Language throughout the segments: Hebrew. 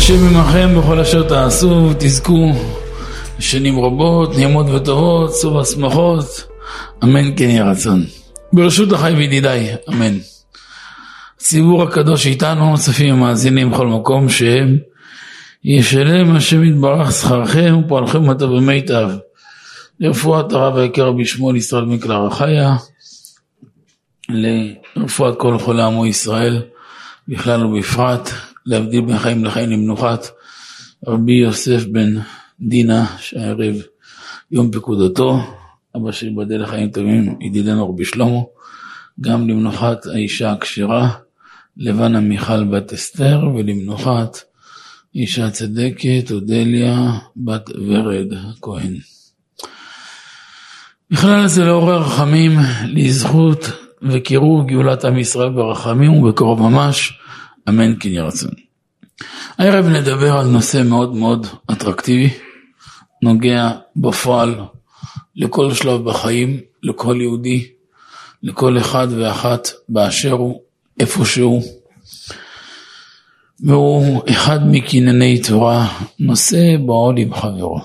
השם עמכם בכל אשר תעשו ותזכו שנים רבות, נעימות וטובות, סוף השמחות, אמן כן יהי רצון. ברשות החי וידידיי, אמן. הציבור הקדוש איתנו, צופים ומאזינים בכל מקום שהם, ישלם השם יתברך שכרכם ופועלכם הטוב במיטב. לרפואת הרב היקר רבי שמואל ישראל מקלר החיה, לרפואת כל חולי עמו ישראל, בכלל ובפרט, להבדיל בין חיים לחיים למנוחת רבי יוסף בן דינה, שהערב יום פקודתו, אבא שיבדל לחיים טובים, ידידנו רבי שלמה, גם למנוחת האישה הכשרה, לבנה מיכל בת אסתר, ולמנוחת אישה צדקת, אודליה בת ורד כהן. בכלל זה לעורר רחמים, לזכות וקירוב גאולת עם ישראל ברחמים ובקרוב ממש, אמן כן יהי רצון. הערב נדבר על נושא מאוד מאוד אטרקטיבי, נוגע בפועל לכל שלב בחיים, לכל יהודי, לכל אחד ואחת באשר הוא, איפה שהוא. והוא אחד מקנייני תורה, נושא בעול עם חברו.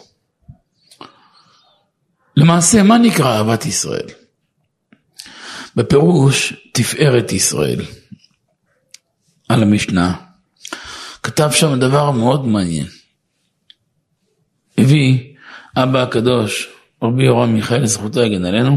למעשה, מה נקרא אהבת ישראל? בפירוש תפארת ישראל. על המשנה, כתב שם דבר מאוד מעניין. הביא אבא הקדוש, רבי יורם מיכאל, זכותו יגן עלינו,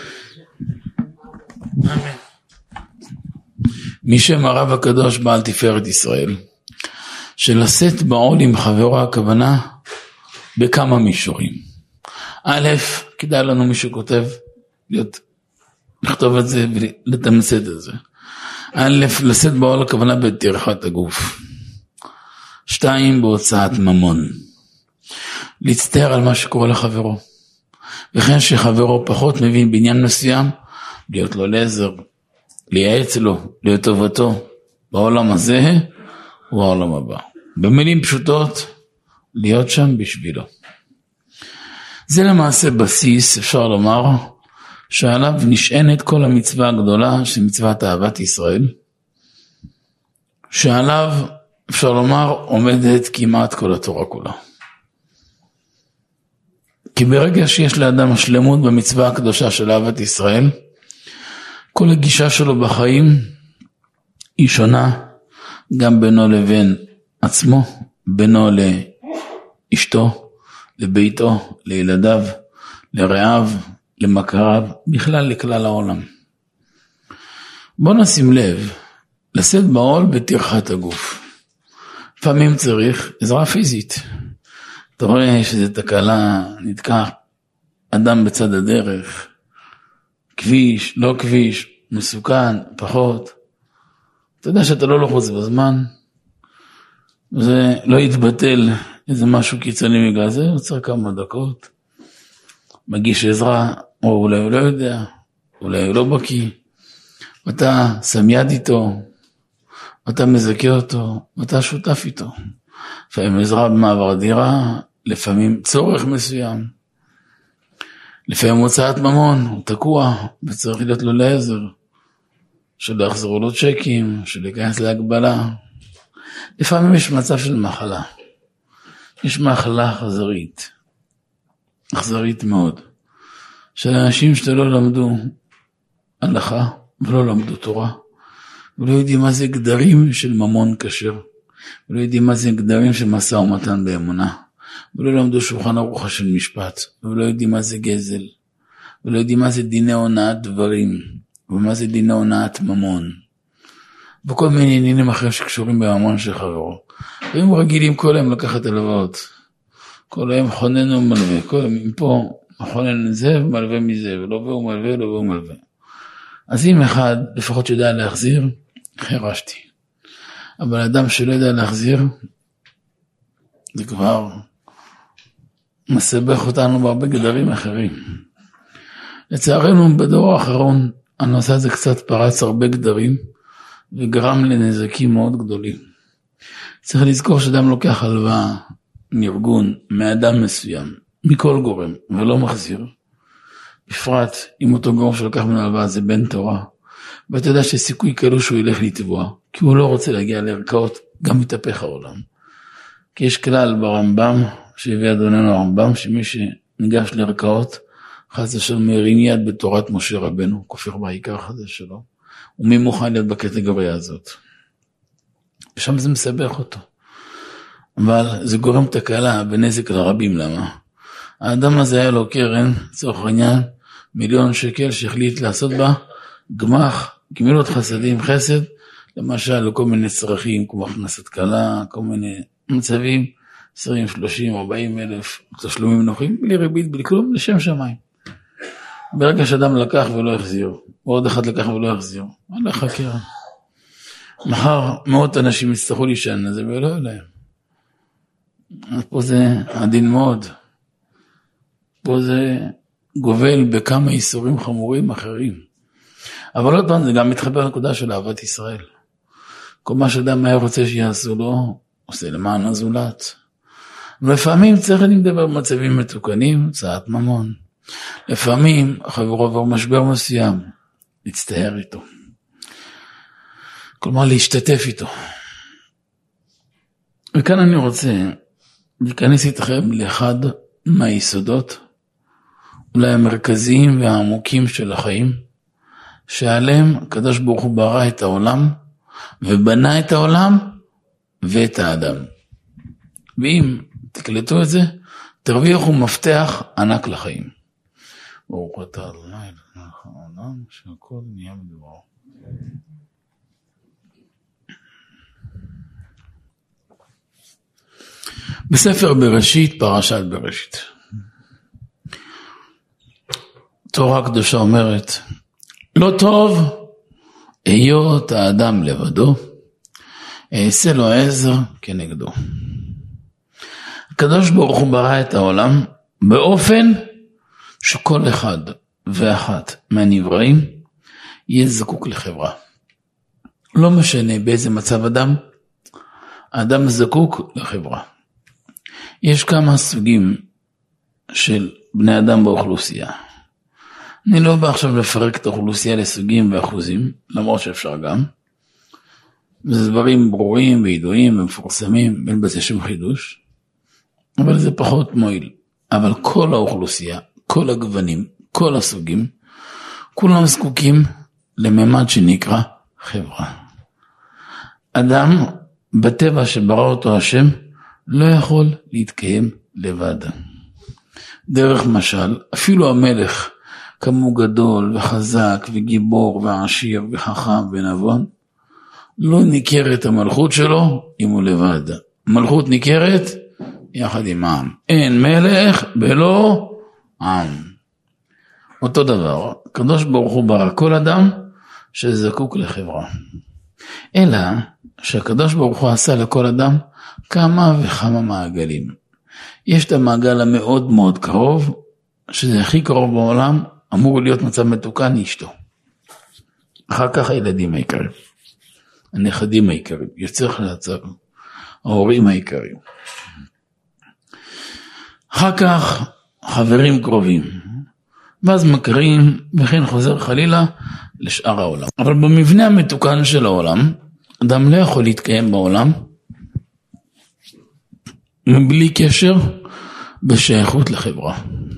משם הרב הקדוש בעל תפארת ישראל, שלשאת בעול עם חברו הכוונה בכמה מישורים. א', כדאי לנו מי שכותב, לכתוב את זה ולתמצת את זה. א', לשאת בעול הכוונה בטרחת הגוף. 2, בהוצאת ממון. להצטער על מה שקורה לחברו. וכן שחברו פחות מבין בעניין מסוים, להיות לו לעזר, לייעץ לו, להיות טובתו, בעולם הזה ובעולם הבא. במילים פשוטות, להיות שם בשבילו. זה למעשה בסיס, אפשר לומר, שעליו נשענת כל המצווה הגדולה של מצוות אהבת ישראל, שעליו אפשר לומר עומדת כמעט כל התורה כולה. כי ברגע שיש לאדם השלמות במצווה הקדושה של אהבת ישראל, כל הגישה שלו בחיים היא שונה, גם בינו לבין עצמו, בינו לאשתו, לביתו, לילדיו, לרעיו, למכריו, בכלל לכלל העולם. בוא נשים לב, לשאת בעול בטרחת הגוף. לפעמים צריך עזרה פיזית. אתה רואה שזה תקלה, נתקע אדם בצד הדרך, כביש, לא כביש, מסוכן, פחות. אתה יודע שאתה לא לחוץ בזמן, זה לא יתבטל איזה משהו קיצוני בגלל זה, הוא צריך כמה דקות, מגיש עזרה, או אולי הוא לא יודע, אולי הוא לא בקיא, ואתה שם יד איתו, ואתה מזכה אותו, ואתה שותף איתו. לפעמים עזרה במעבר דירה, לפעמים צורך מסוים, לפעמים הוצאת ממון, הוא תקוע, וצריך להיות לו לעזר, שלא יחזרו לו צ'קים, שלא ייכנס להגבלה. לפעמים יש מצב של מחלה, יש מחלה אכזרית מאוד, של אנשים שלא למדו הלכה, ולא למדו תורה, ולא יודעים מה זה גדרים של ממון כשר, ולא יודעים מה זה גדרים של משא ומתן באמונה, ולא למדו שולחן ערוך של משפט, ולא יודעים מה זה גזל, ולא יודעים מה זה דיני הונאת דברים, ומה זה דיני הונאת ממון, וכל מיני עניינים אחרים שקשורים בממון של חברו. והם רגילים כל היום לקחת הלוואות, כל היום חונן ומלווה, כל היום פה חונן את זה ומלווה מזה, ולווה ומלווה, לווה ומלווה. אז אם אחד לפחות שיודע להחזיר, חרשתי. אבל אדם שלא יודע להחזיר, זה כבר מסבך אותנו בהרבה גדרים אחרים. לצערנו בדור האחרון, הנושא הזה קצת פרץ הרבה גדרים, וגרם לנזקים מאוד גדולים. צריך לזכור שאדם לוקח הלוואה מארגון, מאדם מסוים, מכל גורם, ולא מחזיר. בפרט אם אותו גורם שלוקח ממנו הלוואה זה בן תורה, ואתה יודע שסיכוי כאלו שהוא ילך לתבוע, כי הוא לא רוצה להגיע לערכאות, גם מתהפך העולם. כי יש כלל ברמב"ם, שהביא אדוננו הרמב"ם, שמי שניגש לערכאות, חס ושלום מרים יד בתורת משה רבנו, כופר בעיקר חס ושלום, ומי מוכן להיות בקטגוריה הזאת. ושם זה מסבך אותו. אבל זה גורם תקלה ונזק לרבים, למה? האדם הזה היה לו קרן, צורך העניין, 1,000,000 שקל שהחליט לעשות בה גמח, גמילות חסדים, חסד, למשל לכל מיני צרכים, כמו הכנסת קלה, כל מיני מצבים, 20, 30, 40 אלף, תשלומים נוחים, בלי ריבית, בלי כלום, לשם שמיים. ברגע שאדם לקח ולא החזיר, ועוד אחד לקח ולא החזיר, הלך הקרן. מחר מאות אנשים יצטרכו להישען על זה ולא אליהם. פה זה עדין מאוד. פה זה גובל בכמה איסורים חמורים אחרים. אבל עוד פעם זה גם מתחבר לנקודה של אהבת ישראל. כל מה שאדם היה רוצה שיעשו לו, עושה למען הזולת. ולפעמים צריך לדבר במצבים מתוקנים, צעת ממון. לפעמים חברו עבור משבר מסוים, להצטער איתו. כלומר להשתתף איתו. וכאן אני רוצה להיכנס איתכם לאחד מהיסודות, אולי המרכזיים והעמוקים של החיים, שעליהם הקדוש ברוך הוא ברא את העולם, ובנה את העולם ואת האדם. ואם תקלטו את זה, תרוויחו מפתח ענק לחיים. ברוך אתה ה' אלוהינו העולם שהכל נהיה בדברו. בספר בראשית, פרשת בראשית. תורה הקדושה אומרת, לא טוב היות האדם לבדו, אעשה לו עזר כנגדו. הקדוש ברוך הוא ברא את העולם באופן שכל אחד ואחת מהנבראים יהיה זקוק לחברה. לא משנה באיזה מצב אדם, האדם זקוק לחברה. יש כמה סוגים של בני אדם באוכלוסייה. אני לא בא עכשיו לפרק את האוכלוסייה לסוגים ואחוזים, למרות שאפשר גם. זה דברים ברורים וידועים ומפורסמים, אין בזה שום חידוש. אבל זה פחות מועיל. אבל כל האוכלוסייה, כל הגוונים, כל הסוגים, כולם זקוקים לממד שנקרא חברה. אדם בטבע שברא אותו השם לא יכול להתקיים לבד. דרך משל, אפילו המלך כמו גדול וחזק וגיבור ועשיר וחכם ונבון, לא ניכרת המלכות שלו אם הוא לבד. מלכות ניכרת יחד עם העם. אין מלך בלא עם. אותו דבר, הקדוש ברוך הוא ברא כל אדם שזקוק לחברה. אלא שהקדוש ברוך הוא עשה לכל אדם כמה וכמה מעגלים. יש את המעגל המאוד מאוד קרוב, שזה הכי קרוב בעולם, אמור להיות מצב מתוקן אשתו. אחר כך הילדים העיקרים, הנכדים העיקרים, יוצא חלצר, ההורים העיקרים. אחר כך חברים קרובים, ואז מכרים וכן חוזר חלילה לשאר העולם. אבל במבנה המתוקן של העולם, אדם לא יכול להתקיים בעולם, מבלי קשר בשייכות לחברה.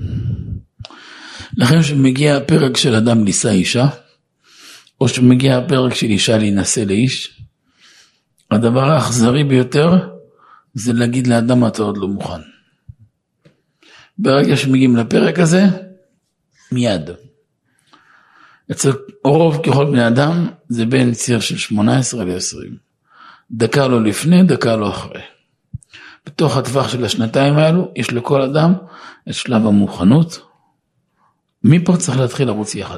לכן שמגיע הפרק של אדם לישא אישה, או שמגיע הפרק של אישה להינשא לאיש, הדבר האכזרי ביותר זה להגיד לאדם אתה עוד לא מוכן. ברגע שמגיעים לפרק הזה, מיד. אצל רוב ככל בני אדם זה בין ציר של 18 ל-20. דקה לא לפני, דקה לא אחרי. בתוך הטווח של השנתיים האלו, יש לכל אדם את שלב המוכנות. מפה צריך להתחיל לרוץ יחד.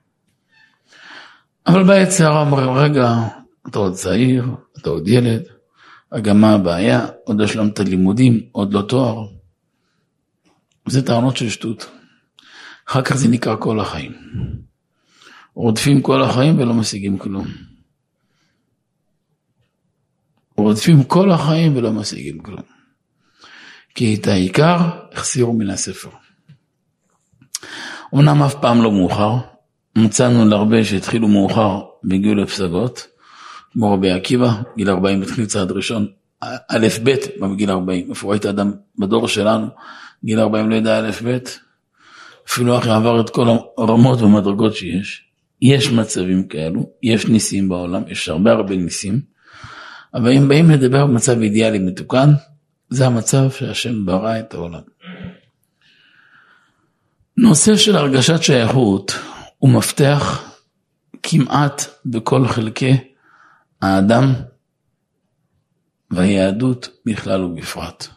אבל בעת שערה אומרים, רגע, אתה עוד צעיר, אתה עוד ילד, גם מה הבעיה, עוד לא השלמת לימודים, עוד לא תואר. זה טענות של שטות. אחר כך זה נקרא כל החיים. רודפים כל החיים ולא משיגים כלום. רודפים כל החיים ולא משיגים כלום. כי את העיקר החסירו מן הספר. אומנם אף פעם לא מאוחר, מצאנו להרבה שהתחילו מאוחר והגיעו לפסגות, כמו רבי עקיבא, גיל 40 התחיל צעד ראשון, א' ב' בגיל 40, איפה ראית אדם בדור שלנו, גיל 40 לא יודע א' ב', אפילו אחרי עבר את כל הרמות ומדרגות שיש. יש מצבים כאלו, יש ניסים בעולם, יש הרבה ניסים, אבל אם באים לדבר במצב אידיאלי מתוקן, זה המצב שהשם ברא את העולם. נושא של הרגשת שייכות הוא מפתח כמעט בכל חלקי האדם והיהדות בכלל ובפרט.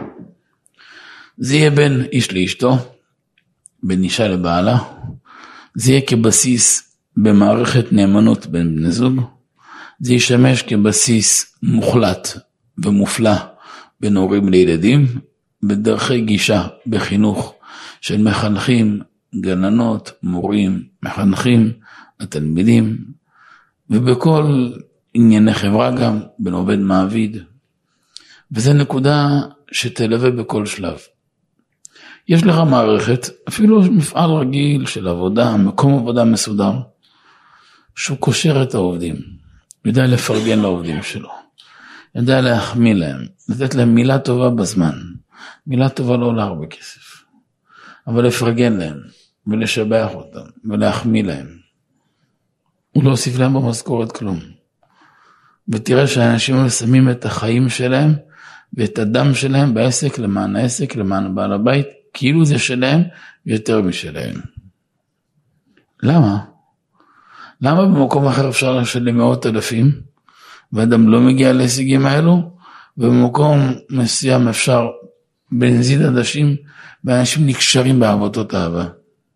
זה יהיה בין איש לאשתו, בין אישה לבעלה, זה יהיה כבסיס במערכת נאמנות בין בני זוג, זה ישמש כבסיס מוחלט ומופלא בין הורים לילדים, בדרכי גישה בחינוך של מחנכים, גננות, מורים, מחנכים, התלמידים, ובכל ענייני חברה גם, בין עובד מעביד. וזו נקודה שתלווה בכל שלב. יש לך מערכת, אפילו מפעל רגיל של עבודה, מקום עבודה מסודר, שהוא קושר את העובדים, יודע לפרגן לעובדים שלו, יודע להחמיא להם, לתת להם מילה טובה בזמן. מילה טובה לא עולה הרבה כסף, אבל לפרגן להם, ולשבח אותם, ולהחמיא להם. הוא לא הוסיף להם במשכורת כלום. ותראה שהאנשים שמים את החיים שלהם, ואת הדם שלהם בעסק, למען העסק, למען בעל הבית, כאילו זה שלהם יותר משלהם. למה? למה במקום אחר אפשר לשלם מאות אלפים, ואדם לא מגיע להישגים האלו, ובמקום מסוים אפשר בנזיד עדשים, ואנשים נקשרים בעבודות אהבה.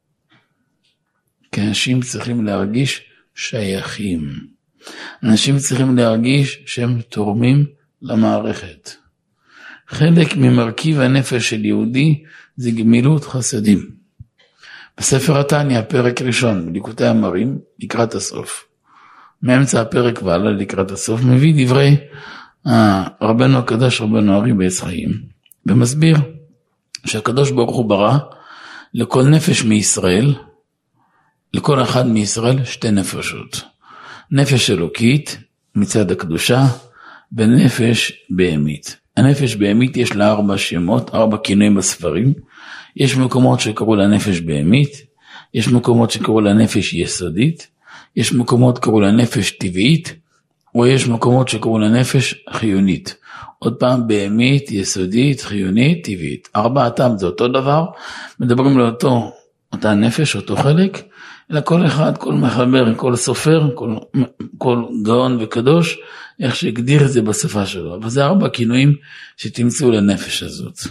כי אנשים צריכים להרגיש שייכים. אנשים צריכים להרגיש שהם תורמים למערכת. חלק ממרכיב הנפש של יהודי זה גמילות חסדים. בספר התניא, פרק ראשון, בליקוטי המרים, לקראת הסוף. מאמצע הפרק ועלה לקראת הסוף, מביא דברי רבנו הקדוש, רבנו ארי בעץ חיים, ומסביר שהקדוש ברוך הוא ברא לכל נפש מישראל, לכל אחד מישראל שתי נפשות. נפש אלוקית מצד הקדושה, ונפש בהמית. הנפש בהמית יש לה 4 שמות, 4 כינויים בספרים. יש מקומות שקראו לה נפש בהמית, יש מקומות שקראו לה נפש יסודית, יש מקומות שקראו לה נפש טבעית, או יש מקומות שקראו לה נפש חיונית. עוד פעם, בהמית, יסודית, חיונית, טבעית. 4 זה אותו דבר, מדברים לאותו, אותה נפש, אותו חלק, אלא כל אחד, כל מחבר, כל סופר, כל גאון וקדוש, איך שהגדיר את זה בשפה שלו. אבל זה 4 כינויים שתמצאו לנפש הזאת.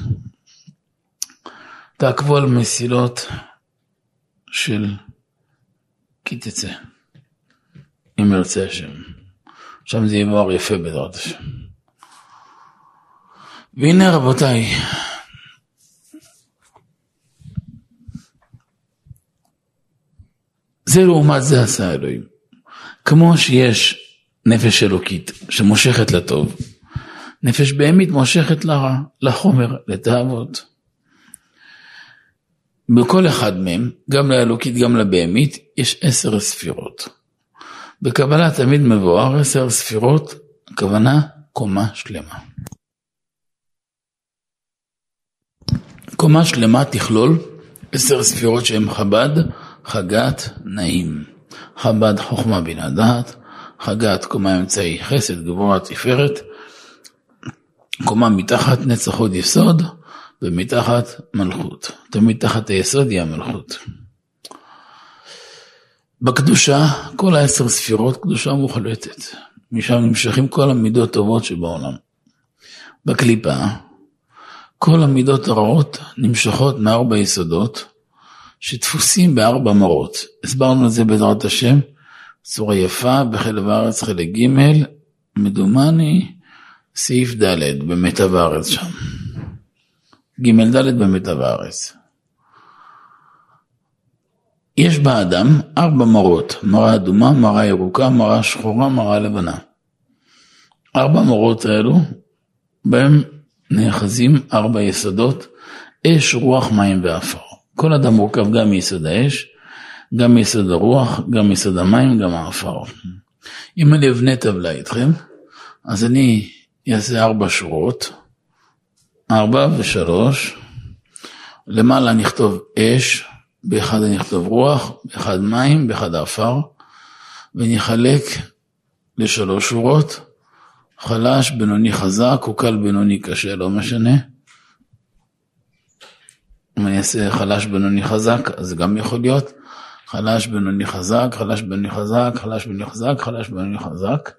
תעקבו על מסילות של קיצצה, אם ירצה השם. שם זה יבואר יפה בעזרת השם. והנה רבותיי, זה לעומת זה עשה אלוהים. כמו שיש נפש אלוקית שמושכת לטוב, נפש בהמית מושכת לרע, לחומר, לתאוות. בכל אחד מהם, גם לאלוקית גם לבהמית, יש 10 ספירות. בקבלה תמיד מבואר 10 ספירות, הכוונה קומה שלמה. קומה שלמה תכלול 10 ספירות שהן חב"ד, חגת, נעים. חב"ד חוכמה בינה דעת, חגת קומה אמצעי חסד גבורה תפארת, קומה מתחת נצח הוד יסוד, ומתחת מלכות. תמיד תחת היסוד היא המלכות. בקדושה, כל 10 ספירות קדושה מוחלטת. משם נמשכים כל המידות טובות שבעולם. בקליפה, כל המידות הרעות נמשכות מ4 יסודות, שתפוסים ב4 מרות. הסברנו את זה בעזרת השם, צורה יפה, בחלב הארץ חלק ג', מדומני, סעיף ד' במיטב הארץ שם. ג' ד' במיטב הארץ. יש באדם 4 מרות, מרה אדומה, מרה ירוקה, מרה שחורה, מרה לבנה. 4 מרות האלו, בהם נאחזים 4 יסודות, אש, רוח, מים ואפר. כל אדם מורכב גם מיסוד האש, גם מיסוד הרוח, גם מיסוד המים, גם האפר. אם אני אבנה טבלה איתכם, אז אני יעשה 4 שורות, 4 ו3, למעלה נכתוב אש, באחד אני נכתוב רוח, באחד מים, באחד עפר, ונחלק ל3 שורות, חלש, בינוני חזק, או קל בינוני קשה, לא משנה. אם אני אעשה חלש בינוני חזק, אז זה גם יכול להיות, חלש בינוני חזק, חלש בינוני חזק, חלש בינוני חזק, חלש בינוני חזק.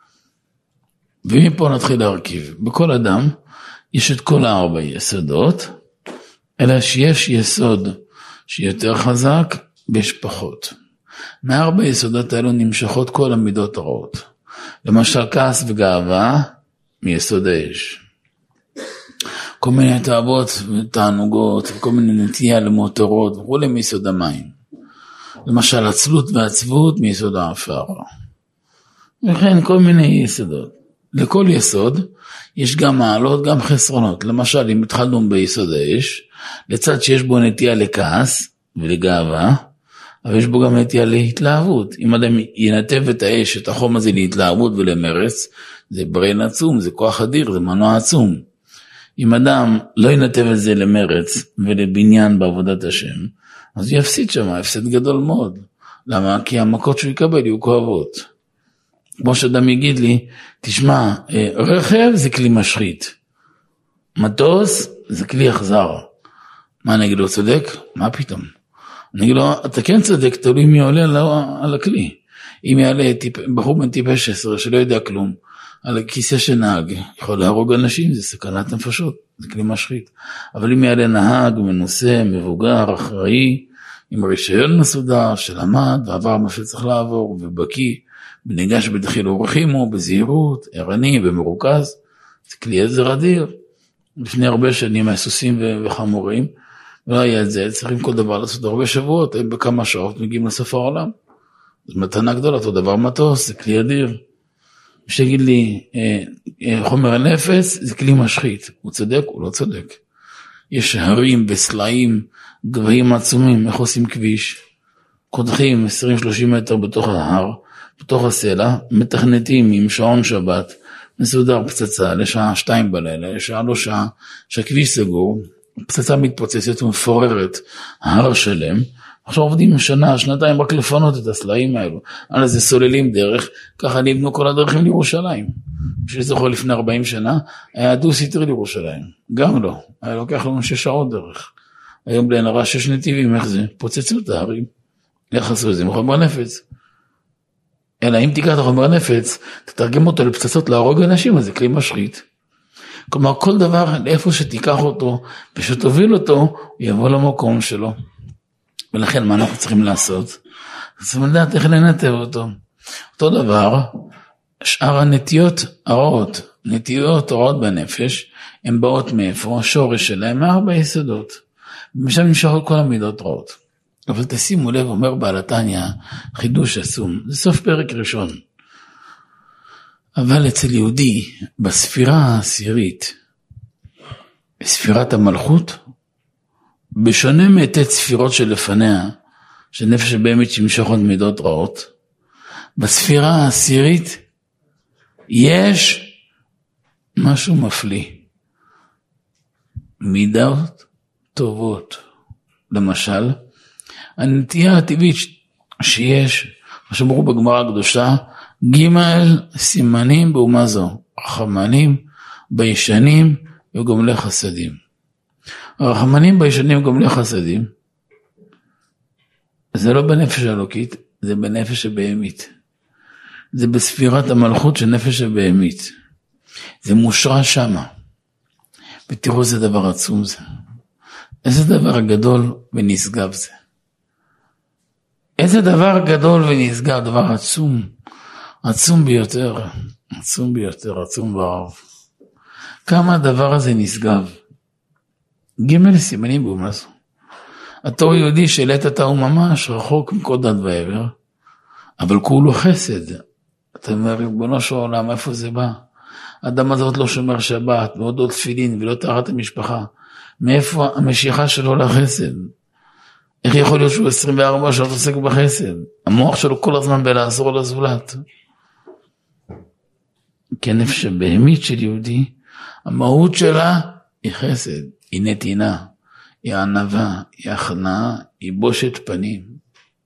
ומפה נתחיל להרכיב. בכל אדם יש את כל 4 יסודות, אלא שיש יסוד שיותר חזק ויש פחות. מ4 יסודות האלו נמשכות כל המידות הרעות. למשל כעס וגאווה מיסוד האש. כל מיני תאוות ותענוגות וכל מיני נטייה למותרות וכו' מיסוד המים. למשל עצלות ועצבות מיסוד העפר. וכן כל מיני יסודות. לכל יסוד יש גם מעלות גם חסרונות. למשל אם התחלנו ביסוד האש, לצד שיש בו נטייה לכעס ולגאווה, אבל יש בו גם נטייה להתלהבות. אם אדם ינתב את האש, את החום הזה להתלהבות ולמרץ, זה ברן עצום, זה כוח אדיר, זה מנוע עצום. אם אדם לא ינתב את זה למרץ ולבניין בעבודת השם, אז הוא יפסיד שם, הפסד גדול מאוד. למה? כי המכות שהוא יקבל יהיו כואבות. כמו שאדם יגיד לי, תשמע, רכב זה כלי משחית, מטוס זה כלי אכזר. מה אני אגיד לו, צודק? מה פתאום? אני אגיד לו, אתה כן צודק, תלוי מי עולה על הכלי. אם יעלה בחור בן טיפה 16 שלא יודע כלום, על הכיסא שנהג, יכול להרוג אנשים, זה סכנת נפשות, זה כלי משחית. אבל אם יעלה נהג, מנוסה, מבוגר, אחראי, עם רישיון מסודר, שלמד, ועבר מה שצריך לעבור, ובקי, בניגש בדחיל אורחימו, בזהירות, ערני ומרוכז, זה כלי עזר אדיר. לפני הרבה שנים, הסוסים וחמורים, לא היה את זה, צריכים כל דבר לעשות הרבה שבועות, הם בכמה שעות מגיעים לסוף העולם. זו מתנה גדולה, אותו דבר מטוס, זה כלי אדיר. שיגיד לי, חומר הנפץ, זה כלי משחית. הוא צודק, הוא לא צודק. יש הרים וסלעים, גבהים עצומים, איך עושים כביש? קודחים 20-30 מטר בתוך ההר, בתוך הסלע, מתכנתים עם שעון שבת, מסודר פצצה לשעה 2 בלילה, לשעה לא שעה, שהכביש סגור, פצצה מתפוצצת ומפוררת, ההר שלם, עכשיו עובדים שנה, שנתיים רק לפנות את הסלעים האלו, על זה סוללים דרך, ככה נבנו כל הדרכים לירושלים. בשביל זה יכול לפני 40 שנה, היה דו סטרי לירושלים, גם לא, היה לוקח לנו 6 שעות דרך. היום בלי נראה 6 נתיבים, איך זה? פוצצו את ההרים, איך עשו את זה? מחומר נפץ. אלא אם תיקח את החומר נפץ, תתרגם אותו לפצצות להרוג אנשים, אז זה כלי משחית. כלומר, כל דבר, איפה שתיקח אותו, ושתוביל אותו, הוא יבוא למקום שלו. ולכן, מה אנחנו צריכים לעשות? צריכים לדעת איך לנתב אותו. אותו דבר, שאר הנטיות הרעות, נטיות הרעות בנפש, הן באות מאיפה, השורש שלהם, 4 יסודות. ומשם נמשכות כל המידות רעות. אבל תשימו לב, אומר בעל התניא, חידוש עצום, זה סוף פרק ראשון. אבל אצל יהודי, בספירה העשירית, ספירת המלכות, בשונה מעתי ספירות שלפניה, שנפש הבהמית שנמשכות מידות רעות, בספירה העשירית, יש משהו מפליא. מידות טובות. למשל, הנטייה הטבעית שיש, מה שאמרו בגמרא הקדושה, ג' סימנים באומה זו, רחמנים, ביישנים וגומלי חסדים. הרחמנים, ביישנים וגומלי חסדים, זה לא בנפש האלוקית, זה בנפש הבהמית. זה בספירת המלכות של נפש הבהמית. זה מושרש שמה. ותראו איזה דבר עצום זה. איזה דבר גדול ונשגב זה. איזה דבר גדול ונשגב, דבר עצום. עצום ביותר. עצום ביותר, עצום ברב. כמה הדבר הזה נשגב. ג' סימנים באומה זו. התור יהודי שלט אתה הוא ממש רחוק מכל דת ועבר, אבל כולו חסד. אתה אומר, ריבונו של עולם, איפה זה בא? האדם הזאת לא שומר שבת, ועוד עוד תפילין, ולא טהרת המשפחה. מאיפה המשיכה שלו לחסד? איך יכול להיות שהוא 24 שעות עוסק בחסד? המוח שלו כל הזמן בלעזור לזולת. כנפש הבהמית של יהודי, המהות שלה היא חסד, היא נתינה, היא ענווה, היא הכנעה, היא בושת פנים.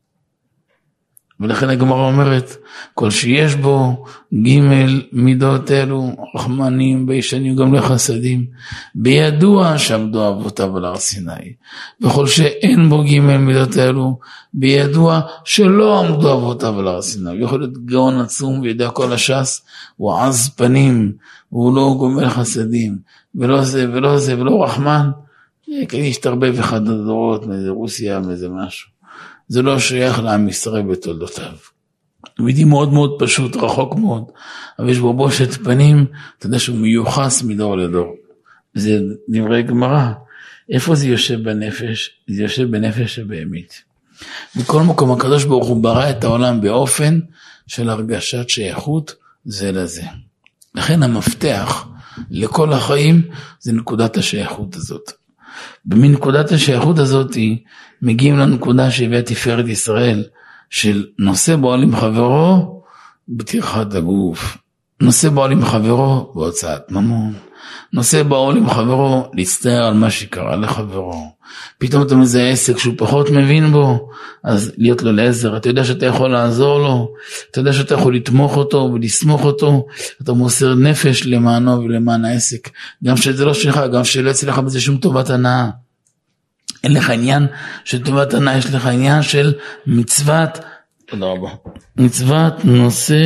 ולכן הגמרא אומרת, כל שיש בו ג' מידות אלו, רחמנים, ביישנים גם לחסדים, בידוע שעמדו אבותיו על הר סיני. וכל שאין בו ג' מידות אלו, בידוע שלא עמדו אבותיו על הר סיני. הוא יכול להיות גאון עצום וידע כל הש"ס, הוא עז פנים, הוא לא גומל חסדים, ולא זה ולא זה ולא רחמן, ישתרבב אחד הדורות מאיזה רוסיה, מאיזה משהו. זה לא שייך לעם ישראל בתולדותיו. וידי מאוד מאוד פשוט, רחוק מאוד, אבל יש בו בושת פנים, אתה יודע שהוא מיוחס מדור לדור. זה דברי גמרא. איפה זה יושב בנפש? זה יושב בנפש הבהמית. בכל מקום הקדוש ברוך הוא ברא את העולם באופן של הרגשת שייכות זה לזה. לכן המפתח לכל החיים זה נקודת השייכות הזאת. במנקודת השייכות הזאת מגיעים לנקודה שהביאה תפארת ישראל של נושא בעול עם חברו בטרחת הגוף, נושא בעול עם חברו בהוצאת ממון, נושא בעול עם חברו להצטער על מה שקרה לחברו. פתאום אתה מזהה עסק שהוא פחות מבין בו, אז להיות לו לעזר. אתה יודע שאתה יכול לעזור לו, אתה יודע שאתה יכול לתמוך אותו ולסמוך אותו, אתה מוסר נפש למענו ולמען העסק, גם שזה לא שלך, גם שלא יצא לך בזה שום טובת הנאה. אין לך עניין של טובת הנאה, יש לך עניין של מצוות, תודה רבה, מצוות נושא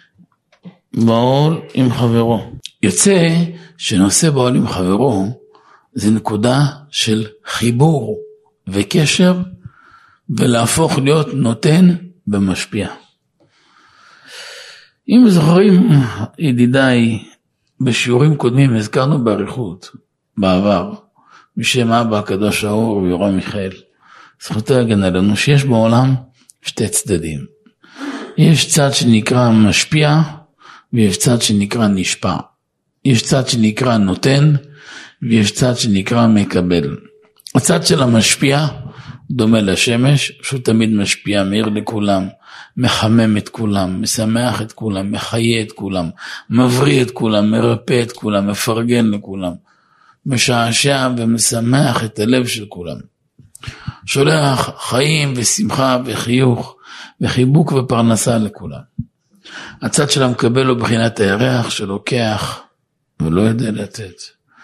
בעול עם חברו. יוצא שנושא בעול עם חברו זה נקודה של חיבור וקשר, ולהפוך להיות נותן ומשפיע. אם זוכרים ידידיי, בשיעורים קודמים הזכרנו בעריכות בעבר, בשם אבא הקדוש האור ויורם מיכאל, זכותו יגן עלינו, שיש בעולם שתי צדדים. יש צד שנקרא משפיע, ויש צד שנקרא נשפע. יש צד שנקרא נותן, ויש צד שנקרא מקבל. הצד של המשפיע דומה לשמש, שהוא תמיד משפיע, מאיר לכולם, מחמם את כולם, משמח את כולם, מחיה את כולם, מבריא את כולם, מרפא את כולם, מפרגן לכולם, משעשע ומשמח את הלב של כולם. שולח חיים ושמחה וחיוך וחיבוק ופרנסה לכולם. הצד של המקבל הוא בחינת הירח שלוקח ולא יודע לתת.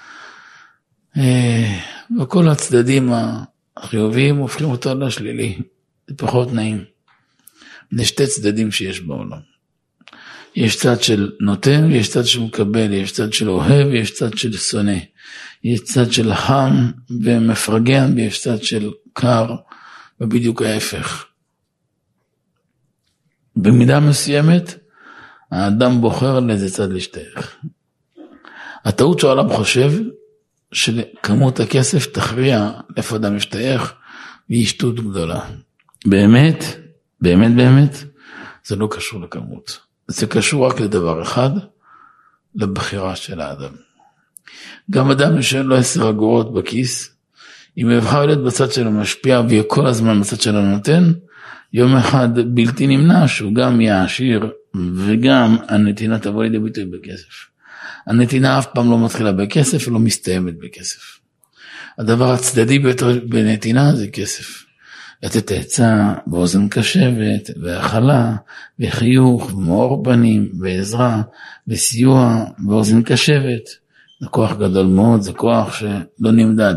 וכל הצדדים החיוביים הופכים אותו לשלילי. זה פחות נעים. זה שתי צדדים שיש בעולם. יש צד של נותן, יש צד של מקבל, יש צד של אוהב, יש צד של שונא. יש צד של חם ומפרגן, ויש צד של קר, ובדיוק ההפך. במידה מסוימת, האדם בוחר לאיזה צד להשתייך. הטעות שהעולם חושב, שכמות הכסף תכריע איפה אדם משתייך, והיא שטות גדולה. באמת, באמת, באמת, זה לא קשור לכמות. זה קשור רק לדבר אחד, לבחירה של האדם. גם אדם שאין לו 10 אגורות בכיס, אם יבחר להיות בצד שלו משפיע, ויהיה כל הזמן בצד שלו נותן, יום אחד בלתי נמנע שהוא גם יהיה עשיר, וגם הנתינה תבוא לידי ביטוי בכסף. הנתינה אף פעם לא מתחילה בכסף, ולא מסתיימת בכסף. הדבר הצדדי ביותר בנתינה זה כסף. לתת עצה באוזן קשבת, והאכלה, וחיוך, ומאור פנים, ועזרה, וסיוע, באוזן קשבת. זה כוח גדול מאוד, זה כוח שלא נמדד.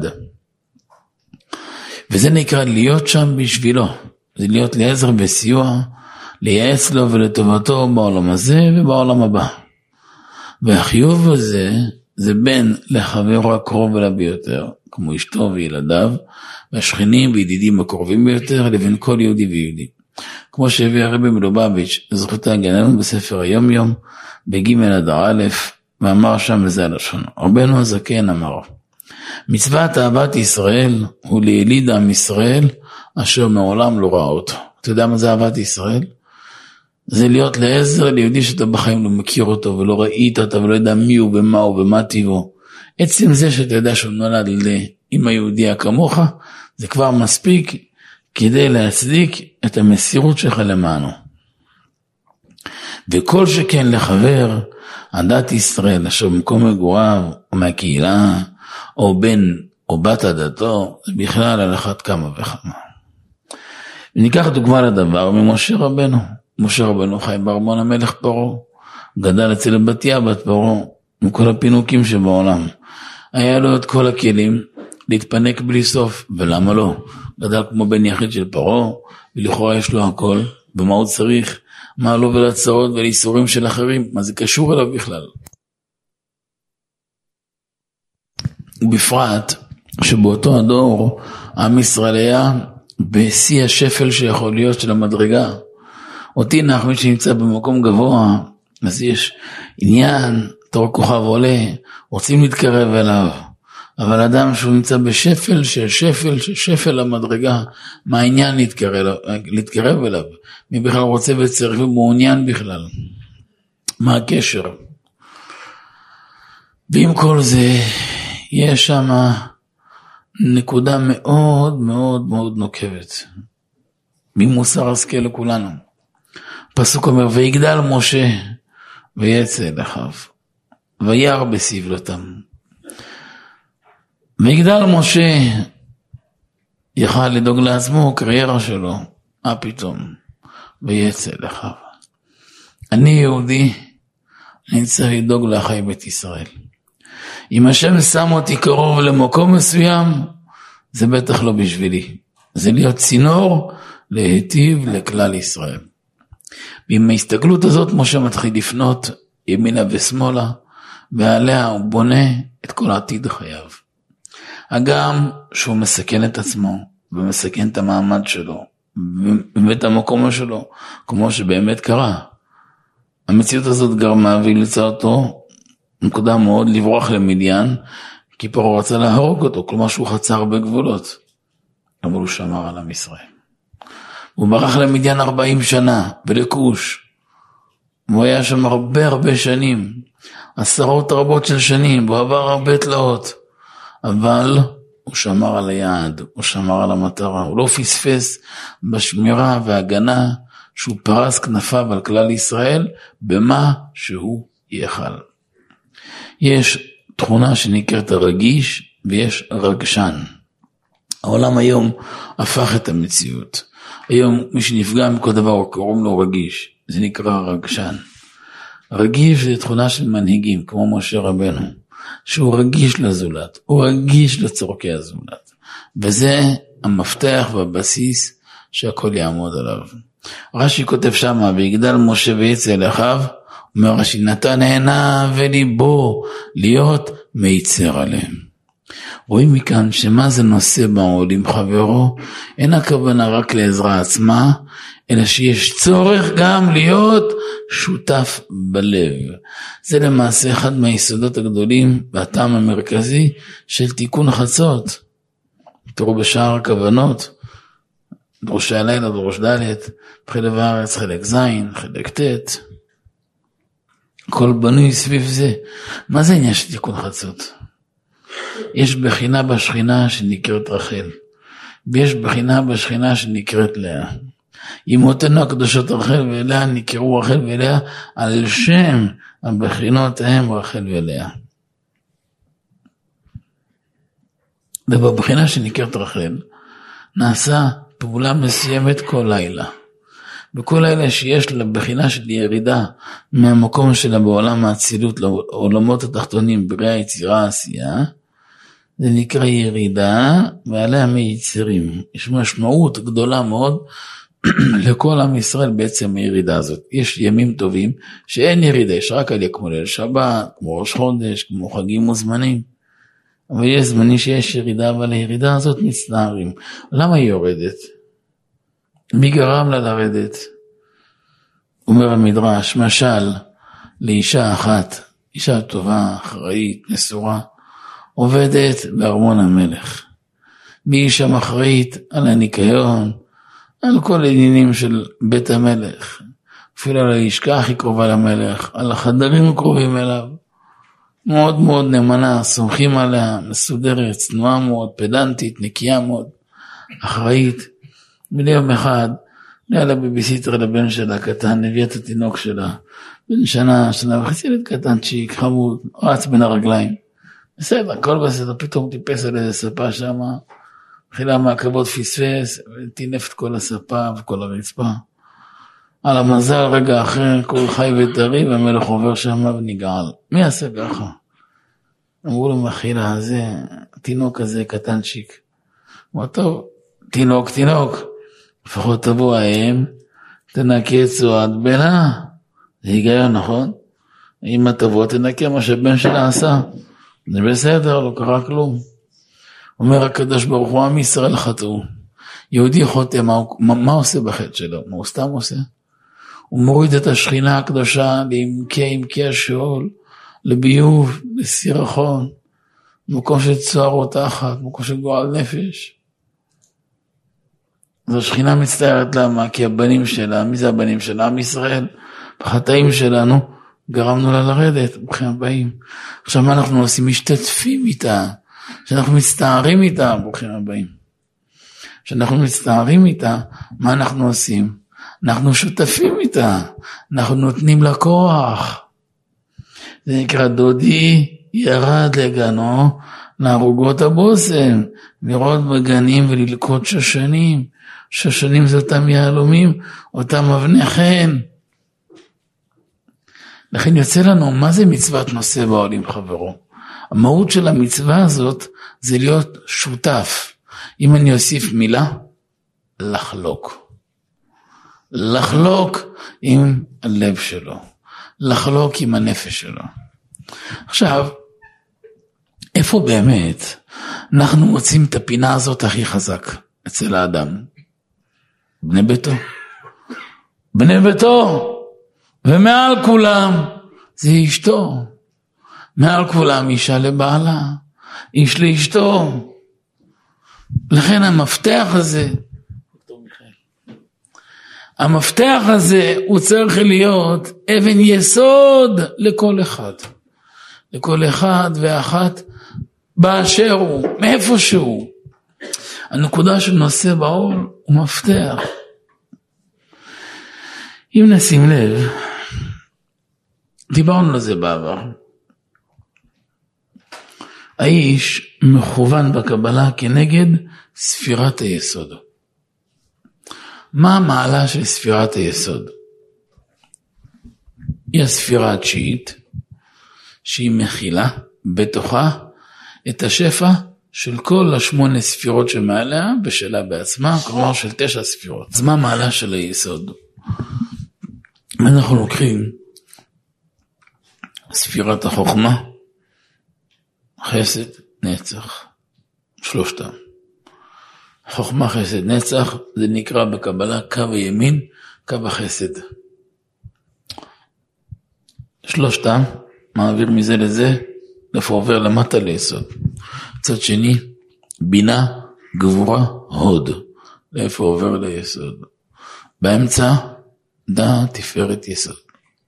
וזה נקרא להיות שם בשבילו. זה להיות לעזר וסיוע, לייעץ לו ולטובתו בעולם הזה ובעולם הבא. והחיוב הזה, זה בין לחברו הקרוב אליו ביותר, כמו אשתו וילדיו, והשכנים וידידים הקרובים ביותר, לבין כל יהודי ויהודי. כמו שהביא הרבי מלובביץ', זכותו יגן עלינו בספר היום יום, בג' אדר א', ואמר שם לזה הלשון. רבנו הזקן אמר, מצוות אהבת ישראל הוא ליליד עם ישראל, אשר מעולם לא ראה אותו. אתה יודע מה זה אהבת ישראל? זה להיות לעזר ליהודי שאתה בחיים לא מכיר אותו, ולא ראית אותו, ולא יודע מי הוא ומה הוא ומה טיבו. עצם זה שאתה יודע שהוא נולד עם היהודי כמוך, זה כבר מספיק כדי להצדיק את המסירות שלך למענו. וכל שכן לחבר עדת ישראל אשר במקום מגוריו או מהקהילה או בן או בת עדתו, זה בכלל על אחת כמה וכמה. וניקח דוגמה לדבר ממשה רבנו. משה רבנו חי בארמון המלך פרעה, גדל אצל בתיה בת פרעה, עם כל הפינוקים שבעולם. היה לו את כל הכלים להתפנק בלי סוף, ולמה לא? גדל כמו בן יחיד של פרעה, ולכאורה יש לו הכל, ומה הוא צריך? מה לו ולצרות ולאיסורים של אחרים? מה זה קשור אליו בכלל? ובפרט שבאותו הדור עם ישראל היה בשיא השפל שיכול להיות של המדרגה. אותי נחמד שנמצא במקום גבוה, אז יש עניין, תור כוכב עולה, רוצים להתקרב אליו, אבל אדם שהוא נמצא בשפל של שפל המדרגה, מה העניין להתקרב אליו? מי בכלל רוצה וצריך ומעוניין בכלל? מה הקשר? ועם כל זה, יש שם נקודה מאוד מאוד מאוד נוקבת, ממוסר השכל לכולנו. פסוק אומר, ויגדל משה ויצא אל אחיו, וירא בסבלותם. ויגדל משה יכל לדאוג לעצמו, קריירה שלו, פתאום, ויצא אל אחיו. אני יהודי, אני צריך לדאוג לאחי בית ישראל. אם השם שם אותי קרוב למקום מסוים, זה בטח לא בשבילי. זה להיות צינור להיטיב לכלל ישראל. ועם ההסתכלות הזאת, משה מתחיל לפנות ימינה ושמאלה, ועליה הוא בונה את כל עתיד חייו. הגם שהוא מסכן את עצמו, ומסכן את המעמד שלו, ואת המקום שלו, כמו שבאמת קרה. המציאות הזאת גרמה ואילצה אותו, נקודה מאוד לברוח למדיין, כי פרעה רצה להרוג אותו, כלומר שהוא חצה הרבה גבולות. אבל הוא שמר על עם ישראל. הוא ברח למדיין 40 שנה, ולכוש. הוא היה שם הרבה שנים, עשרות רבות של שנים, והוא עבר הרבה תלאות. אבל הוא שמר על היעד, הוא שמר על המטרה, הוא לא פספס בשמירה והגנה, שהוא פרס כנפיו על כלל ישראל, במה שהוא יאכל. יש תכונה שנקראת הרגיש, ויש רגשן. העולם היום הפך את המציאות. היום מי שנפגע מכל דבר קוראים לו רגיש, זה נקרא רגשן. רגיש זה תכונה של מנהיגים, כמו משה רבנו, שהוא רגיש לזולת, הוא רגיש לצורכי הזולת. וזה המפתח והבסיס שהכל יעמוד עליו. רש"י כותב שמה, ויגדל משה ויצא אל אחיו, אומר רש"י, נתן עיניו וליבו להיות מיצר עליהם. רואים מכאן שמה זה נושא בעול עם חברו, אין הכוונה רק לעזרה עצמה, אלא שיש צורך גם להיות שותף בלב. זה למעשה אחד מהיסודות הגדולים והטעם המרכזי של תיקון חצות. תראו בשער הכוונות, דרושי הלילה, דרוש ד', חלק הארץ, חלק ז', חלק ט', כל בנוי סביב זה. מה זה עניין של תיקון חצות? יש בחינה בשכינה שנקראת רחל, ויש בחינה בשכינה שנקראת לאה. אמותינו הקדושות רחל ולאה נקראו רחל ולאה על שם הבחינות הם רחל ולאה. ובבחינה שנקראת רחל נעשה פעולה מסוימת כל לילה. בכל לילה שיש לה בחינה של ירידה מהמקום שלה בעולם האצילות לעולמות התחתונים בריאה יצירה עשייה, זה נקרא ירידה ועליה מייצרים. יש משמעות גדולה מאוד לכל עם ישראל בעצם הירידה הזאת. יש ימים טובים שאין ירידה, יש רק עליה כמו ליל שבת, כמו ראש חודש, כמו חגים וזמנים. אבל יש זמנים שיש ירידה, אבל הירידה הזאת מצטערים. למה היא יורדת? מי גרם לה לרדת? אומר המדרש, משל לאישה אחת, אישה טובה, אחראית, מסורה, עובדת בארמון המלך. מי אישה אחראית על הניקיון, על כל העניינים של בית המלך, אפילו על הלשכה הכי קרובה למלך, על החדרים הקרובים אליו, מאוד מאוד נאמנה, סומכים עליה, מסודרת, צנועה מאוד, פדנטית, נקייה מאוד, אחראית. וליום אחד היה לה בביסיטר לבן שלה קטן, הביאה את התינוק שלה, בן שנה וחצי, ילד קטן צ'יק, חמוד, רץ בין הרגליים. בסדר, הכל בסדר, פתאום טיפס על איזה ספה שם, חילה מהקבות פספס, וטינף את כל הספה וכל הרצפה. על המזל, רגע אחר, כל חי וטרי, והמלך עובר שם ונגעל. מי יעשה ככה? אמרו לו, מחילה הזה, תינוק הזה קטנצ'יק. אמרו, טוב, תינוק, לפחות תבוא האם, תנקה את צועד בנה. זה היגיון, נכון? אם תבוא, תנקה מה שבן שלה עשה. זה בסדר, לא קרה כלום. אומר הקדוש ברוך הוא, עם ישראל חטאו. יהודי חוטא, מה עושה בחטא שלו? מה הוא סתם עושה? הוא מוריד את השכינה הקדושה לעמקי השאול, לביוב, לסירחון, מקום של צוהר רותחת, מקום של גועל נפש. אז השכינה מצטערת למה? כי הבנים שלה, מי זה הבנים שלה? עם ישראל, בחטאים שלנו, גרמנו לה לרדת, ברוכים הבאים. עכשיו מה אנחנו עושים? משתתפים איתה, שאנחנו מצטערים איתה, ברוכים הבאים. שאנחנו מצטערים איתה, מה אנחנו עושים? אנחנו שותפים איתה, אנחנו נותנים לה כוח. זה נקרא דודי ירד לגנו, לערוגות הבוסם, לראות בגנים וללקוט שושנים. שושנים זה אותם יהלומים, אותם אבני חן. לכן יוצא לנו, מה זה מצוות נושא בעולים חברו? המהות של המצווה הזאת זה להיות שותף. אם אני אוסיף מילה, לחלוק. לחלוק עם הלב שלו. לחלוק עם הנפש שלו. עכשיו, איפה באמת אנחנו מוצאים את הפינה הזאת הכי חזק אצל האדם? בני ביתו. בני ביתו. ומעל כולם זה אשתו. מעל כולם אישה לבעלה. איש לאשתו. לכן המפתח הזה, המפתח הזה הוא צריך להיות אבן יסוד לכל אחד. לכל אחד ואחת באשר הוא, מאיפה שהוא. הנקודה של נושא בעול הוא מפתח. אם נשים לב, דיברנו על זה בעבר. האיש מכוון בקבלה כנגד ספירת היסוד. מה המעלה של ספירת היסוד? היא הספירה התשיעית, שהיא מכילה בתוכה את השפע של כל 8 ספירות שמעליה ושלה בעצמה, כלומר של 9 ספירות. אז מה המעלה של היסוד? אנחנו לוקחים ספירת החוכמה, חסד, נצח, 3. חוכמה, חסד, נצח, זה נקרא בקבלה קו הימין, קו החסד. 3 מעביר מזה לזה, איפה עובר למטה ליסוד. צד שני, בינה, גבורה, הוד. איפה עובר ליסוד. באמצע, דעת, תפארת, יסוד.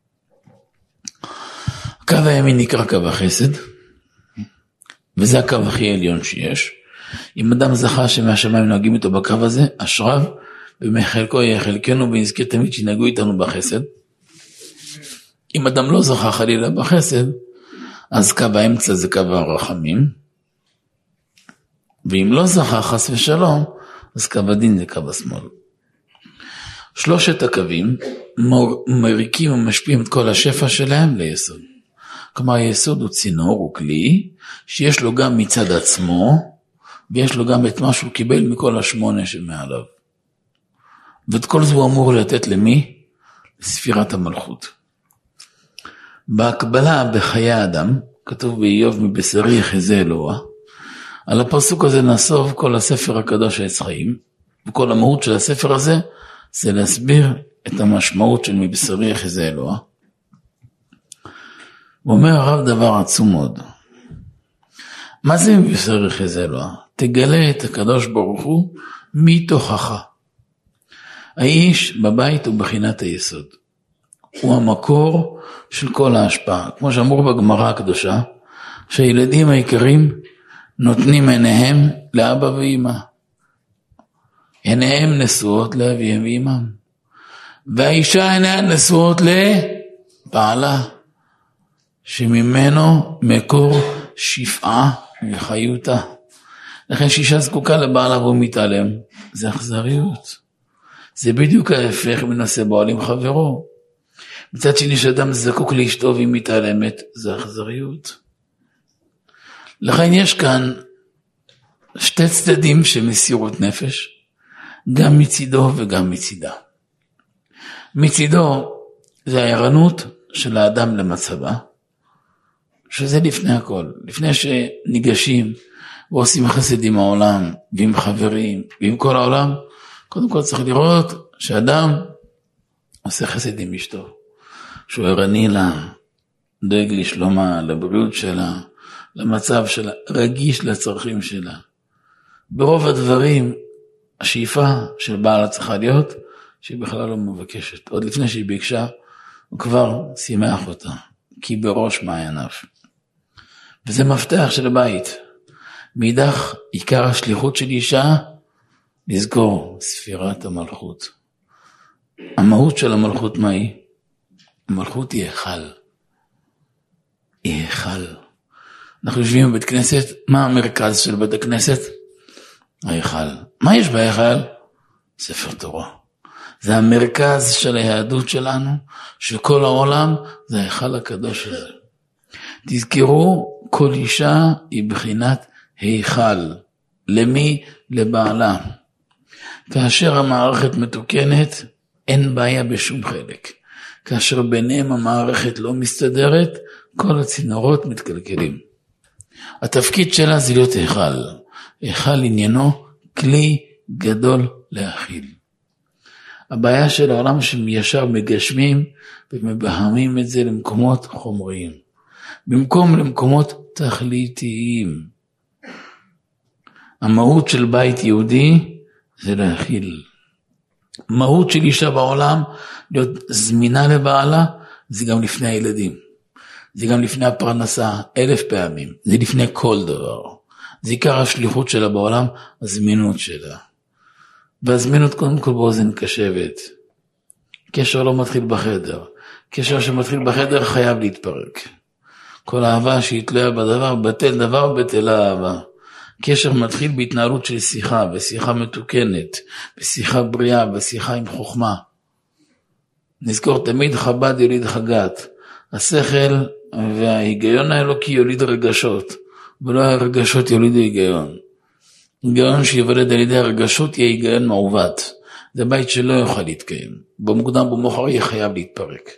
הקו הימין נקרא קו החסד, וזה הקו הכי עליון שיש. אם אדם זכה שמהשמיים נוהגים איתו בקו הזה, אשריו, ומחלקו יהיה חלקנו, ונזכה תמיד שינהגו איתנו בחסד. אם אדם לא זכה חלילה בחסד, אז קו האמצע זה קו הרחמים, ואם לא זכה חס ושלום, אז קו הדין זה קו השמאל. 3 הקווים מריקים ומשפיעים את כל השפע שלהם ליסוד. כלומר, היסוד הוא צינור, הוא כלי, שיש לו גם מצד עצמו, ויש לו גם את מה שהוא קיבל מכל 8 שמעליו. ואת כל זה הוא אמור לתת למי? לספירת המלכות. בהקבלה בחיי האדם, כתוב באיוב מבשרי יחזה אלוה, על הפסוק הזה נסוב כל הספר הקדוש עץ חיים, וכל המהות של הספר הזה, זה להסביר את המשמעות של מבשרי יחזה אלוה. הוא אומר הרב דבר עצום מאוד. מה זה מבשרי יחזה אלוה? תגלה את הקדוש ברוך הוא מתוכך. האיש בבית הוא בחינת היסוד. הוא המקור של כל ההשפעה. כמו שאמרו בגמרא הקדושה, שהילדים העיקרים נותנים עיניהם לאבא ואמא. עיניהם נשואות לאביהם ואמם. והאישה עיניה נשואות לבעלה, שממנו מקור שפעה וחיותה. לכן שאישה זקוקה לבעלה והוא מתעלם, זה אכזריות. זה בדיוק ההפך מנושא בעל עם חברו. מצד שני שאדם זקוק לאשתו והיא מתעלמת, זה אכזריות. לכן יש כאן שתי צדדים של מסירות נפש, גם מצידו וגם מצידה. מצידו זה הערנות של האדם למצבה, שזה לפני הכל, לפני שניגשים ועושים חסד עם העולם ועם חברים ועם כל העולם, קודם כל צריך לראות שאדם עושה חסד עם אשתו, שהוא ערני לה, דואג לשלומה, לבריאות שלה, למצב שלה, רגיש לצרכים שלה. ברוב הדברים השאיפה של בעלה צריכה להיות שהיא בכלל לא מבקשת. עוד לפני שהיא ביקשה, הוא כבר שימח אותה, כי בראש מעייניו. וזה מפתח של הבית. מאידך, עיקר השליחות של אישה, לזכור ספירת המלכות. המהות של המלכות מה היא? המלכות היא היכל. היא היכל. אנחנו יושבים בבית כנסת, מה המרכז של בית הכנסת? ההיכל. מה יש בהיכל? ספר תורה. זה המרכז של היהדות שלנו, של כל העולם, זה ההיכל הקדוש הזה. תזכרו, כל אישה היא בחינת היכל. למי? לבעלה. כאשר המערכת מתוקנת, אין בעיה בשום חלק. כאשר ביניהם המערכת לא מסתדרת, כל הצינורות מתקלקלים. התפקיד שלה זה להיות היכל. היכל עניינו כלי גדול להכיל. הבעיה של העולם שישר מגשמים ומבהמים את זה למקומות חומריים. במקום למקומות תכליתיים. המהות של בית יהודי זה להכיל. מהות של אישה בעולם להיות זמינה לבעלה, זה גם לפני הילדים. זה גם לפני הפרנסה 1000 פעמים. זה לפני כל דבר. זה עיקר השליחות שלה בעולם, הזמינות שלה. והזמינות קודם כל באוזן קשבת. קשר לא מתחיל בחדר. קשר שמתחיל בחדר חייב להתפרק. כל אהבה שהיא תלויה בדבר, בטל דבר, בטלה אהבה. קשר מתחיל בהתנהלות של שיחה, ושיחה מתוקנת, ושיחה בריאה, ושיחה עם חוכמה. נזכור תמיד חב"ד יוליד חגת. השכל וההיגיון האלוקי יוליד רגשות, ולא הרגשות יולידו היגיון. היגיון שיוולד על ידי הרגשות יהיה היגיון מעוות. זה בית שלא יוכל להתקיים. במוקדם במאוחר יהיה חייב להתפרק.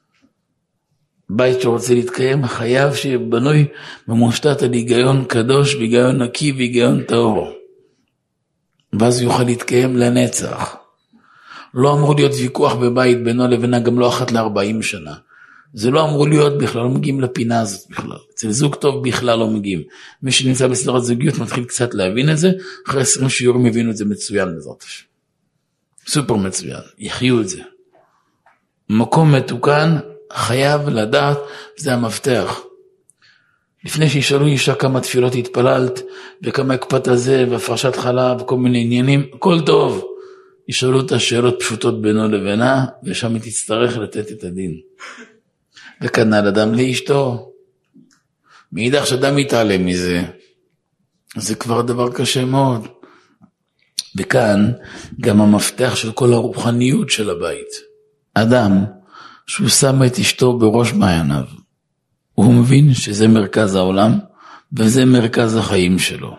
בית שרוצה להתקיים חייב שיהיה בנוי ומושתת על היגיון קדוש והיגיון נקי והיגיון טהור. ואז יוכל להתקיים לנצח. לא אמור להיות ויכוח בבית בינו לבינה, גם לא אחת ל40 שנה. זה לא אמור להיות בכלל, לא מגיעים לפינה הזאת בכלל. אצל זוג טוב בכלל לא מגיעים. מי שנמצא בסדרת זוגיות מתחיל קצת להבין את זה, אחרי 20 שיעורים הבינו את זה מצוין בעזרת השם. סופר מצוין, יחיו את זה. מקום מתוקן, חייב לדעת, זה המפתח. לפני שישאלו אישה כמה תפילות התפללת, וכמה הקפת הזה, והפרשת חלב, וכל מיני עניינים, הכל טוב. ישאלו את השאלות פשוטות בינו לבינה, ושם היא תצטרך לתת את הדין. וכנ"ל אדם לאשתו. מאידך שאדם מתעלם מזה, זה כבר דבר קשה מאוד. וכאן גם המפתח של כל הרוחניות של הבית. אדם שהוא שם את אשתו בראש מעייניו, הוא מבין שזה מרכז העולם, וזה מרכז החיים שלו.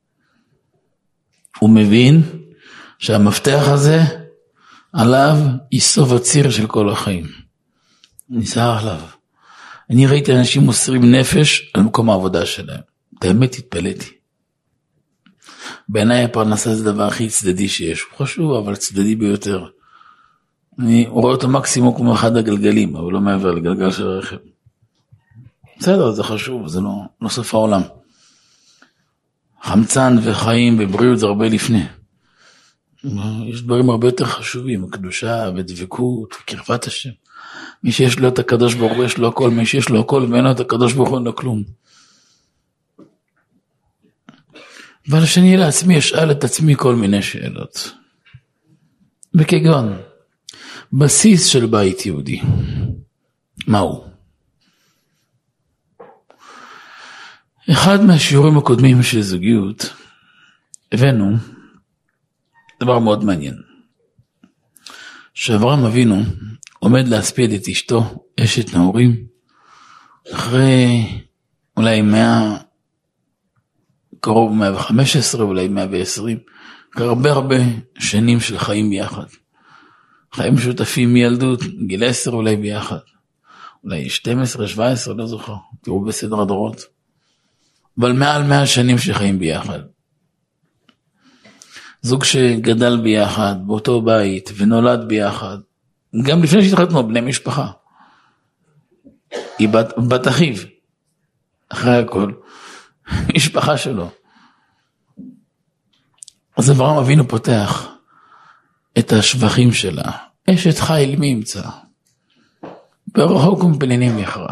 הוא מבין שהמפתח הזה עליו יסוב הציר של כל החיים. ניסה עליו. אני ראיתי אנשים מוסרים נפש על מקום העבודה שלהם. באמת התפלאתי. בעיניי הפרנסה זה דבר הכי צדדי שיש. הוא חשוב, אבל צדדי ביותר. אני רואה אותו מקסימום כמו אחד הגלגלים, אבל לא מעבר לגלגל של הרכב. בסדר, זה חשוב, זה לא סוף העולם. חמצן וחיים ובריאות זה הרבה לפני. יש דברים הרבה יותר חשובים, קדושה ודבקות וקרבת השם. מי שיש לו את הקדוש ברוך הוא יש לו הכל, מי שיש לו הכל ואין לו את הקדוש ברוך הוא אין לו כלום. אבל שאני לעצמי אשאל את עצמי כל מיני שאלות. וכגון, בסיס של בית יהודי. מהו? אחד מהשיעורים הקודמים של זוגיות, הבאנו דבר מאוד מעניין. שאברהם אבינו עומד להספיד את אשתו, אשת נאורים, אחרי אולי 100, קרוב 115, אולי 120, הרבה שנים של חיים ביחד. חיים משותפים מילדות, גיל 10 אולי ביחד. אולי 12, 17, לא זוכר, תראו בסדר הדורות. אבל מעל 100 שנים שחיים ביחד. זוג שגדל ביחד, באותו בית, ונולד ביחד. גם לפני שהתחתנו, בני משפחה. היא בת אחיו. אחרי הכל. משפחה שלו. אז אברהם אבינו פותח את השבחים שלה. אשת חיל מי ימצא? ברחוק ומפנינים יכרע.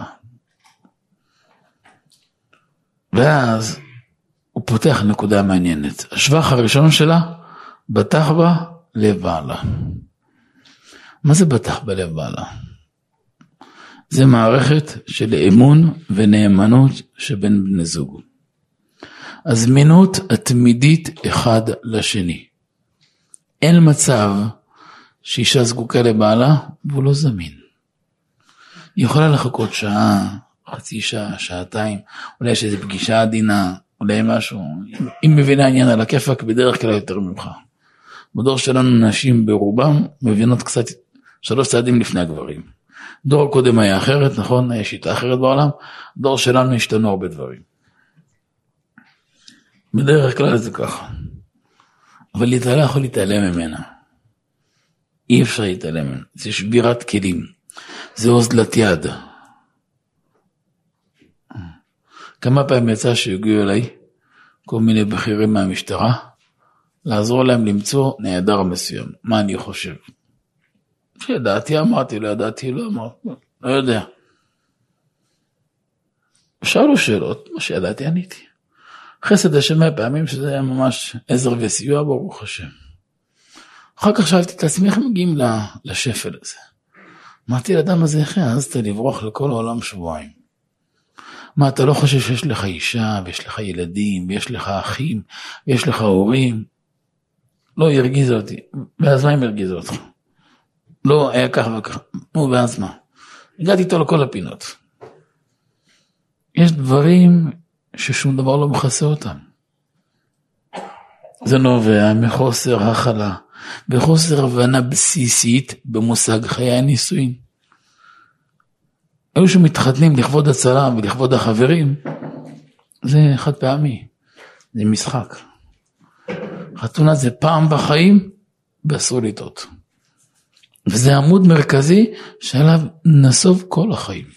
ואז הוא פותח נקודה מעניינת. השבח הראשון שלה, בטח בה לב בעלה. מה זה בטח בלב בעלה? זה מערכת של אמון ונאמנות שבין בני זוג. הזמינות התמידית אחד לשני. אין מצב שאישה זקוקה לבעלה והוא לא זמין. היא יכולה לחכות שעה, חצי שעה, שעתיים, אולי יש איזו פגישה עדינה, אולי משהו. אם מבינה עניין על הכיפק, בדרך כלל יותר ממך. בדור שלנו נשים ברובם מבינות קצת 3 צעדים לפני הגברים. דור הקודם היה אחרת, נכון? היה שיטה אחרת בעולם. דור שלנו השתנו הרבה דברים. בדרך כלל זה ככה. אבל אתה לא יכול להתעלם ממנה. אי אפשר להתעלם ממנה. זה שבירת כלים. זה אוזלת יד. כמה פעמים יצא שהגיעו אליי כל מיני בכירים מהמשטרה, לעזור להם למצוא נעדר מסוים. מה אני חושב? שידעתי אמרתי, לא ידעתי, לא אמרתי, לא יודע. שאלו שאלות, מה שידעתי עניתי. חסד השם מהפעמים שזה היה ממש עזר וסיוע, ברוך השם. אחר כך שאלתי את עצמי, איך מגיעים לשפל הזה? אמרתי לאדם הזה, איך העזת לברוח לכל העולם שבועיים? מה, אתה לא חושב שיש לך אישה, ויש לך ילדים, ויש לך אחים, ויש לך הורים? לא, ירגיז אותי. ואז מה אם ירגיז אותך? לא, היה כך וכך. נו, ואז מה? הגעתי איתו לכל הפינות. יש דברים ששום דבר לא מכסה אותם. זה נובע מחוסר הכלה, וחוסר הבנה בסיסית במושג חיי הנישואין. היו שמתחתנים לכבוד הצלה ולכבוד החברים, זה חד פעמי, זה משחק. חתונה זה פעם בחיים, ואסור לטעות. וזה עמוד מרכזי שעליו נסוב כל החיים.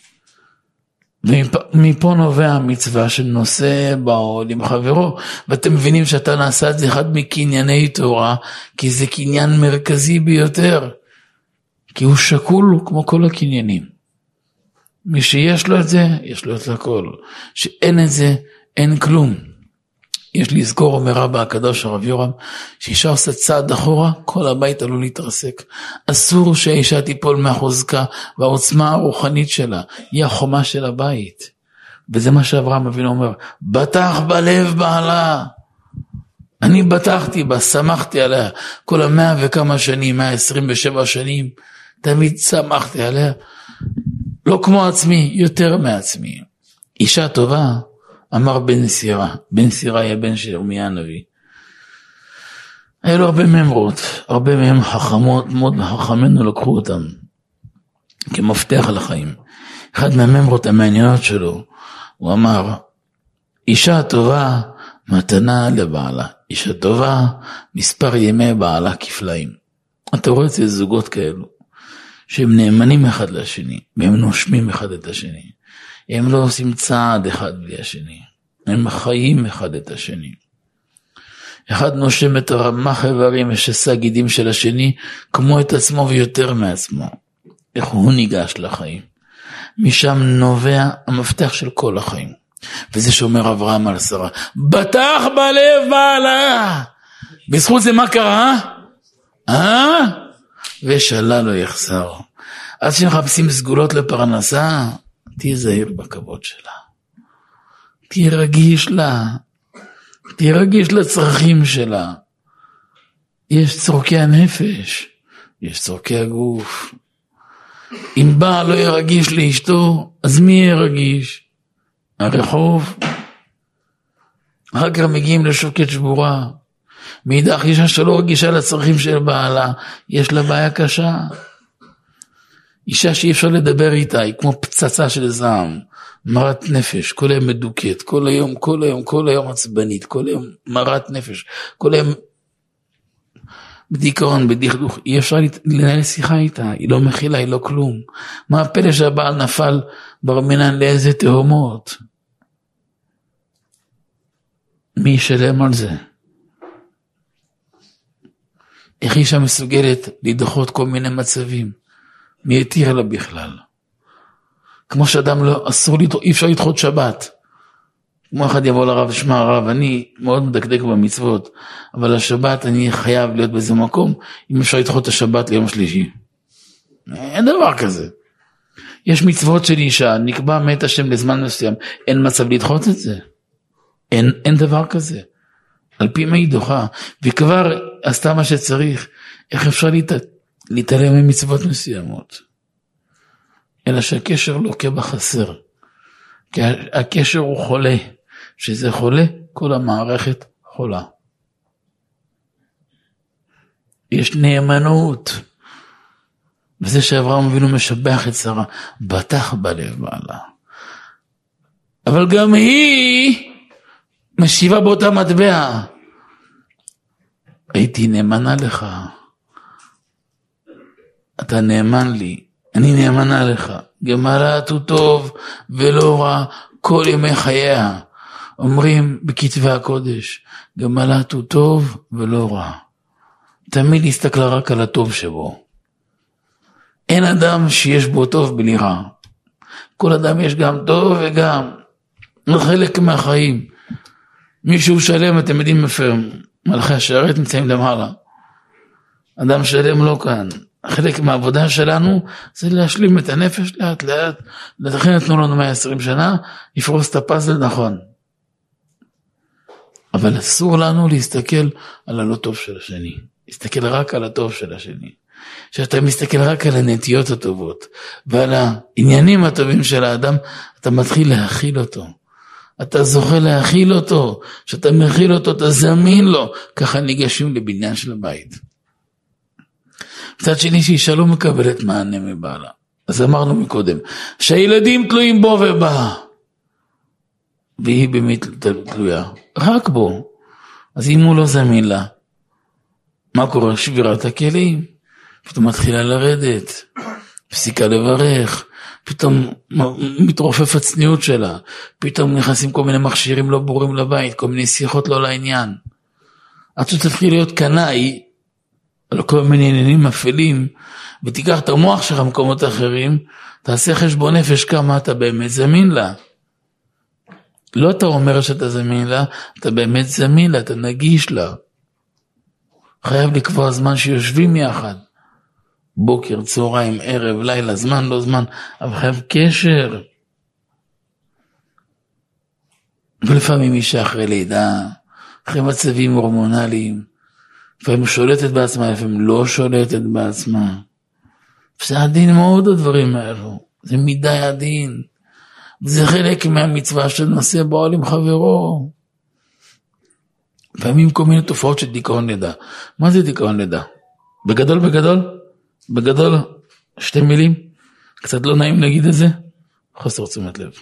ומפה נובע המצווה של נושא בעול עם חברו, ואתם מבינים שאתה נעשה את זה אחד מקנייני תורה, כי זה קניין מרכזי ביותר, כי הוא שקול כמו כל הקניינים. מי שיש לו את זה, יש לו את הכל. שאין את זה, אין כלום. יש לזכור, אומר רבא הקדוש הרב יורם, שאישה עושה צעד אחורה, כל הבית עלול להתרסק. אסור שהאישה תיפול מהחוזקה, והעוצמה הרוחנית שלה, היא החומה של הבית. וזה מה שאברהם אבינו אומר, בטח בלב בעלה. אני בטחתי בה, שמחתי עליה, כל 100 וכמה שנים, 127 שנים, תמיד שמחתי עליה. לא כמו עצמי, יותר מעצמי. אישה טובה, אמר בן סירה, בן סירה היה בן של ירמיה הנביא. היה לו הרבה ממרות, הרבה מהם חכמות, מאוד חכמינו לקחו אותם, כמפתח על החיים. אחד מהממרות המעניינות שלו, הוא אמר, אישה טובה, מתנה לבעלה. אישה טובה, מספר ימי בעלה כפליים. אתה רואה את זה זוגות כאלו. שהם נאמנים אחד לשני, והם נושמים אחד את השני. הם לא עושים צעד אחד בלי השני. הם חיים אחד את השני. אחד נושם את הרמ"ח איברים ושסה גידים של השני, כמו את עצמו ויותר מעצמו. איך הוא ניגש לחיים. משם נובע המפתח של כל החיים. וזה שאומר אברהם על שרה, בטח בלב בעלה. בזכות זה מה קרה? ושלה לא יחסר. אז כשמחפשים סגולות לפרנסה, תהיה זהיר בכבוד שלה. תהיה רגיש לה. תהיה רגיש לצרכים שלה. יש צורכי הנפש, יש צורכי הגוף. אם בעל לא יהיה רגיש לאשתו, אז מי יהיה רגיש? הרחוב. אחר כך מגיעים לשוקת שבורה. מאידך אישה שלא רגישה לצרכים של בעלה, יש לה בעיה קשה. אישה שאי אפשר לדבר איתה, היא כמו פצצה של זעם, מרת נפש, כל היום מדוכאת, כל היום עצבנית, כל היום מרת נפש, כל היום בדיכאון, בדכדוך, אי אפשר לנהל שיחה איתה, היא לא מכילה, היא לא כלום. מה הפלא שהבעל נפל ברמינן לאיזה תהומות? מי ישלם על זה? איך אישה מסוגלת לדחות כל מיני מצבים? מי יתיר לה בכלל? כמו שאדם לא, אי אפשר לדחות שבת. כמו אחד יבוא לרב, שמע הרב, אני מאוד מדקדק במצוות, אבל השבת אני חייב להיות באיזה מקום, אם אפשר לדחות את השבת ליום שלישי. אין דבר כזה. יש מצוות של אישה, נקבע מת השם לזמן מסוים, אין מצב לדחות את זה. אין דבר כזה. על פי מה היא דוחה, וכבר עשתה מה שצריך, איך אפשר להתעלם ממצוות מסוימות? אלא שהקשר לוקה בחסר, כי הקשר הוא חולה, שזה חולה, כל המערכת חולה. יש נאמנות, וזה שאברהם אבינו משבח את שרה, בטח בלב בעלה. אבל גם היא משיבה באותה מטבע, הייתי נאמנה לך, אתה נאמן לי, אני נאמנה לך, גמלת הוא טוב ולא רע כל ימי חייה. אומרים בכתבי הקודש, גמלת הוא טוב ולא רע. תמיד הסתכלה רק על הטוב שבו. אין אדם שיש בו טוב בלי רע. כל אדם יש גם טוב וגם חלק מהחיים. מישהו שלם, אתם יודעים איפה מלכי השרת נמצאים למעלה. אדם שלם לא כאן. חלק מהעבודה שלנו זה להשלים את הנפש לאט לאט, לכן נתנו לנו 120 שנה, לפרוס את הפאזל נכון. אבל אסור לנו להסתכל על הלא טוב של השני, להסתכל רק על הטוב של השני. כשאתה מסתכל רק על הנטיות הטובות, ועל העניינים הטובים של האדם, אתה מתחיל להכיל אותו. אתה זוכה להכיל אותו, כשאתה מכיל אותו, אתה זמין לו, ככה ניגשים לבניין של הבית. מצד שני שאישה לא מקבלת מענה מבעלה. אז אמרנו מקודם, שהילדים תלויים בו ובה. והיא באמת תלויה, רק בו. אז אם הוא לא זמין לה, מה קורה? שבירת הכלים. פתאום מתחילה לרדת, פסיקה לברך, פתאום מתרופף הצניעות שלה, פתאום נכנסים כל מיני מכשירים לא ברורים לבית, כל מיני שיחות לא לעניין. עד שתתחיל להיות קנאי, על כל מיני עניינים אפלים, ותיקח את המוח שלך במקומות אחרים, תעשה חשבון נפש כמה אתה באמת זמין לה. לא אתה אומר שאתה זמין לה, אתה באמת זמין לה, אתה נגיש לה. חייב לקבוע זמן שיושבים יחד. בוקר, צהריים, ערב, לילה, זמן, לא זמן, אבל חייב קשר. ולפעמים אישה אחרי לידה, אחרי מצבים הורמונליים, לפעמים שולטת בעצמה, לפעמים לא שולטת בעצמה. זה עדין מאוד הדברים האלו, זה מידי עדין. זה חלק מהמצווה של נושא בעול עם חברו. לפעמים כל מיני תופעות של דיכאון לידה. מה זה דיכאון לידה? בגדול, שתי מילים, קצת לא נעים להגיד את זה, חוסר תשומת לב.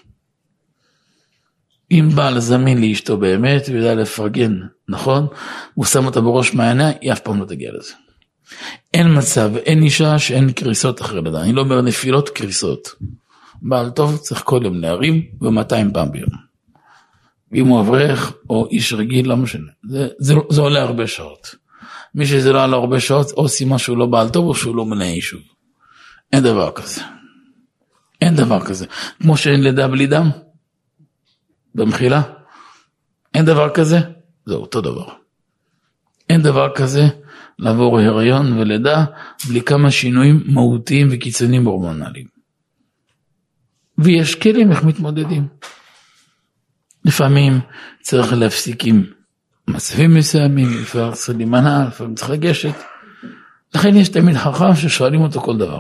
אם בעל זמין לאשתו באמת, ויודע לפרגן, נכון? הוא שם אותה בראש מעיינה, היא אף פעם לא תגיע לזה. אין מצב, אין אישה שאין קריסות אחרי לידה. אני לא אומר נפילות, קריסות. בעל טוב צריך כל יום להרים, ו200 פעם ביום. ואם הוא אברך, או איש רגיל, לא משנה. זה עולה הרבה שעות. מי שזה לא עלה הרבה שעות, או סימן שהוא לא בעל טוב, או שהוא לא מנהל יישוב. אין דבר כזה. אין דבר כזה. כמו שאין לידה בלי דם, במחילה, אין דבר כזה, זה אותו דבר. אין דבר כזה, לעבור הריון ולידה, בלי כמה שינויים מהותיים וקיצוניים הורמונליים. ויש כלים איך מתמודדים. לפעמים צריך להפסיק עם מצבים מסוימים, לפעמים צריך להימנע, לפעמים צריך לגשת. לכן יש תמיד חכם ששואלים אותו כל דבר.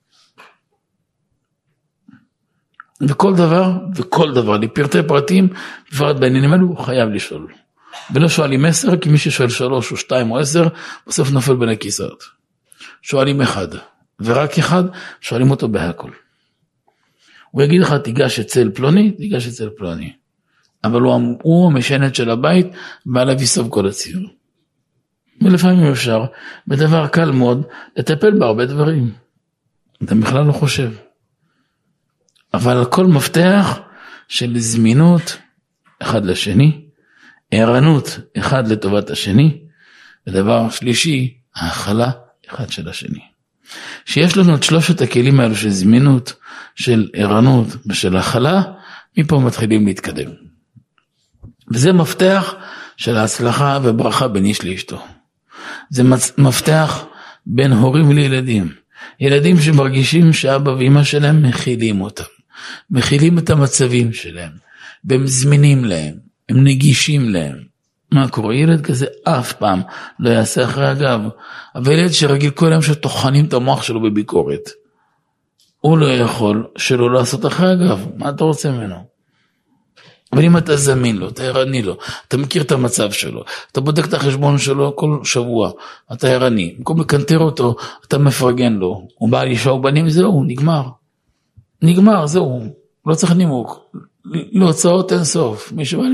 וכל דבר, לפרטי פרטים, בפרט בעניינים האלו, הוא חייב לשאול. ולא שואלים 10, כי מי ששואל 3 או 2 או 10, בסוף נופל בין הכיסאות. שואלים 1, ורק 1, שואלים אותו בהכל. הוא יגיד לך, תיגש אצל פלוני, אבל הוא המשענת של הבית, ועליו יסוב כל הציר. ולפעמים אפשר, בדבר קל מאוד, לטפל בהרבה דברים. אתה בכלל לא חושב. אבל הכל מפתח של זמינות אחד לשני, ערנות אחד לטובת השני, ודבר שלישי, האכלה אחד של השני. שיש לנו את 3 הכלים האלו של זמינות, של ערנות ושל האכלה, מפה מתחילים להתקדם. וזה מפתח של ההצלחה וברכה בין איש לאשתו. זה מפתח בין הורים לילדים. ילדים שמרגישים שאבא ואמא שלהם מכילים אותם. מכילים את המצבים שלהם. והם זמינים להם. הם נגישים להם. מה קורה? ילד כזה אף פעם לא יעשה אחרי הגב. אבל ילד שרגיל כל היום שטוחנים את המוח שלו בביקורת. הוא לא יכול שלא לעשות אחרי הגב. מה אתה רוצה ממנו? אבל אם אתה זמין לו, אתה ערני לו, אתה מכיר את המצב שלו, אתה בודק את החשבון שלו כל שבוע, אתה ערני, במקום לקנטר אותו, אתה מפרגן לו, הוא בא לשאול בנים, זהו, נגמר, זהו, לא צריך נימוק, להוצאות אין סוף, מי שבא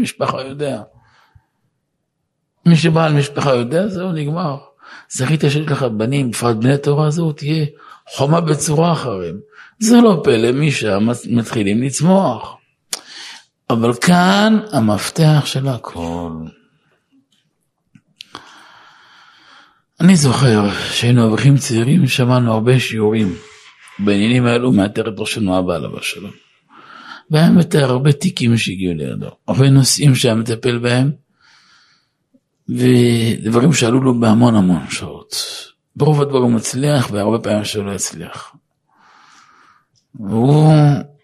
על משפחה יודע, זהו, נגמר. זכית שיש לך בנים, בפרט בני תורה, זהו, תהיה חומה בצורה אחרים. זה לא פלא, משם מתחילים לצמוח. אבל כאן המפתח של הכל. אני זוכר שהיינו אברכים צעירים, שמענו הרבה שיעורים בעניינים האלו, מאתר את ראשנו אבא עליו השלום. והיה מתאר הרבה תיקים שהגיעו לידו, הרבה נושאים שהיה מטפל בהם, ודברים שעלו לו בהמון שעות. ברוב הדברים הוא מצליח, והרבה פעמים שלא הצליח. והוא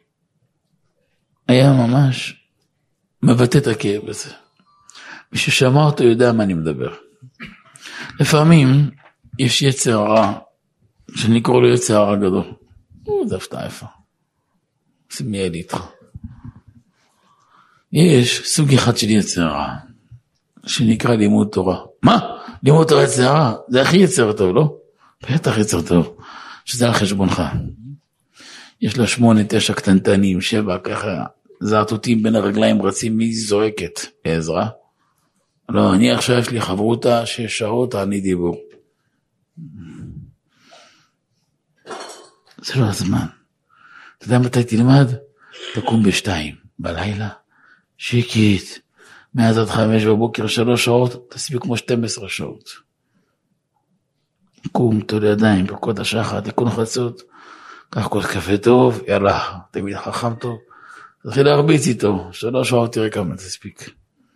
היה ממש מבטא את הכאב הזה. מי ששמע אותו יודע מה אני מדבר. לפעמים יש יצר הרע, שאני קורא לו יצר הרע גדול. זה הפתעה איפה. סמיה לי איתך. יש סוג אחד של יצר הרע, שנקרא לימוד תורה. מה? לימוד תורה יצר הרע? זה הכי יצר טוב, לא? בטח יצר טוב. שזה על חשבונך. יש לה 8, 9 קטנטנים, 7, ככה, זעתותים בין הרגליים רצים, מי זורקת לעזרה? לא, אני עכשיו יש לי חברותה 6 שעות, אני דיבור. זה לא הזמן. אתה יודע מתי תלמד? תקום ב2 בלילה, שיקית, מאז עד 5 בבוקר 3 שעות, תספיק כמו 12 שעות. קום, תול ידיים, ברכות השחר, תיקון חצות, קח כוס קפה טוב, יאללה, תמיד חכם טוב, תתחיל להרביץ איתו, 3 שעות תראה כמה תספיק.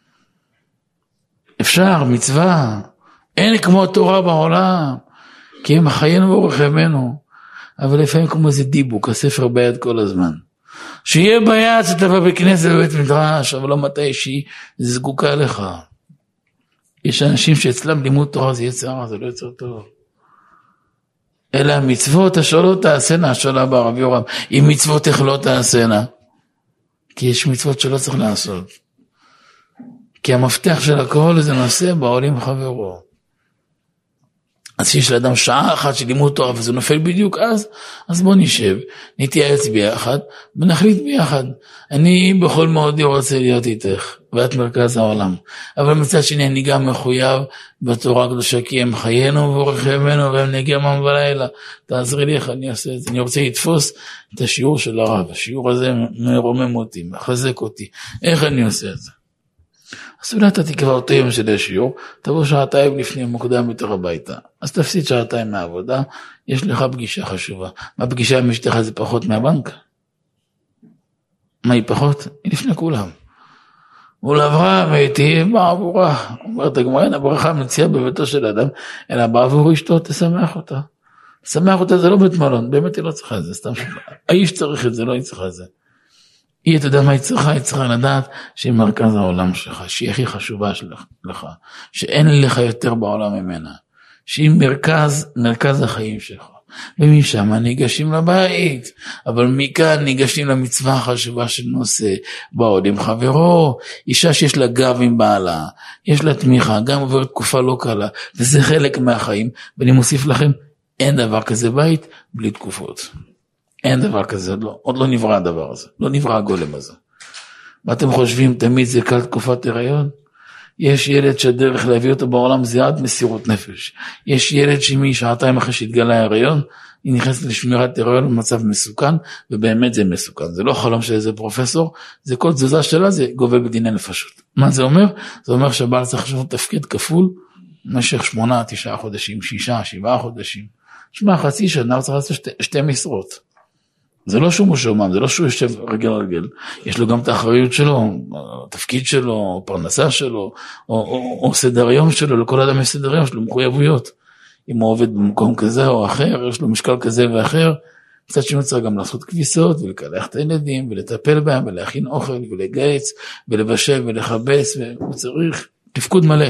אפשר, מצווה, אין כמו תורה בעולם, כי הם חיינו ורחמנו, אבל לפעמים כמו איזה דיבוק, הספר ביד כל הזמן. שיהיה ביד שתבוא בכנסת בבית מדרש, אבל לא מתי שהיא זקוקה לך. יש אנשים שאצלם לימוד תורה זה יצר, זה לא יצר טוב. אלא המצוות אשר לא תעשנה, השאלה ברב יורם, אם מצוות איך לא תעשנה, כי יש מצוות שלא צריך לעשות. כי המפתח של הכל זה נושא בעולים חברו. אז שיש לאדם שעה אחת של לימוד תורה וזה נופל בדיוק אז בוא נשב, נתייעץ ביחד ונחליט ביחד. אני בכל מאודי רוצה להיות איתך ואת מרכז העולם, אבל מצד שני אני גם מחויב בתורה הקדושה, כי הם חיינו ורחמנו והם נגיע מן בלילה. תעזרי לי איך אני אעשה את זה. אני רוצה לתפוס את השיעור של הרב, השיעור הזה מרומם אותי, מחזק אותי, איך אני עושה את זה. אז אולי אתה תקבע אותו יום של השיעור, תבוא 2 שעות לפני מוקדם יותר הביתה, אז תפסיד 2 שעות מהעבודה, יש לך פגישה חשובה. מה פגישה עם אשתך זה פחות מהבנק? מה היא פחות? היא לפני כולם. מול אברהם תהיה בעבורה. אומרת הגמרא, אין הברכה מציאה בביתו של אדם, אלא בעבור אשתו תשמח אותה. תשמח אותה זה לא בית מלון, באמת היא לא צריכה את זה, סתם האיש צריך את זה, לא היא צריכה את זה. היא, אתה יודע מה היא צריכה? היא צריכה לדעת שהיא מרכז העולם שלך, שהיא הכי חשובה לך, שאין לך יותר בעולם ממנה, שהיא מרכז החיים שלך. ומשם ניגשים לבית, אבל מכאן ניגשים למצווה החשובה של נושא, בעוד עם חברו, אישה שיש לה גב עם בעלה, יש לה תמיכה, גם עוברת תקופה לא קלה, וזה חלק מהחיים, ואני מוסיף לכם, אין דבר כזה בית בלי תקופות. אין דבר כזה, עוד לא נברא הדבר הזה, לא נברא הגולם הזה. מה אתם חושבים, תמיד זה קל תקופת הריון? יש ילד שהדרך להביא אותו בעולם זה עד מסירות נפש. יש ילד שעתיים אחרי שהתגלה ההריון, היא נכנסת לשמירת הריון במצב מסוכן, ובאמת זה מסוכן. זה לא חלום של איזה פרופסור, זה כל תזוזה שלה, זה גובה בדיני נפשות. מה זה אומר? זה אומר שהבעל צריך לשנות תפקיד כפול, במשך 8-9 חודשים, 6-7 חודשים. שמע, חצי שנה הוא צריך לעשות 2 משרות. זה לא שהוא משומם, זה לא שהוא יושב רגל, יש לו גם את האחריות שלו, התפקיד שלו, פרנסה שלו, או סדר יום שלו, לכל אדם יש סדר יום שלו, מחויבויות. אם הוא עובד במקום כזה או אחר, יש לו משקל כזה ואחר, קצת שהוא צריך גם לעשות כביסות, ולקלח את הילדים, ולטפל בהם, ולהכין אוכל, ולגייץ, ולבשל, ולחבס, והוא צריך תפקוד מלא.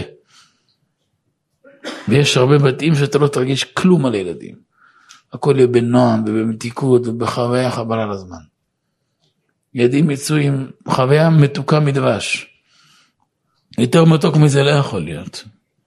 ויש הרבה בתים שאתה לא תרגיש כלום על הילדים. הכל יהיה בנועם ובמתיקות ובחוויה חבל על הזמן. ילדים יצאו עם חוויה מתוקה מדבש. יותר מתוק מזה לא יכול להיות.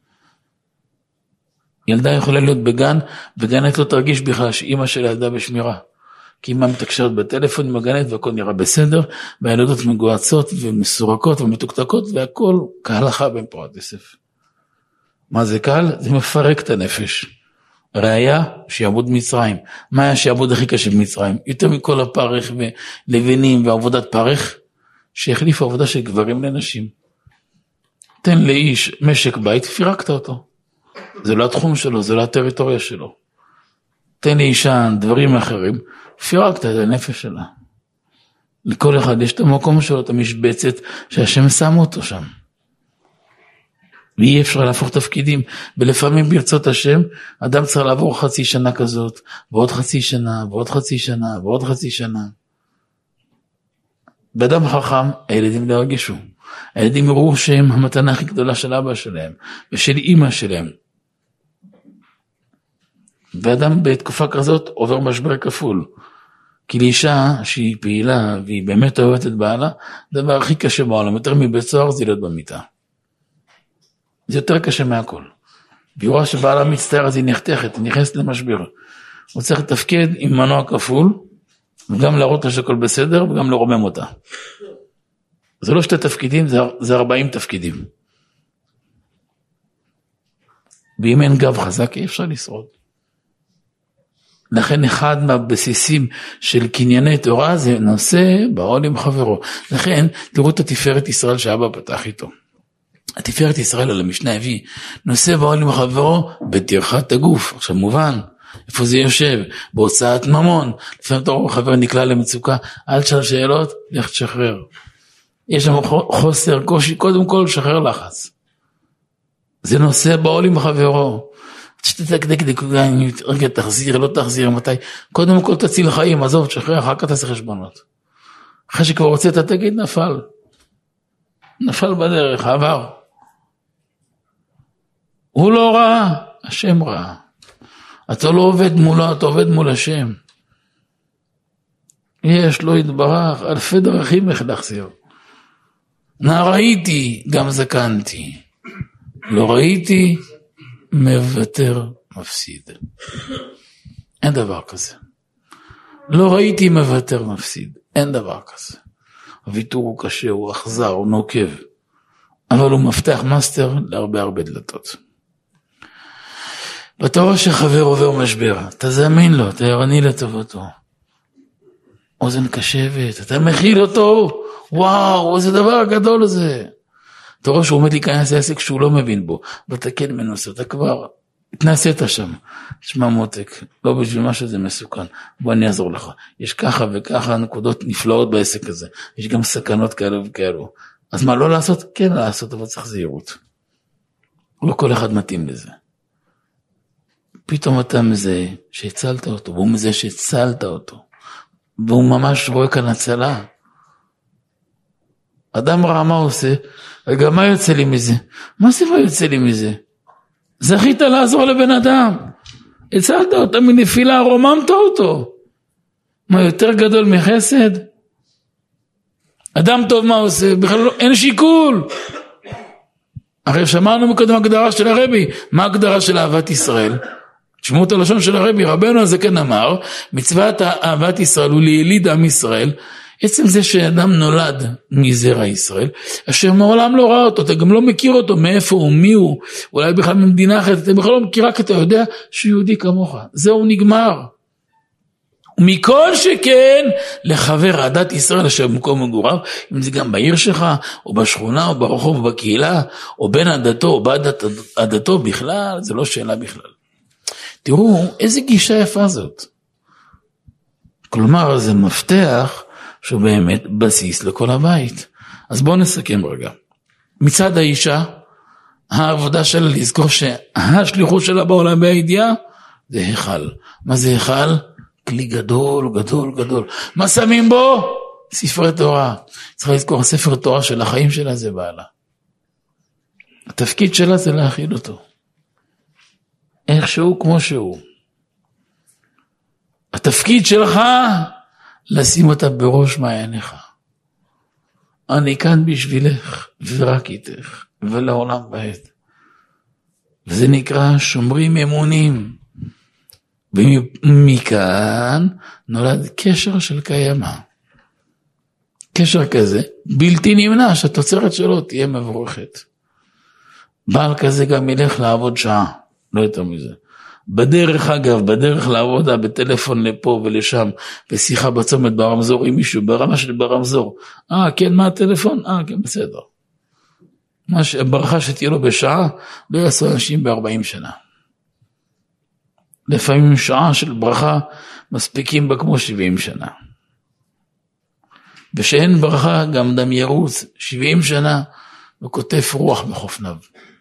ילדה יכולה להיות בגן, וגננת לא תרגיש בכלל שאמא של ילדה בשמירה. כי אמא מתקשרת בטלפון עם הגננת והכל נראה בסדר, והילדות מגועצות ומסורקות ומתוקתקות, והכל כהלכה בין פורת יוסף. מה זה קל? זה מפרק את הנפש. ראיה, שיעבוד מצרים. מה היה שיעבוד הכי קשה במצרים? יותר מכל הפרך ולבנים ועבודת פרך, שהחליף עבודה של גברים לנשים. תן לאיש משק בית, פירקת אותו. זה לא התחום שלו, זה לא הטריטוריה שלו. תן לאישה דברים אחרים, פירקת את הנפש שלה. לכל אחד יש את המקום שלו, את המשבצת שהשם שם אותו שם. ואי אפשר להפוך תפקידים, ולפעמים ברצות השם, אדם צריך לעבור חצי שנה כזאת, ועוד חצי שנה, ועוד חצי שנה, ועוד חצי שנה. באדם חכם, הילדים לא הרגישו. הילדים יראו שהם המתנה הכי גדולה של אבא שלהם, ושל אמא שלהם. ואדם בתקופה כזאת עובר משבר כפול. כי לאישה שהיא פעילה, והיא באמת אוהבת את בעלה, הדבר הכי קשה בעולם, יותר מבית סוהר זה להיות במיטה. זה יותר קשה מהכל. והיא רואה שבעלה מצטער, אז היא נחתכת, היא נכנסת למשבר. הוא צריך לתפקד עם מנוע כפול, וגם להראות לה שהכל בסדר, וגם לרומם אותה. זה לא 2 תפקידים, זה 40 תפקידים. ואם אין גב חזק, אי אפשר לשרוד. לכן אחד מהבסיסים של קנייני תורה, זה נושא בעול עם חברו. לכן, תראו את התפארת ישראל שאבא פתח איתו. התפארת ישראל על המשנה הביא, נושא בעול עם חברו בטרחת הגוף. עכשיו מובן, איפה זה יושב? בהוצאת ממון. לפעמים תראו חבר נקלע למצוקה, אל תשאל שאלות, לך תשחרר. יש שם חוסר, קושי, קודם כל שחרר לחץ. זה נושא בעול עם חברו. שתתקדק, רגע תחזיר, לא תחזיר, מתי? קודם כל תציל חיים, עזוב, תשחרר, אחר כך תעשה חשבונות. אחרי שכבר רוצה אתה תגיד, נפל בדרך, עבר. הוא לא ראה, השם ראה. אתה לא עובד מולו, אתה עובד מול השם. יש לו יתברך, אלפי דרכים איך להחזיר. נע ראיתי, גם זקנתי. לא ראיתי, מוותר, מפסיד. אין דבר כזה. לא ראיתי, מוותר, מפסיד. אין דבר כזה. הוויתור הוא קשה, הוא אכזר, הוא נוקב. אבל הוא מפתח מאסטר להרבה דלתות. בתורה שחבר עובר משבר, אתה זמין לו, אתה ערני לטובתו. אוזן קשבת, אתה מכיל אותו, וואו, איזה דבר הגדול הזה. אתה רואה שהוא עומד להיכנס לעסק שהוא לא מבין בו, ואתה כן מנוסה, אתה כבר התנסית שם. תשמע מותק, לא בשביל מה שזה מסוכן, בוא אני אעזור לך. יש ככה וככה נקודות נפלאות בעסק הזה, יש גם סכנות כאלו וכאלו. אז מה, לא לעשות? כן לעשות, אבל צריך זהירות. לא כל אחד מתאים לזה. פתאום אתה מזה שהצלת אותו, והוא מזה שהצלת אותו, והוא ממש רואה כאן הצלה. אדם רע מה עושה? רגע, מה יוצא לי מזה? מה סיבה יוצא לי מזה? זכית לעזור לבן אדם. הצלת אותו מנפילה, רוממת אותו. מה יותר גדול מחסד? אדם טוב מה עושה? בכלל לא, אין שיקול. הרי שמענו מקודם הגדרה של הרבי. מה ההגדרה של אהבת ישראל? תשמעו את הלשון של הרבי. רבנו הזה כן אמר, מצוות אהבת ישראל הוא ליליד עם ישראל. עצם זה שאדם נולד מזרע ישראל, אשר מעולם לא ראה אותו, אתה גם לא מכיר אותו, מאיפה הוא, מי הוא, אולי בכלל ממדינה אחרת, אתה בכלל לא מכיר, רק אתה יודע שהוא יהודי כמוך. זהו נגמר. ומכל שכן לחבר עדת ישראל אשר במקום מגוריו, אם זה גם בעיר שלך, או בשכונה, או ברחוב, או בקהילה, או בין עדתו, או בעדת עדתו בכלל, זה לא שאלה בכלל. תראו איזה גישה יפה זאת. כלומר זה מפתח שהוא באמת בסיס לכל הבית. אז בואו נסכם רגע. מצד האישה, העבודה שלה לזכור שהשליחות שלה בעולם והידיעה זה היכל. מה זה היכל? כלי גדול, גדול, גדול. מה שמים בו? ספרי תורה. צריך לזכור, הספר תורה של החיים שלה זה בעלה. התפקיד שלה זה להכיל אותו. איכשהו כמו שהוא. התפקיד שלך לשים אותה בראש מעייניך. אני כאן בשבילך ורק איתך ולעולם ועד. וזה נקרא שומרים אמונים. ומכאן נולד קשר של קיימה. קשר כזה בלתי נמנע שהתוצרת שלו תהיה מבורכת. בעל כזה גם ילך לעבוד שעה, לא יותר מזה. בדרך אגב, בדרך לעבודה, בטלפון לפה ולשם, בשיחה בצומת ברמזור עם מישהו, ברמה של ברמזור. כן, מה הטלפון? כן, בסדר. ברכה שתהיה לו בשעה, לא יעשו אנשים ב-40 שנה. לפעמים שעה של ברכה מספיקים בה כמו 70 שנה. ושאין ברכה גם אדם ירוץ 70 שנה וכותף רוח בחופניו.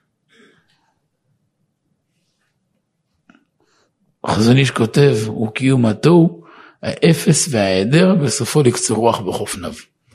החזון איש כותב, הוא קיומתו, האפס וההיעדר, בסופו לקצור רוח בחופניו.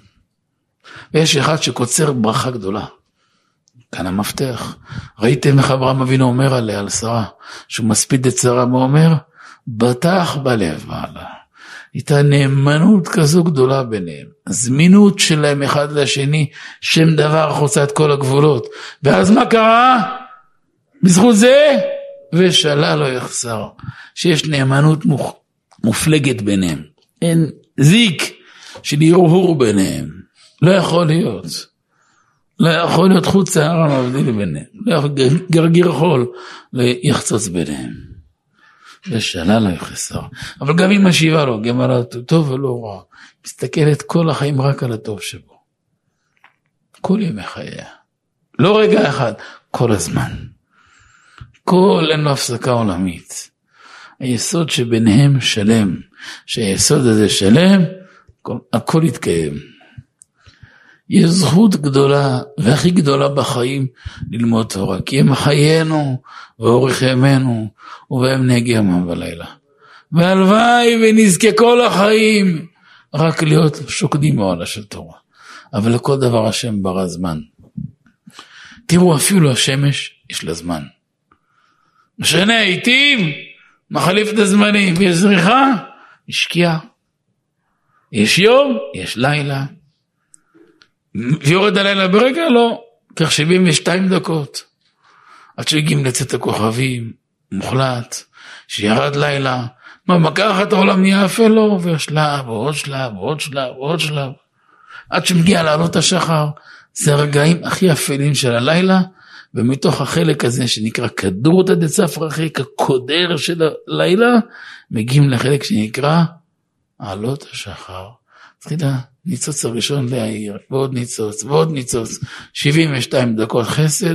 ויש אחד שקוצר ברכה גדולה. כאן המפתח. ראיתם איך אברהם אבינו אומר עליה, על שרה, שהוא מספיד את שרה, מה אומר? בטח בלב בעלה. הייתה נאמנות כזו גדולה ביניהם. הזמינות שלהם אחד לשני, שם דבר חוצה את כל הגבולות. ואז מה קרה? בזכות זה, ושלה לא יחסר. שיש נאמנות מופלגת ביניהם. אין זיק של הרהור ביניהם. לא יכול להיות. לא יכול להיות חוץ שערה מבדיל ביניהם. לא יכול גרגיר חול יחצוץ ביניהם. ושלה לא יחסר. אבל גם אם משיבה לו, גמרה טוב ולא רע. מסתכלת כל החיים רק על הטוב שבו. כל ימי חייה. לא רגע אחד, כל הזמן. אין לו הפסקה עולמית. היסוד שביניהם שלם. שהיסוד הזה שלם, הכל יתקיים. יש זכות גדולה והכי גדולה בחיים ללמוד תורה. כי הם חיינו ואורך ימינו ובהם נגיע יומם ולילה. והלוואי ונזכה כל החיים רק להיות שוקדים מעלה של תורה. אבל לכל דבר השם ברא זמן. תראו אפילו השמש יש לה זמן. משנה העיתים מחליף את הזמנים. יש זריחה, יש שקיעה. יש יום, יש לילה. ויורד הלילה ברגע? לא. כך 72 דקות. עד שהגיעים לצאת הכוכבים, מוחלט, שירד לילה. מה ככה העולם נהיה אפל? לא, עובר שלב, ועוד שלב, ועוד שלב, ועוד שלב. עד שמגיע לעלות השחר, זה הרגעים הכי אפלים של הלילה, ומתוך החלק הזה שנקרא כדורתא דצפרא-חיק, הקודר של הלילה, מגיעים לחלק שנקרא עלות השחר. תחילה, ניצוץ הראשון להעיר, ועוד ניצוץ, ועוד ניצוץ, 72 דקות חסד,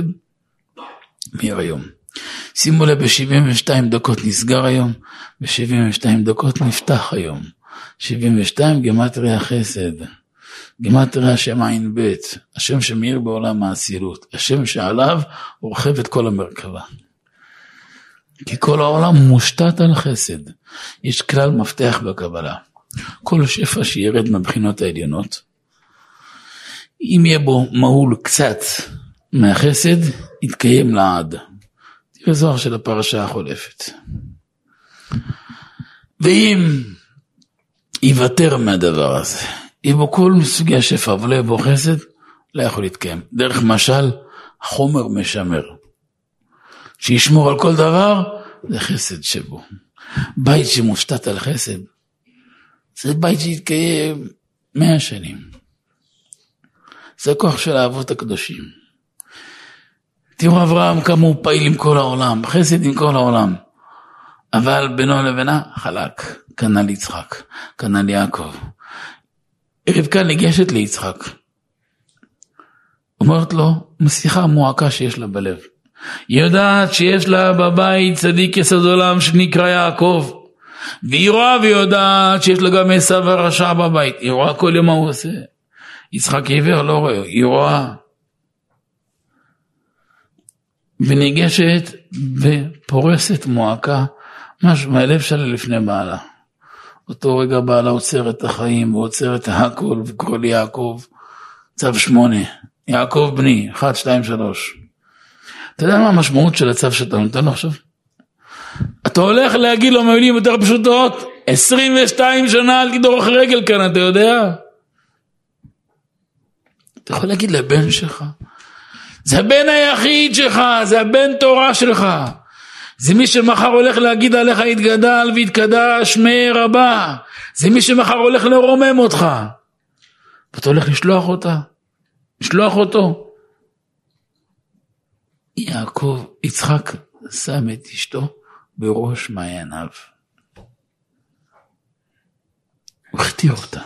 מהיום. שימו לב, ב-72 דקות נסגר היום, ב-72 דקות נפתח היום. 72 גמטריה חסד. גימטריה השם עין בית, השם שמאיר בעולם האצילות, השם שעליו רוכב את כל המרכבה. כי כל העולם מושתת על חסד. יש כלל מפתח בקבלה. כל שפע שירד מהבחינות העליונות, אם יהיה בו מהול קצת מהחסד, יתקיים לעד. תראה זוהר של הפרשה החולפת. ואם יוותר מהדבר הזה, יהיה בו כל סוגי השפע, אבל לא יהיה בו חסד, לא יכול להתקיים. דרך משל, חומר משמר. שישמור על כל דבר, זה חסד שבו. בית שמושתת על חסד, זה בית שיתקיים 100 שנים. זה הכוח של האבות הקדושים. תראו אברהם כמה הוא פעיל עם כל העולם, חסד עם כל העולם. אבל בינו לבינה חלק, כנ"ל יצחק, כנ"ל יעקב. רבקה ניגשת ליצחק. אומרת לו, משיחה מועקה שיש לה בלב. היא יודעת שיש לה בבית צדיק יסוד עולם שנקרא יעקב. והיא רואה ויודעת שיש לה גם עשיו הרשע בבית. היא רואה כל יום מה הוא עושה. יצחק עיוור לא רואה, היא רואה. וניגשת ופורסת מועקה, משהו מהלב שלה לפני בעלה. אותו רגע בעלה עוצר את החיים, ועוצר את הכל, וקורא לי יעקב, צו 8, יעקב בני, 1, 2, 3. אתה יודע מה המשמעות של הצו שאתה נותן לו עכשיו? אתה הולך להגיד לו מילים יותר פשוטות, 22 שנה אל תדרוך רגל כאן, אתה יודע? אתה יכול להגיד לבן שלך, זה הבן היחיד שלך, זה הבן תורה שלך, זה מי שמחר הולך להגיד עליך יתגדל ויתקדש שמי רבה, זה מי שמחר הולך לרומם אותך, ואתה הולך לשלוח אותה, לשלוח אותו. יעקב, יצחק שם את אשתו בראש מעייניו, הוא הכתיר אותה,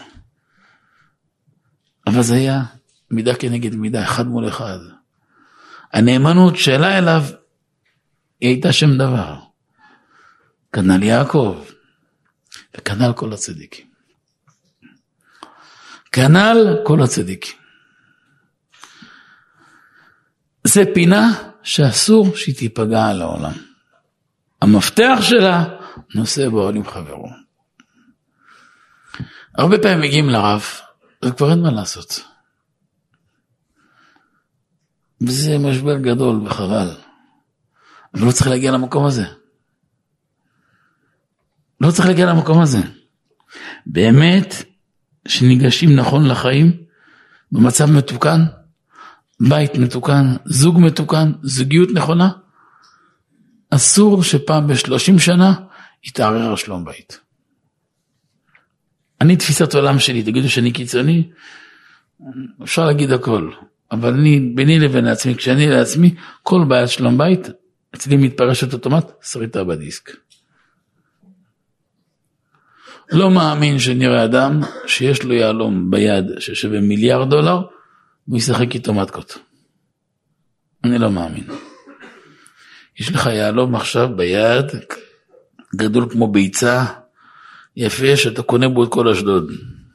אבל זה היה מידה כנגד מידה, אחד מול אחד. הנאמנות שאלה אליו היא הייתה שם דבר. כנ"ל יעקב וכנ"ל כל הצדיקים. כנ"ל כל הצדיקים. זה פינה שאסור שהיא תיפגע על העולם. המפתח שלה נושא בעולים חברו. הרבה פעמים מגיעים לרב, וכבר אין מה לעשות. וזה משבר גדול וחבל. אבל לא צריך להגיע למקום הזה. לא צריך להגיע למקום הזה. באמת, שניגשים נכון לחיים, במצב מתוקן, בית מתוקן, זוג מתוקן, זוגיות נכונה, אסור שפעם ב30 שנה יתערער שלום בית. אני תפיסת עולם שלי, תגידו שאני קיצוני, אפשר להגיד הכל, אבל אני ביני לבין עצמי, כשאני לעצמי, כל בעיית שלום בית, אצלי מתפרשת אוטומט, שריטה בדיסק. לא מאמין שנראה אדם שיש לו יהלום ביד ששווה $1 מיליארד, והוא ישחק איתו מתקות. אני לא מאמין. יש לך יהלום עכשיו ביד, גדול כמו ביצה, יפה שאתה קונה בו את כל אשדוד.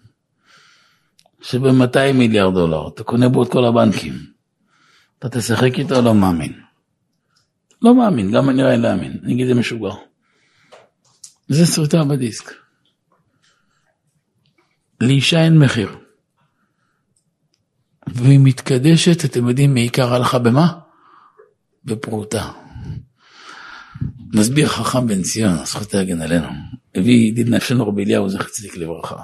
שווה $200 מיליארד, אתה קונה בו את כל הבנקים. אתה תשחק איתו, לא מאמין. לא מאמין, גם אני ראה להאמין. אני אגיד זה משוגע. זה שריטה בדיסק. לאישה אין מחיר. והיא מתקדשת, אתם יודעים, מעיקר הלכה במה? בפרוטה. מסביר חכם בן ציון, זכות להגן עלינו. הביא ידיד נפשנו רבי אליהו, זכר צדיק לברכה.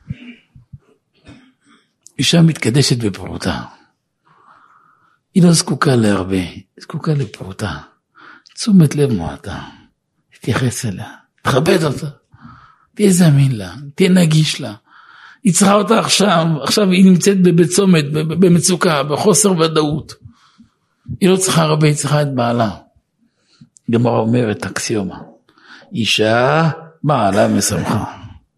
אישה מתקדשת בפרוטה. היא לא זקוקה להרבה, היא זקוקה לפרוטה. תשומת לב מועטה. תתייחס אליה, תכבד אותה. תהיה זמין לה, תהיה נגיש לה. היא צריכה אותה עכשיו היא נמצאת בצומת, במצוקה, בחוסר ודאות. היא לא צריכה הרבה, היא צריכה את בעלה. גמרא אומרת, אקסיומה. אישה, בעלה משמחה.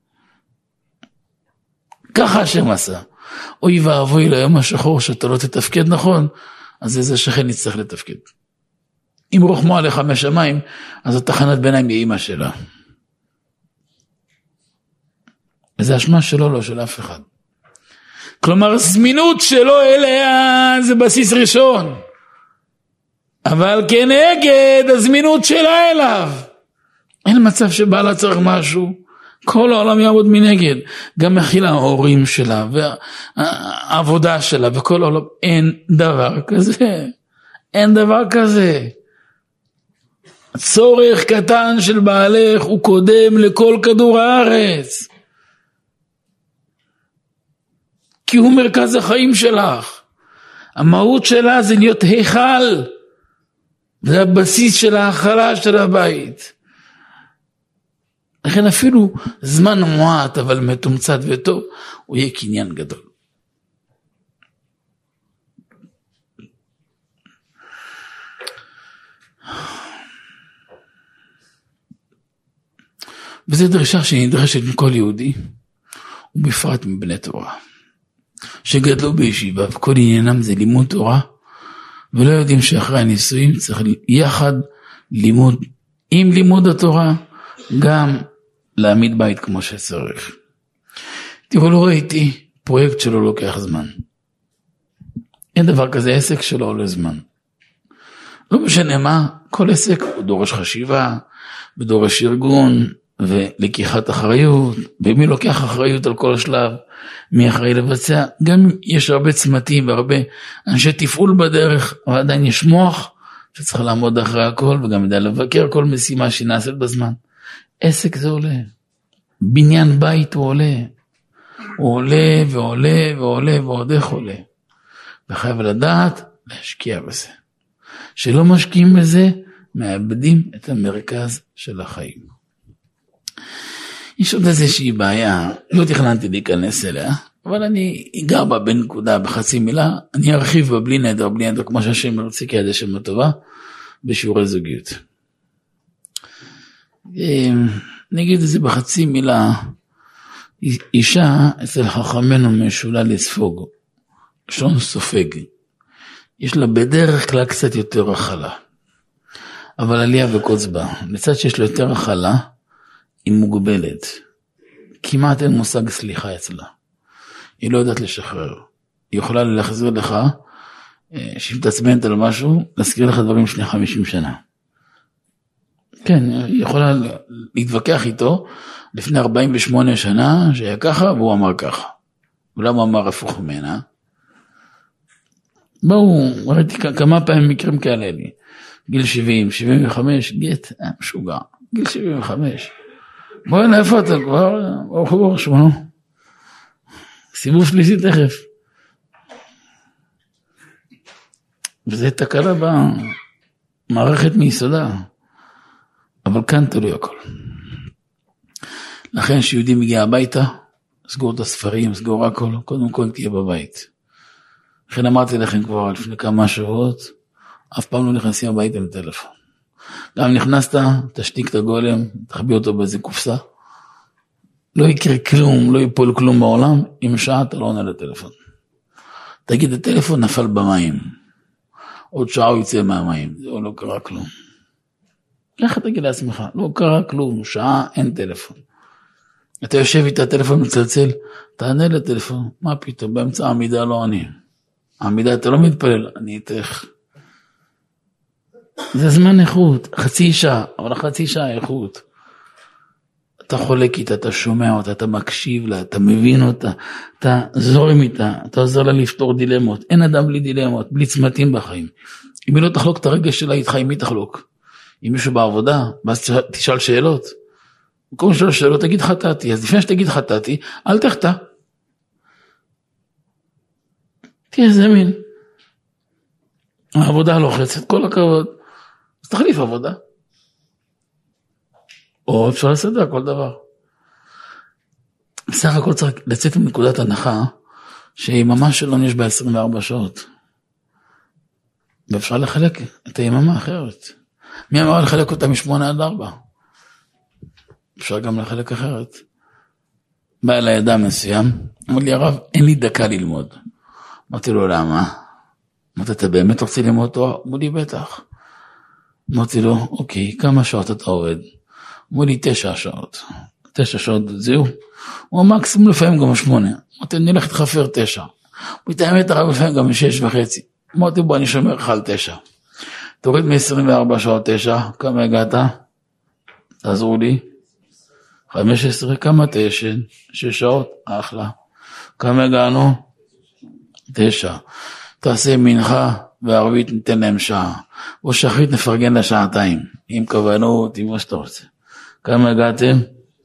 ככה השם עשה. אוי ואבוי ליום השחור שאתה לא תתפקד נכון, אז איזה שכן יצטרך לתפקד. אם רוחמו עליך משמיים, אז התחנת ביניים היא אמא שלה. וזה אשמה שלו, לא של אף אחד. כלומר, זמינות שלו אליה זה בסיס ראשון. אבל כנגד הזמינות שלה אליו. אין מצב שבעלה צריך משהו. כל העולם יעבוד מנגד. גם מכיל ההורים שלה והעבודה שלה וכל העולם. אין דבר כזה. אין דבר כזה. הצורך קטן של בעלך הוא קודם לכל כדור הארץ. כי הוא מרכז החיים שלך. המהות שלה זה להיות היכל. זה הבסיס של האכלה של הבית. לכן אפילו זמן מועט אבל מתומצת וטוב, הוא יהיה קניין גדול. וזו דרישה שנדרשת מכל יהודי, ובפרט מבני תורה, שגדלו בישיבה, וכל עניינם זה לימוד תורה, ולא יודעים שאחרי הנישואים צריך יחד לימוד, עם לימוד התורה, גם להעמיד בית כמו שצריך. תראו, לא ראיתי פרויקט שלו לוקח זמן. אין דבר כזה, עסק שלו עולה זמן. לא משנה מה, כל עסק הוא דורש חשיבה, ודורש ארגון, ולקיחת אחריות, ומי לוקח אחריות על כל השלב, מי אחראי לבצע, גם יש הרבה צמתים והרבה אנשי תפעול בדרך, אבל עדיין יש מוח שצריך לעמוד אחרי הכל, וגם ידע לבקר כל משימה שנעשית בזמן. עסק זה עולה, בניין בית הוא עולה, הוא עולה ועולה ועולה ועוד איך עולה, וחייב לדעת להשקיע בזה. שלא משקיעים בזה, מאבדים את המרכז של החיים. יש עוד איזושהי בעיה, לא תכננתי להיכנס אליה, אבל אני אגע בה בנקודה, בחצי מילה, אני ארחיב בה בלי נדר, כמו שהשם מרצי כיד השם הטובה, בשיעורי זוגיות. נגיד את זה בחצי מילה, אישה אצל חכמנו משולה לספוג, לשון סופג, יש לה בדרך כלל קצת יותר החלה, אבל עליה וקוץ בה, לצד שיש לה יותר החלה, היא מוגבלת, כמעט אין מושג סליחה אצלה, היא לא יודעת לשחרר, היא יכולה להחזיר לך, שהיא מתעצבנת על משהו, להזכיר לך דברים לפני 50 שנה, כן, היא יכולה להתווכח איתו, לפני 48 שנה, שהיה ככה, והוא אמר ככה, ולמה הוא אמר הפוך ממנה, בואו, ראיתי כמה פעמים מקרים כאלה לי, גיל 70, 75, גט, משוגע, גיל 75, בואי נאפה אתה כבר, ברוך שמו, סיבוב שלישי תכף. וזה תקלה במערכת מיסודה. אבל כאן תלוי הכל. לכן שיהודי מגיע הביתה, סגור את הספרים, סגור הכל, קודם כל תהיה בבית. לכן אמרתי לכם כבר לפני כמה שבועות, אף פעם לא נכנסים הביתה עם טלפון. גם נכנסת, תשתיק את הגולם, תחביא אותו באיזה קופסה, לא יקרה כלום, לא ייפול כלום בעולם, אם שעה אתה לא עונה לטלפון. תגיד, הטלפון נפל במים, עוד שעה הוא יצא מהמים, זה לא קרה כלום. איך תגיד לעצמך, לא קרה כלום, שעה אין טלפון. אתה יושב איתה, טלפון מצלצל, תענה לטלפון, מה פתאום, באמצע העמידה לא עני. העמידה אתה לא מתפלל, אני איתך. זה זמן איכות, חצי שעה, אבל חצי שעה איכות. אתה חולק איתה, אתה שומע אותה, אתה מקשיב לה, אתה מבין אותה, אתה זורם איתה, אתה עוזר לה לפתור דילמות. אין אדם בלי דילמות, בלי צמתים בחיים. אם היא לא תחלוק את הרגש שלה איתך, עם מי תחלוק? אם מישהו בעבודה, ואז תשאל שאלות. במקום לשאול שאלות, תגיד חטאתי. אז לפני שתגיד חטאתי, אל תחטא. תהיה זמין. העבודה לוחצת, כל הכבוד. אז תחליף עבודה. או אפשר לסדר כל דבר. בסך הכל צריך לצאת מנקודת הנחה, שהיא ממש שלא יש בה 24 שעות. ואפשר לחלק את היממה אחרת. מי אמר לחלק אותה מ8-4? אפשר גם לחלק אחרת. בא אליי אדם מסוים, אמר לי הרב, אין לי דקה ללמוד. אמרתי לו, למה? אמרתי, אתה באמת רוצה ללמוד תורה? אמר לי, בטח. אמרתי לו, אוקיי, כמה שעות אתה עובד? אמר לי, 9 שעות. 9 שעות, זהו. הוא מקסימום לפעמים גם 8. אמרתי, אני הולך להתחפר 9. מתאמת הרב לפעמים גם 6.5. אמרתי, בוא, אני שומר לך על 9. תוריד מ-24 שעות 9, כמה הגעת? תעזרו לי. 15, כמה אתה ישן? 6 שעות, אחלה. כמה הגענו? 9. תעשה מנחה וערבית ניתן להם שעה. או שחרית נפרגן לה 2 שעות. עם כוונות, עם מה שאתה רוצה. כמה הגעתם?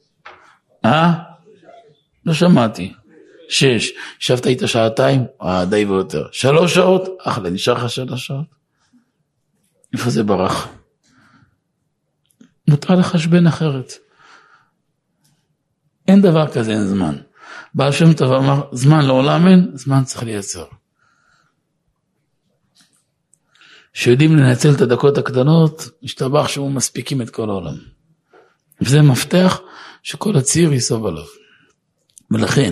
לא שמעתי. 6. ישבת איתה 2 שעות? די ויותר. 3 שעות? אחלה, נשאר לך 3 שעות? איפה זה ברח? מותר לחשבן אחרת. אין דבר כזה, אין זמן. בעל שם טוב אמר, זמן לעולם אין, זמן צריך לייצר. שיודעים לנצל את הדקות הקטנות, משתבח שהוא מספיקים את כל העולם. וזה מפתח שכל הציר יסוב עליו. ולכן,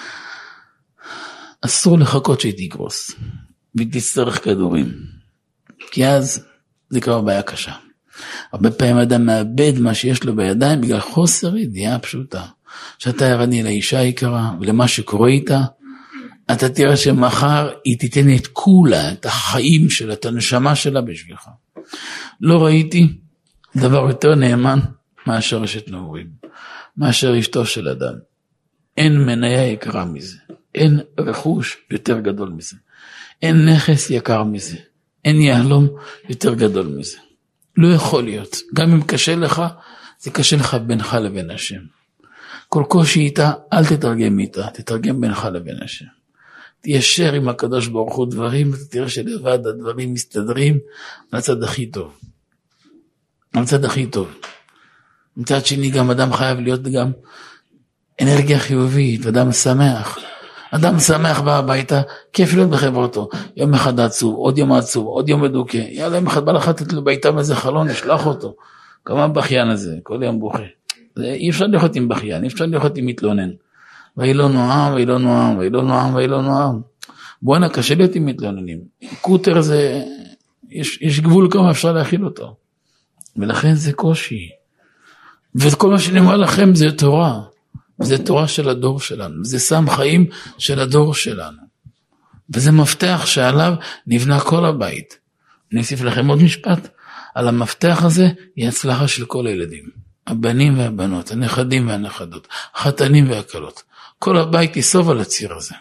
אסור לחכות שהיא תגרוס, והיא תצטרך כדורים. כי אז זה כבר בעיה קשה. הרבה פעמים אדם מאבד מה שיש לו בידיים בגלל חוסר ידיעה פשוטה. שאתה ערני לאישה היקרה ולמה שקורה איתה, אתה תראה שמחר היא תיתן את כולה, את החיים שלה, את הנשמה שלה בשבילך. לא ראיתי דבר יותר נאמן מאשר אשת נעורים, מאשר אשתו של אדם. אין מניה יקרה מזה, אין רכוש יותר גדול מזה, אין נכס יקר מזה, אין יהלום יותר גדול מזה. לא יכול להיות, גם אם קשה לך, זה קשה לך בינך לבין השם. כל קושי איתה, אל תתרגם איתה, תתרגם בינך לבין השם. תיישר עם הקדוש ברוך הוא דברים, תראה שלבד הדברים מסתדרים, מהצד הכי טוב. מהצד הכי טוב. מצד שני גם אדם חייב להיות גם אנרגיה חיובית, אדם שמח. אדם שמח בא הביתה, כיף להיות בחברתו. יום אחד עצוב, עוד יום עצוב, עוד יום מדוקה. יאללה, יום אחד בא לחטט לו ביתה מאיזה חלון, נשלח אותו. כמה בכיין הזה, כל יום בוכה. אי אפשר להיות עם בכיין, אי אפשר להיות עם מתלונן. ואי לא נועם, ואי לא נועם, ואי לא נועם, ואי לא נועם. בואנה, קשה להיות עם מתלוננים. קוטר זה, יש גבול כמה אפשר להכיל אותו. ולכן זה קושי. וכל מה שאני אומר לכם זה תורה. זה תורה של הדור שלנו. זה סם חיים של הדור שלנו. וזה מפתח שעליו נבנה כל הבית. אני אוסיף לכם עוד משפט. על המפתח הזה היא הצלחה של כל הילדים. הבנים והבנות, הנכדים והנכדות, החתנים והכלות. כל הבית יסוב על הציר הזה.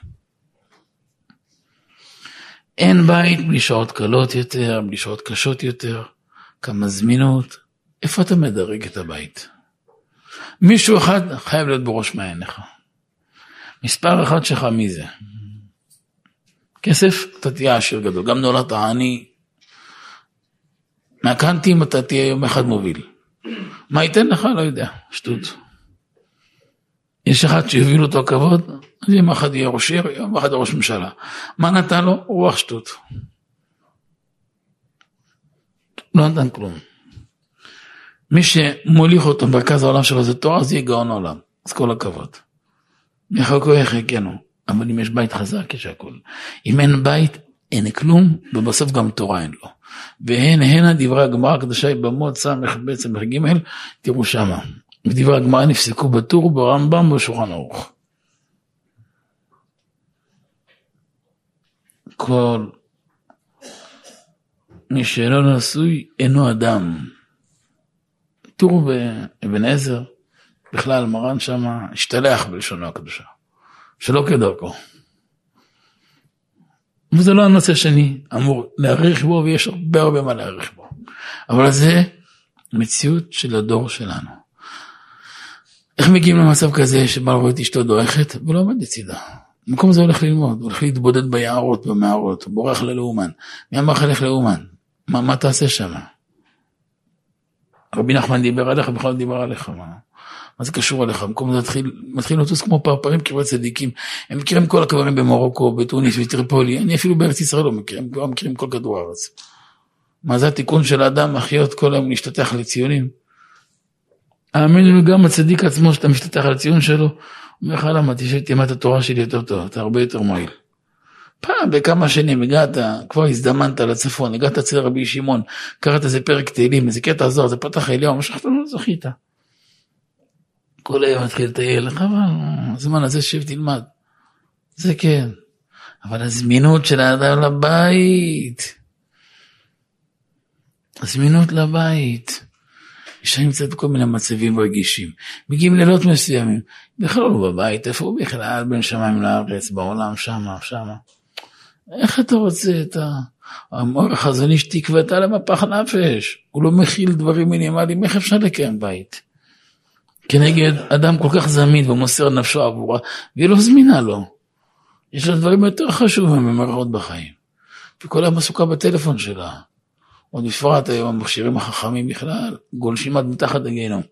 אין בית בלי שעות קלות יותר, בלי שעות קשות יותר, כמה זמינות. איפה אתה מדרג את הבית? מישהו אחד חייב להיות בראש מעייניך. מספר אחד שלך מי זה? כסף, אתה תהיה עשיר גדול. גם נולדת עני. מהקנטים אתה תהיה יום אחד מוביל. מה ייתן לך? לא יודע. שטות. יש אחד שיוביל אותו כבוד, אז יום אחד יהיה ראש עיר, יום אחד ראש ממשלה. מה נתן לו? רוח שטות. לא נתן כלום. מי שמוליך אותו במרכז העולם שלו זה תורה, אז יהיה גאון העולם. אז כל הכבוד. יחכו יחכנו. אבל אם יש בית חזק, יש הכל. אם אין בית, אין כלום, ובסוף גם תורה אין לו. והן דברי הגמרא הקדושה במות סמך בעצם ג' תראו שמה. ודברי הגמרא נפסקו בטור, ברמב"ם ובשולחן ערוך. כל מי שלא נשוי אינו אדם. טור באבן עזר, בכלל מרן שמה השתלח בלשונו הקדושה. שלא כדרכו. וזה לא הנושא שאני אמור להעריך בו, ויש הרבה מה להעריך בו. אבל זה מציאות של הדור שלנו. איך מגיעים למצב כזה שבא לראות אשתו דועכת, ולא עומד לצידה. במקום זה הולך ללמוד, הולך להתבודד ביערות, במערות, בורח ללאומן. מי אמר לך לך לאומן? מה תעשה שם? רבי נחמן דיבר עליך, בכלל דיבר עליך. מה זה קשור עליך? במקום זה מתחיל לטוס כמו פרפרים קברי צדיקים. הם מכירים כל הקברים במרוקו, בתוניס וטריפולי. אני אפילו בארץ ישראל לא מכירים, כבר מכירים כל כדור הארץ. מה זה התיקון של האדם, אחיות כל היום להשתתח לציונים? האמינו גם הצדיק עצמו שאתה משתתח על הציון שלו, הוא אומר לך למה, תלמד התורה שלי יותר טוב, אתה הרבה יותר מועיל. פעם בכמה שנים הגעת, כבר הזדמנת לצפון, הגעת אצל רבי שמעון, קראת איזה פרק תהילים, איזה קטע זוהר, זה פתח אליהו, משכת לא זכית. כל היום מתחיל לטייל, חבל, הזמן הזה שב תלמד. זה כן. אבל הזמינות של האדם לבית, הזמינות לבית, יש נמצאת בכל מיני מצבים רגישים, מגיעים לילות מסוימים, בכלל הוא בבית, איפה הוא בכלל, בין שמיים לארץ, בעולם, שמה. איך אתה רוצה את המור החזוני שתקוותה למפח נפש? הוא לא מכיל דברים מינימליים, איך אפשר לקיים בית? כנגד אדם כל כך זמין ומוסר נפשו עבורה, והיא לא זמינה לו. יש לה דברים יותר חשובים ממראות בחיים. וכל היום עסוקה בטלפון שלה. עוד בפרט היום המכשירים החכמים בכלל, גולשים עד מתחת לגיהנום.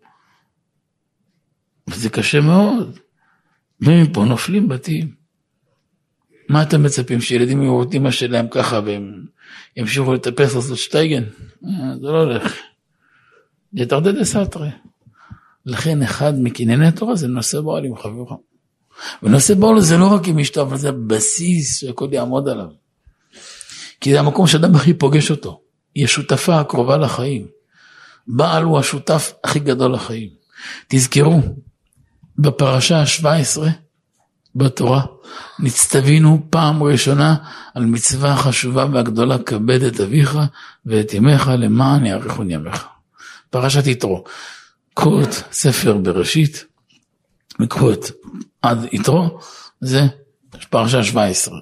וזה קשה מאוד. ומפה נופלים בתים. מה אתם מצפים? שילדים יראו את אמא שלהם ככה, והם ימשיכו לטפס לעשות שטייגן? זה לא הולך. זה תרדד לסתרי. לכן אחד מקנייני התורה זה נושא בעול עם חברה. ונושא בעול זה לא רק עם אשתו, אבל זה הבסיס שהכל יעמוד עליו. כי זה המקום שאדם הכי פוגש אותו. היא השותפה הקרובה לחיים. בעל הוא השותף הכי גדול לחיים. תזכרו, בפרשה ה-17 בתורה, נצטווינו פעם ראשונה על מצווה חשובה והגדולה, כבד את אביך ואת אמך למען יאריכון ימיך. פרשת יתרו. קחו את ספר בראשית, וקחו את עד יתרו, זה פרשה 17.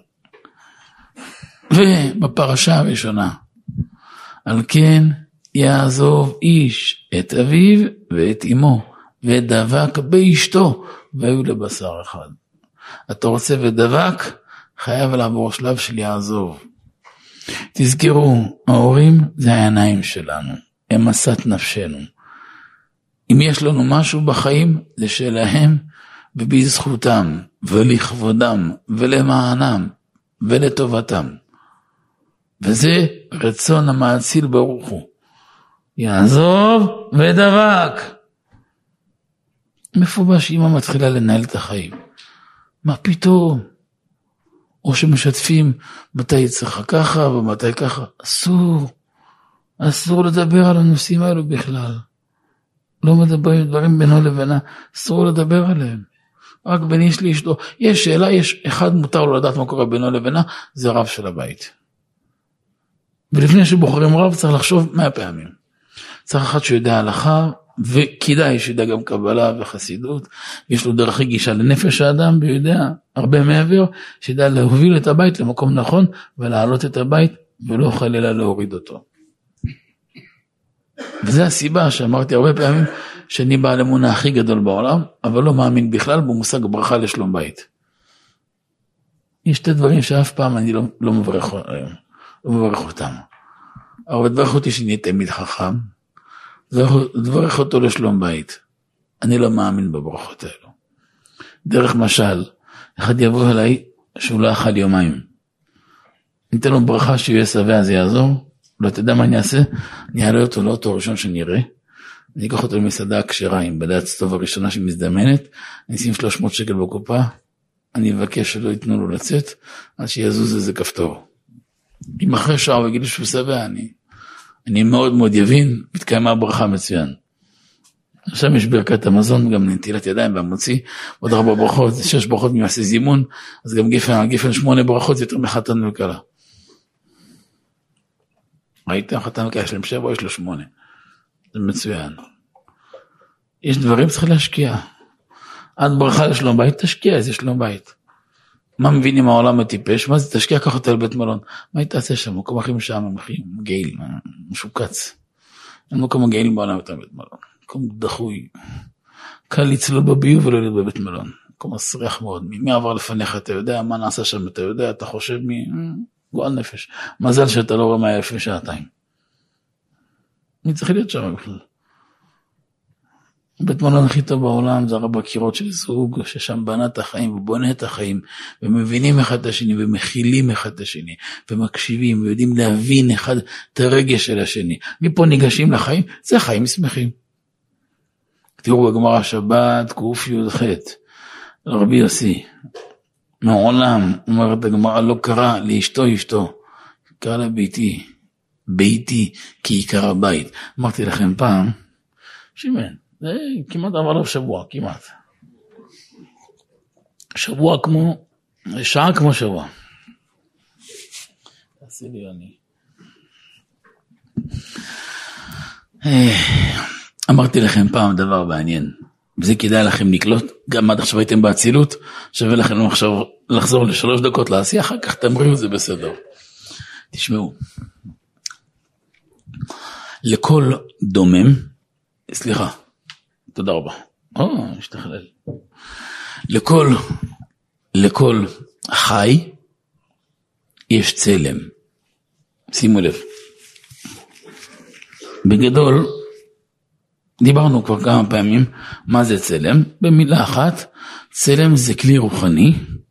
ובפרשה הראשונה, על כן יעזוב איש את אביו ואת אמו, ודבק באשתו, והיו לבשר אחד. אתה רוצה ודבק, חייב לעבור שלב של יעזוב. תזכרו, ההורים זה העיניים שלנו, הם מסת נפשנו. אם יש לנו משהו בחיים, זה שלהם, ובזכותם, ולכבודם, ולמענם, ולטובתם. וזה רצון המאציל ברוך הוא. יעזוב ודבק. מפובש אמא מתחילה לנהל את החיים. מה פתאום? או שמשתפים מתי צריך ככה ומתי ככה. אסור לדבר על הנושאים האלו בכלל. לא מדברים דברים בינו לבינה, אסור לדבר עליהם. רק בין איש לאשתו. יש שאלה, יש אחד מותר לו לדעת מה קורה בינו לבינה, זה רב של הבית. ולפני שבוחרים רב צריך לחשוב 100 פעמים. צריך אחד שיודע הלכה, וכדאי שיודע גם קבלה וחסידות, יש לו דרכי גישה לנפש האדם, ויודע הרבה מעבר, שידע להוביל את הבית למקום נכון, ולהעלות את הבית, ולא חלילה להוריד אותו. וזו הסיבה שאמרתי הרבה פעמים, שאני בעל אמונה הכי גדול בעולם, אבל לא מאמין בכלל במושג ברכה לשלום בית. יש שתי דברים שאף פעם אני לא מברך אותם. אבל דברך אותי שאני תמיד חכם, דברך אותו לשלום בית. אני לא מאמין בברכות האלו. דרך משל, אחד יבוא אליי שהוא לא אכל יומיים. ניתן לו ברכה שהוא יהיה שבע, זה יעזור. לא תדע מה אני אעשה, אני אעלה אותו לאותו הראשון שאני אראה, אני אקח אותו למסעדה הכשרה עם בד"ץ טוב הראשונה שמזדמנת, אני אשים 300 שקל בקופה, אני אבקש שלא ייתנו לו לצאת, אז שיזוז איזה כפתור. אם אחרי שעה הוא יגיד לי שהוא שבע, אני מאוד מאוד יבין, מתקיימה ברכה מצוין. עכשיו יש ברכת המזון, גם נטילת ידיים והמוציא, עוד 4 ברכות, 6 ברכות ממעשה זימון, אז גם גפן 8 ברכות יותר מחתן וכלה. ראיתם חתן וכלה, יש להם 7 או יש לו 8. זה מצוין. יש דברים צריך להשקיע. עד ברכה לשלום בית, תשקיע איזה שלום בית. מה מבינים העולם הטיפש? מה זה תשקיע ככה אותה לבית מלון? מה היא תעשה שם? מקום הכי משעמם, הכי מגעיל, משוקץ. אין מקום מגעיל בעולם יותר בבית מלון. מקום דחוי. קל לצלול בביוב ולא להיות בבית מלון. מקום מסריח מאוד. מי עבר לפניך? אתה יודע מה נעשה שם? אתה יודע? אתה חושב גועל נפש. מזל שאתה לא רואה מה היה לפני שעתיים. מי צריך להיות שם בכלל? בית מלון הכי טוב בעולם זה הרבה קירות של זוג ששם בנה את החיים ובונה את החיים ומבינים אחד את השני ומכילים אחד את השני ומקשיבים ויודעים להבין אחד את הרגש של השני. מפה ניגשים לחיים, זה חיים שמחים. תראו בגמרא שבת ק"ח רבי יוסי מעולם אומרת הגמרא לא קרא לאשתו אשתו, קרא לה ביתי כי עיקר הבית. אמרתי לכם פעם, שימן זה כמעט עבר לו שבוע, כמעט. שבוע כמו, שעה כמו שבוע. תעשי לי אני. אמרתי לכם פעם דבר מעניין, וזה כדאי לכם לקלוט, גם עד עכשיו הייתם באצילות, שווה לכם עכשיו לחזור ל3 דקות לעשייה, אחר כך תמריאו זה בסדר. תשמעו, לכל דומם, סליחה, תודה רבה, השתכלל, לכל חי יש צלם, שימו לב, בגדול, דיברנו כבר כמה פעמים מה זה צלם, במילה אחת, צלם זה כלי רוחני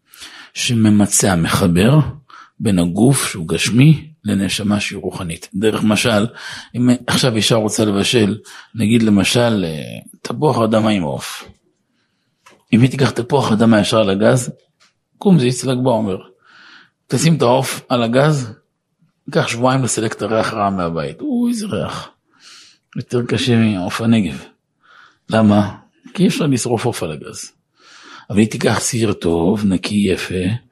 שממצא, מחבר בין הגוף שהוא גשמי לנשמה שהיא רוחנית. דרך משל, אם עכשיו אישה רוצה לבשל, נגיד למשל תפוח אדמה עם עוף. אם היא תיקח תפוח אדמה ישר לגז, קום זה יצלק בעומר. תשים את העוף על הגז, ייקח שבועיים לסלק את הריח רע מהבית. איזה ריח. יותר קשה מעוף הנגב. למה? כי אי אפשר לשרוף עוף על הגז. אבל היא תיקח סיר טוב, נקי, יפה,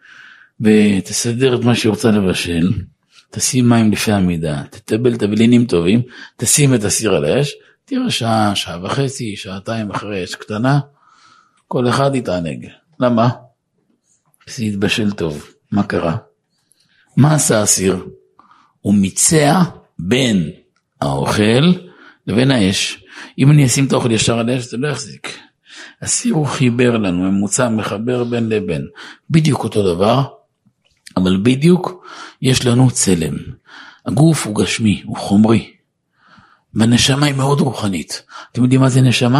ותסדר את מה שהיא רוצה לבשל, תשים מים לפי המידה, תטבל תבלינים טובים, תשים את הסיר על האש, תראה שעה, שעה וחצי, שעתיים אחרי אש קטנה, כל אחד יתענג. למה? זה יתבשל טוב. מה קרה? מה עשה הסיר? הוא מיצע בין האוכל לבין האש. אם אני אשים את האוכל ישר על האש, זה לא יחזיק. הסיר הוא חיבר לנו, ממוצע מחבר בין לבין. בדיוק אותו דבר, אבל בדיוק יש לנו צלם. הגוף הוא גשמי, הוא חומרי. והנשמה היא מאוד רוחנית. אתם יודעים מה זה נשמה?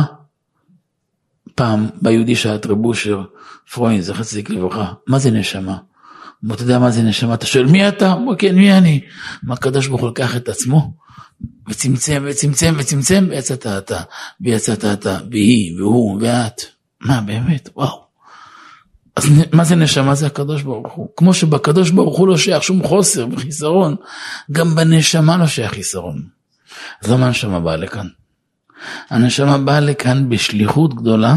פעם ביהודי שעת רבושר, פרוין, זכר צדיק לברכה, מה זה נשמה? אתה יודע מה זה נשמה? אתה שואל מי אתה? כן, מי אני? מה הקדוש ברוך הוא לקח את עצמו? וצמצם וצמצם וצמצם, ויצאת אתה, ויצאת אתה, והיא, והוא, ואת. מה באמת? וואו. אז מה זה נשמה? זה הקדוש ברוך הוא. כמו שבקדוש ברוך הוא לא שייך שום חוסר וחיסרון, גם בנשמה לא שייך חיסרון. אז למה הנשמה באה לכאן? הנשמה באה לכאן בשליחות גדולה,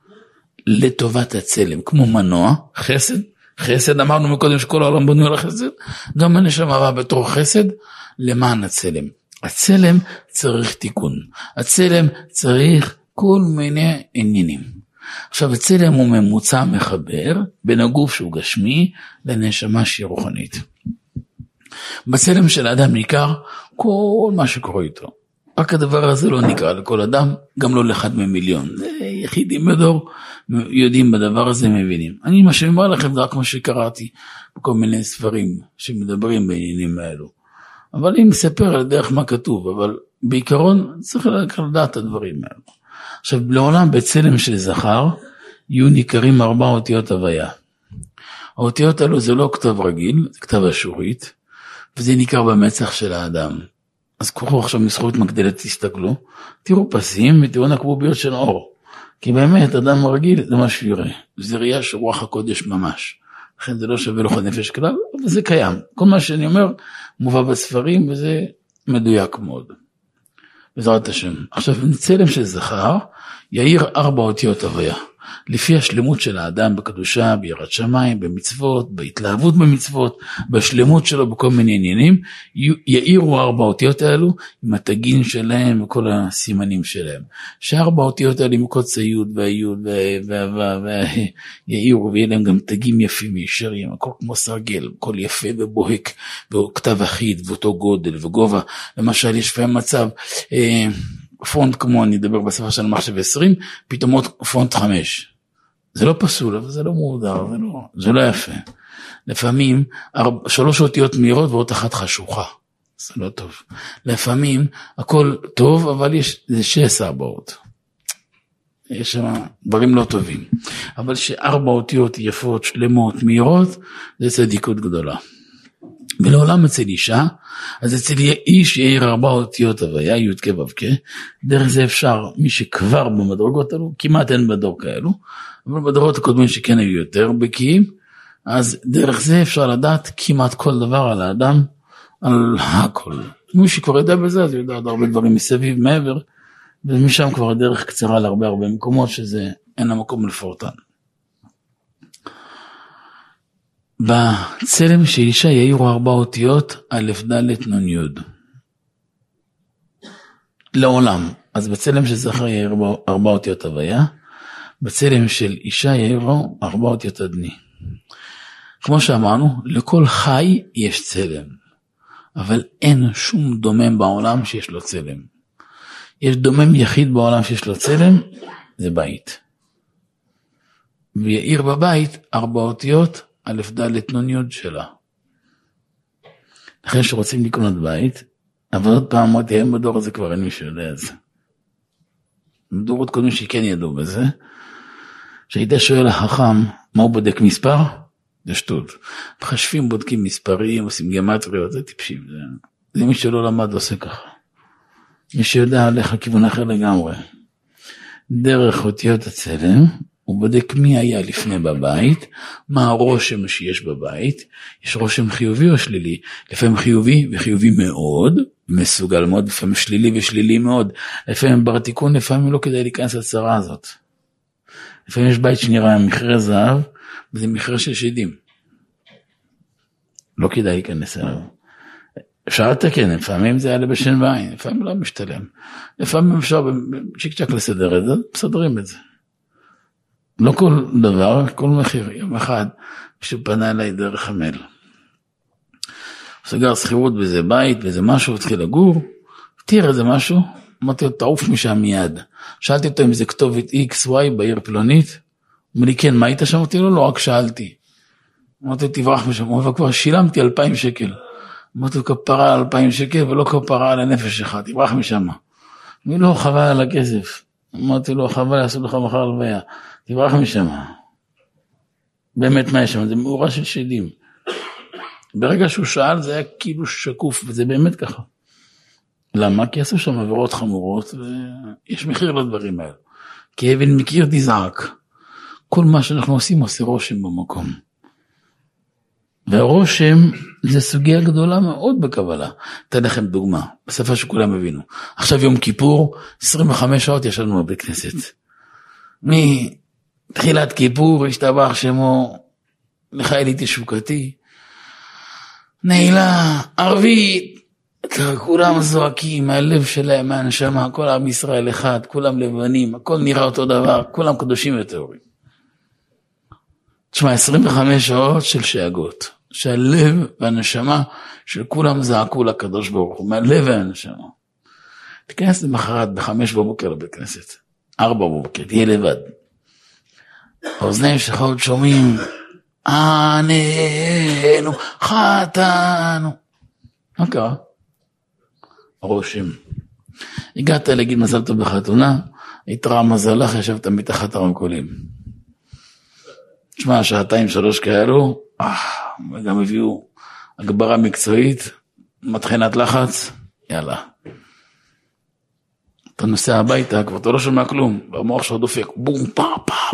לטובת הצלם, כמו מנוע, חסד, חסד, אמרנו מקודם שכל העולם בנוי על החסד, גם הנשמה באה בתור חסד, למען הצלם. הצלם צריך תיקון, הצלם צריך כל מיני עניינים. עכשיו הצלם הוא ממוצע מחבר בין הגוף שהוא גשמי לנשמה שהיא רוחנית. בצלם של האדם ניכר כל מה שקורה איתו. רק הדבר הזה לא נקרא לכל אדם, גם לא לאחד ממיליון. זה יחידים בדור, יודעים בדבר הזה, מבינים. אני מה שאני אומר לכם, זה רק מה שקראתי בכל מיני ספרים שמדברים בעניינים האלו. אבל אני מספר על דרך מה כתוב, אבל בעיקרון צריך לדעת את הדברים האלו. עכשיו, לעולם בצלם של זכר, יהיו ניכרים 4 אותיות הוויה. האותיות האלו זה לא כתב רגיל, זה כתב אשורית, וזה ניכר במצח של האדם. אז קחו עכשיו מזכות מקדלת, תסתכלו, תראו פסים ותראו נקבוביות של אור. כי באמת, אדם רגיל זה מה שיראה. זה ראייה של רוח הקודש ממש. לכן זה לא שווה לך נפש כלל, אבל זה קיים. כל מה שאני אומר מובא בספרים, וזה מדויק מאוד. בעזרת השם. עכשיו, צלם של זכר, יאיר 4 אותיות הוויה. לפי השלמות של האדם בקדושה, ביראת שמיים, במצוות, בהתלהבות במצוות, בשלמות שלו בכל מיני עניינים, יאירו 4 אותיות האלו עם התגין שלהם וכל הסימנים שלהם. ש4 אותיות האלו עם קוץ היוד והיוד יאירו, ויהיה להם גם תגים יפים וישרים, הכל כמו סרגל, הכל יפה ובוהק, וכתב אחיד ואותו גודל וגובה. למשל יש פעם מצב, פונט כמו אני אדבר בשפה של מחשב 20, פתאום עוד פונט 5. זה לא פסול, אבל זה לא מודר, זה לא יפה. לפעמים 3 אותיות מהירות ועוד 1 חשוכה. זה לא טוב. לפעמים הכל טוב, אבל יש שסע באות. יש שם דברים לא טובים. אבל 4 אותיות יפות, שלמות, מהירות, זה צדיקות גדולה. ולעולם אצל אישה, אז אצל איש יאיר 4 אותיות הוויה, י' כ' ו' כ', דרך זה אפשר, מי שכבר במדרגות האלו, כמעט אין בדור כאלו, אבל בדורות הקודמים שכן היו יותר בקיאים, אז דרך זה אפשר לדעת כמעט כל דבר על האדם, על הכל. מי שכבר ידע בזה, אז ידע הרבה דברים מסביב, מעבר, ומשם כבר הדרך קצרה להרבה מקומות שזה אין המקום לפורטן. בצלם של אישה יאירו 4 אותיות א' ד' נ' י' לעולם. אז בצלם של זכר יאירו 4 אותיות הוויה, בצלם של אישה יאירו 4 אותיות אדני. כמו שאמרנו, לכל חי יש צלם, אבל אין שום דומם בעולם שיש לו צלם. יש דומם יחיד בעולם שיש לו צלם, זה בית. ויאיר בבית 4 אותיות א' ד' נ' י' שלה. לכן שרוצים לקנות בית, אבל עוד פעם אמרתי, הם בדור הזה כבר אין מי שיודע את זה. בדורות קודמים שכן ידעו בזה, שהיית שואל החכם, מה הוא בודק מספר? זה שטות. מחשבים בודקים מספרים, עושים גמטריות, זה טיפשים. זה מי שלא למד עושה ככה. מי שיודע הולך לכיוון אחר לגמרי. דרך אותיות הצלם, הוא בודק מי היה לפני בבית, מה הרושם שיש בבית, יש רושם חיובי או שלילי, לפעמים חיובי וחיובי מאוד, מסוגל מאוד, לפעמים שלילי ושלילי מאוד, לפעמים בר תיקון, לפעמים לא כדאי להיכנס לצרה הזאת. לפעמים יש בית שנראה מכרה זהב, וזה מכרה של שדים. לא כדאי להיכנס אליו. אפשר לתקן, לפעמים זה יעלה בשן בעין, לפעמים לא משתלם. לפעמים אפשר צ'יק צ'ק לסדר את זה, מסדרים את זה. לא כל דבר, כל מחיר. יום אחד, כשהוא פנה אליי דרך המייל. הוא סגר שכירות באיזה בית, באיזה משהו, התחיל לגור, תראה איזה משהו, אמרתי לו, תעוף משם מיד. שאלתי אותו אם זה כתובת XY בעיר פלונית, הוא אומר לי, כן, מה היית שם? אמרתי לו, לא, רק שאלתי. אמרתי לו, תברח משם, הוא אומר, כבר שילמתי 2,000 שקל. אמרתי לו, כפרה על 2,000 שקל, ולא כפרה על הנפש שלך, תברח משם. אמרתי לו, חבל על הכסף. אמרתי לו, חבל, יעשו לך מחר הלוויה. תברח משם. באמת מה יש שם? זה מאורה של שדים. ברגע שהוא שאל, זה היה כאילו שקוף, וזה באמת ככה. למה? כי עשו שם עבירות חמורות, ויש מחיר לדברים האלה. כי אבן מכיר תזעק. כל מה שאנחנו עושים עושה רושם במקום. והרושם זה סוגיה גדולה מאוד בקבלה. אתן לכם דוגמה, בשפה שכולם הבינו. עכשיו יום כיפור, 25 שעות ישבנו בבית כנסת. מתחילת כיפור, השתבח שמו לחייל תשוקתי, נעילה, ערבית, כולם זועקים מהלב שלהם, מהנשמה, כל עם ישראל אחד, כולם לבנים, הכל נראה אותו דבר, כולם קדושים וטהורים. תשמע, 25 שעות של שאגות, שהלב והנשמה של כולם זעקו לקדוש ברוך הוא, מהלב והנשמה. תיכנס למחרת ב5 בבוקר לבית כנסת, 4 בבוקר, תהיה לבד. האוזניים שלך עוד שומעים, עננו, חטאנו. מה קרה? רושם. הגעת להגיד מזל טוב בחתונה, התראה מזלך, ישבת מתחת הרמקולים. תשמע, 2-3 כאלו, וגם הביאו הגברה מקצועית, מתחינת לחץ, יאללה. אתה נוסע הביתה, כבר אתה לא שומע כלום, והמוח שלך דופק, בום, פה,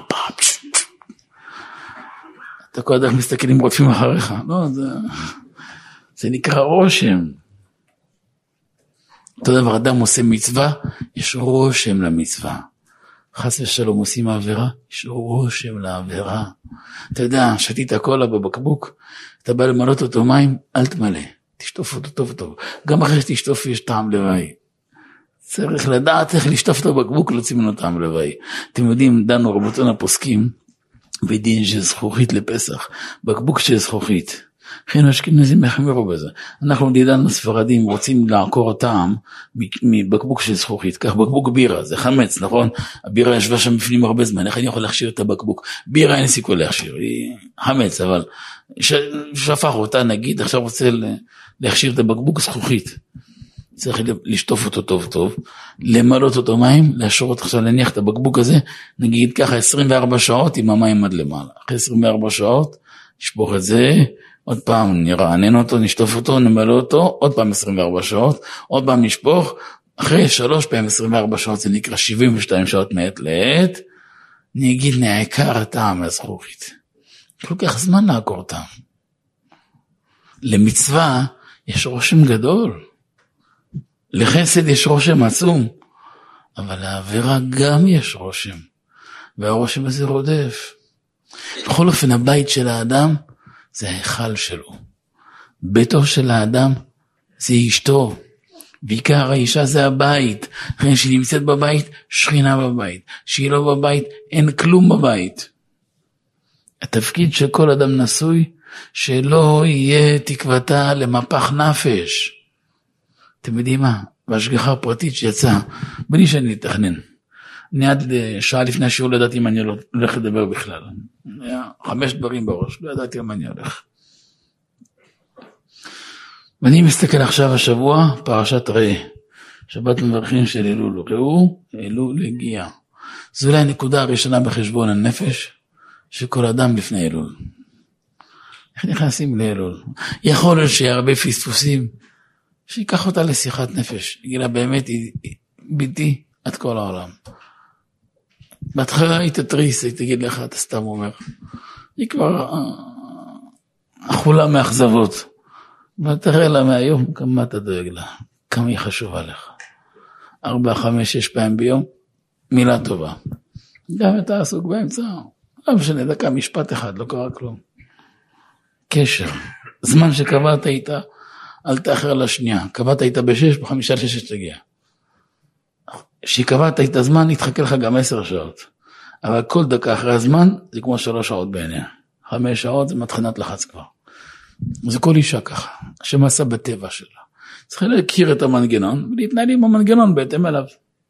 אתה כל הדרך מסתכלים רודפים אחריך, לא, זה נקרא רושם. אותו דבר, אדם עושה מצווה, יש רושם למצווה. חס ושלום עושים העבירה, יש רושם לעבירה. אתה יודע, שתית קולה בבקבוק, אתה בא למלות אותו מים, אל תמלא, תשטוף אותו טוב טוב. גם אחרי שתשטוף יש טעם לוואי. צריך לדעת איך לשטוף את הבקבוק, להוציא ממנו טעם לוואי. אתם יודעים, דנו רבותינו הפוסקים, בדין של זכוכית לפסח, בקבוק של זכוכית. לכן האשכנזים החמירו בזה. אנחנו דידן הספרדים רוצים לעקור טעם מבקבוק של זכוכית, כך בקבוק בירה, זה חמץ, נכון? הבירה ישבה שם בפנים הרבה זמן, איך אני יכול להכשיר את הבקבוק? בירה אין סיכוי להכשיר, היא חמץ, אבל שפך אותה נגיד, עכשיו רוצה להכשיר את הבקבוק זכוכית. צריך לשטוף אותו טוב טוב, למלות אותו מים, להשרות עכשיו להניח את הבקבוק הזה, נגיד ככה 24 שעות עם המים עד למעלה. אחרי 24 שעות, נשפוך את זה, עוד פעם נרענן אותו, נשטוף אותו, נמלא אותו, עוד פעם 24 שעות, עוד פעם נשפוך, אחרי 3 פעמים 24 שעות, זה נקרא 72 שעות מעת לעת, נגיד נעקר הטעם מהזכוכית. כל כך זמן לעקור טעם. למצווה יש רושם גדול. לחסד יש רושם עצום. אבל לעבירה גם יש רושם, והרושם הזה רודף. בכל אופן, הבית של האדם זה ההיכל שלו. ביתו של האדם זה אשתו. בעיקר האישה זה הבית. אחרי שהיא נמצאת בבית, שכינה בבית. שהיא לא בבית, אין כלום בבית. התפקיד של כל אדם נשוי, שלא יהיה תקוותה למפח נפש. אתם יודעים מה? בהשגחה הפרטית שיצאה, בלי שאני אתכנן. אני עד שעה לפני השיעור לא ידעתי אם אני הולך לדבר בכלל. היה 5 דברים בראש, לא ידעתי אם אני הולך. ואני מסתכל עכשיו השבוע, פרשת ראה, שבת מברכים של אלול. ראו, אלול הגיע. זו אולי הנקודה הראשונה בחשבון הנפש, שכל אדם לפני אלול. איך נכנסים לאלול? יכול להיות שיהיה הרבה פספוסים, שיקח אותה לשיחת נפש. יגיד לה, באמת היא ביתי עד כל העולם. בהתחלה היא תתריס, היא תגיד לך, אתה סתם אומר. היא כבר אכולה מאכזבות. ותראה לה מהיום כמה אתה דואג לה, כמה היא חשובה לך. 4, 5, 6 פעמים ביום, מילה טובה. גם אתה עסוק באמצע, לא משנה, דקה, משפט אחד, לא קרה כלום. קשר, זמן שקבעת איתה, אל תאחר לשנייה. קבעת איתה ב6, ב5 ל6 תגיע. שקבעת איתה זמן, יתחכה לך גם 10 שעות. אבל כל דקה אחרי הזמן, זה כמו 3 שעות בעיניה. 5 שעות זה מתחינת לחץ כבר. זה כל אישה ככה, שמעשה בטבע שלה. צריך להכיר את המנגנון, ולהתנהל עם המנגנון בהתאם אליו.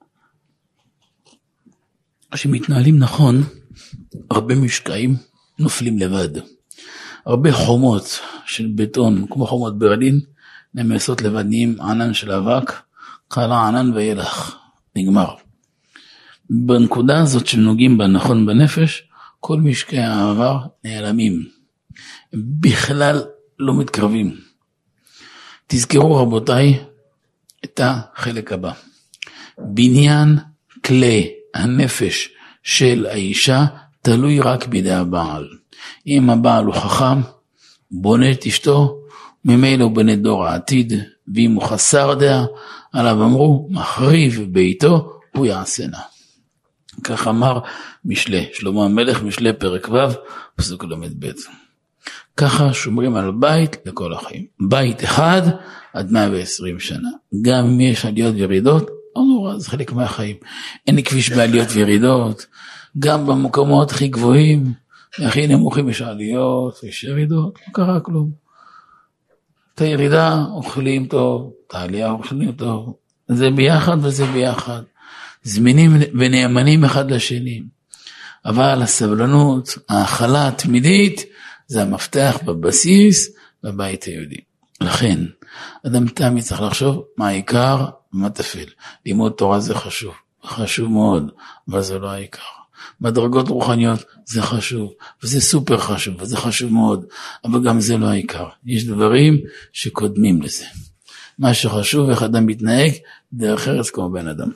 כשמתנהלים נכון, הרבה משקעים נופלים לבד. הרבה חומות של בטון, כמו חומות ברלין, נמסות לבדיים, ענן של אבק, קלה ענן וילך, נגמר. בנקודה הזאת שנוגעים בה נכון בנפש, כל משקעי העבר נעלמים. בכלל לא מתקרבים. תזכרו רבותיי את החלק הבא. בניין כלי הנפש של האישה תלוי רק בידי הבעל. אם הבעל הוא חכם, בונה את אשתו, ממילא הוא בונה דור העתיד, ואם הוא חסר דעה, עליו אמרו, מחריב ביתו, הוא יעשנה. כך אמר משלי, שלמה המלך, משלי פרק ו', פסוק ל"ב. ככה שומרים על בית לכל החיים. בית אחד עד 120 שנה. גם אם יש עליות וירידות, לא נורא, זה חלק מהחיים. אין כביש בעליות וירידות, גם במקומות הכי גבוהים, הכי נמוכים יש עליות, יש ירידות, לא קרה כלום. את הירידה אוכלים טוב, את העלייה אוכלים טוב, זה ביחד וזה ביחד. זמינים ונאמנים אחד לשני. אבל הסבלנות, האכלה התמידית, זה המפתח בבסיס בבית היהודי. לכן, אדם תמיד צריך לחשוב מה העיקר ומה תפל. לימוד תורה זה חשוב, חשוב מאוד, אבל זה לא העיקר. מדרגות רוחניות זה חשוב, וזה סופר חשוב, וזה חשוב מאוד, אבל גם זה לא העיקר. יש דברים שקודמים לזה. מה שחשוב, איך אדם מתנהג, דרך ארץ כמו בן אדם.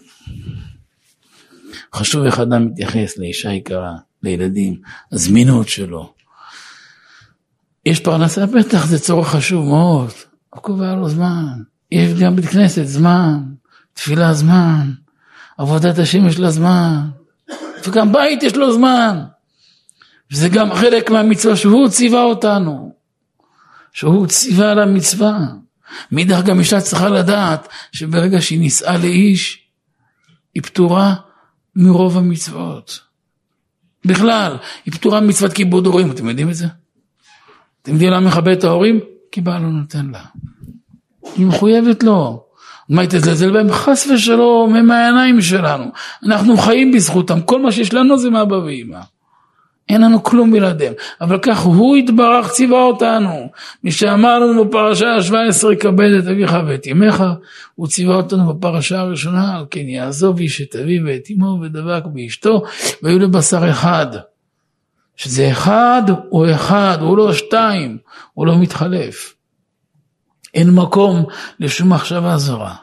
חשוב איך אדם מתייחס לאישה יקרה, לילדים, הזמינות שלו. יש פרנסה בטח, זה צורך חשוב מאוד. קובע לו זמן. יש גם בית כנסת זמן, תפילה זמן, עבודת השם יש לה זמן, וגם בית יש לו זמן. וזה גם חלק מהמצווה שהוא ציווה אותנו. שהוא ציווה על המצווה. מידך גם אישה צריכה לדעת שברגע שהיא נישאה לאיש, היא פטורה מרוב המצוות. בכלל, היא פטורה ממצוות כיבוד הורים. אתם יודעים את זה? אתם יודעים למה מכבד את ההורים? כי בעל לא נותן לה. היא מחויבת לו. מה היא תזלזל בהם? חס ושלום, הם העיניים שלנו. אנחנו חיים בזכותם. כל מה שיש לנו זה מאבא ואמא. אין לנו כלום בלעדיהם. אבל כך הוא יתברך ציווה אותנו. מי שאמר לנו בפרשה 17, כבד את אביך ואת אמך, הוא ציווה אותנו בפרשה הראשונה, על כן יעזוב איש את אביו ואת אמו ודבק באשתו, והיו לבשר אחד. שזה אחד, הוא לא 2, הוא לא מתחלף. אין מקום לשום מחשבה זרה.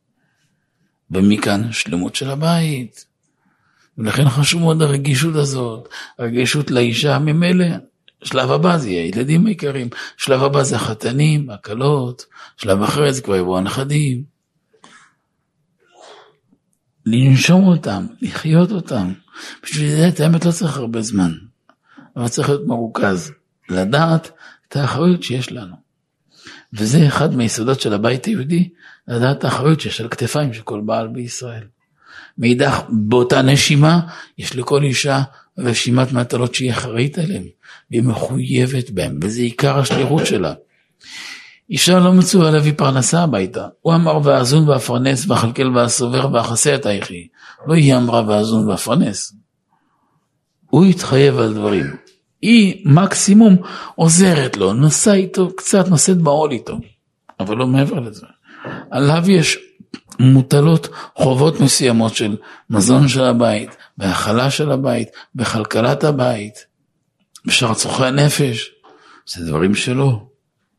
ומכאן שלמות של הבית. ולכן חשוב מאוד הרגישות הזאת, הרגישות לאישה ממילא. שלב הבא זה יהיה ילדים העיקרים, שלב הבא זה החתנים, הקלות, שלב אחרי זה כבר יבואו הנכדים. לנשום אותם, לחיות אותם. בשביל זה את האמת לא צריך הרבה זמן, אבל צריך להיות מרוכז, לדעת את האחריות שיש לנו. וזה אחד מהיסודות של הבית היהודי, לדעת את האחריות שיש על כתפיים של כל בעל בישראל. מאידך, באותה נשימה, יש לכל אישה רשימת מטלות שהיא אחראית עליהן, והיא מחויבת בהן, וזה עיקר השליחות שלה. אישה לא מצווה להביא פרנסה הביתה. הוא אמר ואזון ואפרנס והכלכל והסובר ואכסה את היחי. לא היא אמרה ואזון ואפרנס. הוא התחייב על דברים. היא מקסימום עוזרת לו, נוסע איתו, קצת נוסעת בעול איתו. אבל לא מעבר לזה. עליו יש מוטלות חובות מסוימות של מזון של הבית, בהאכלה של הבית, בכלכלת הבית, בשאר צורכי הנפש. זה דברים שלו.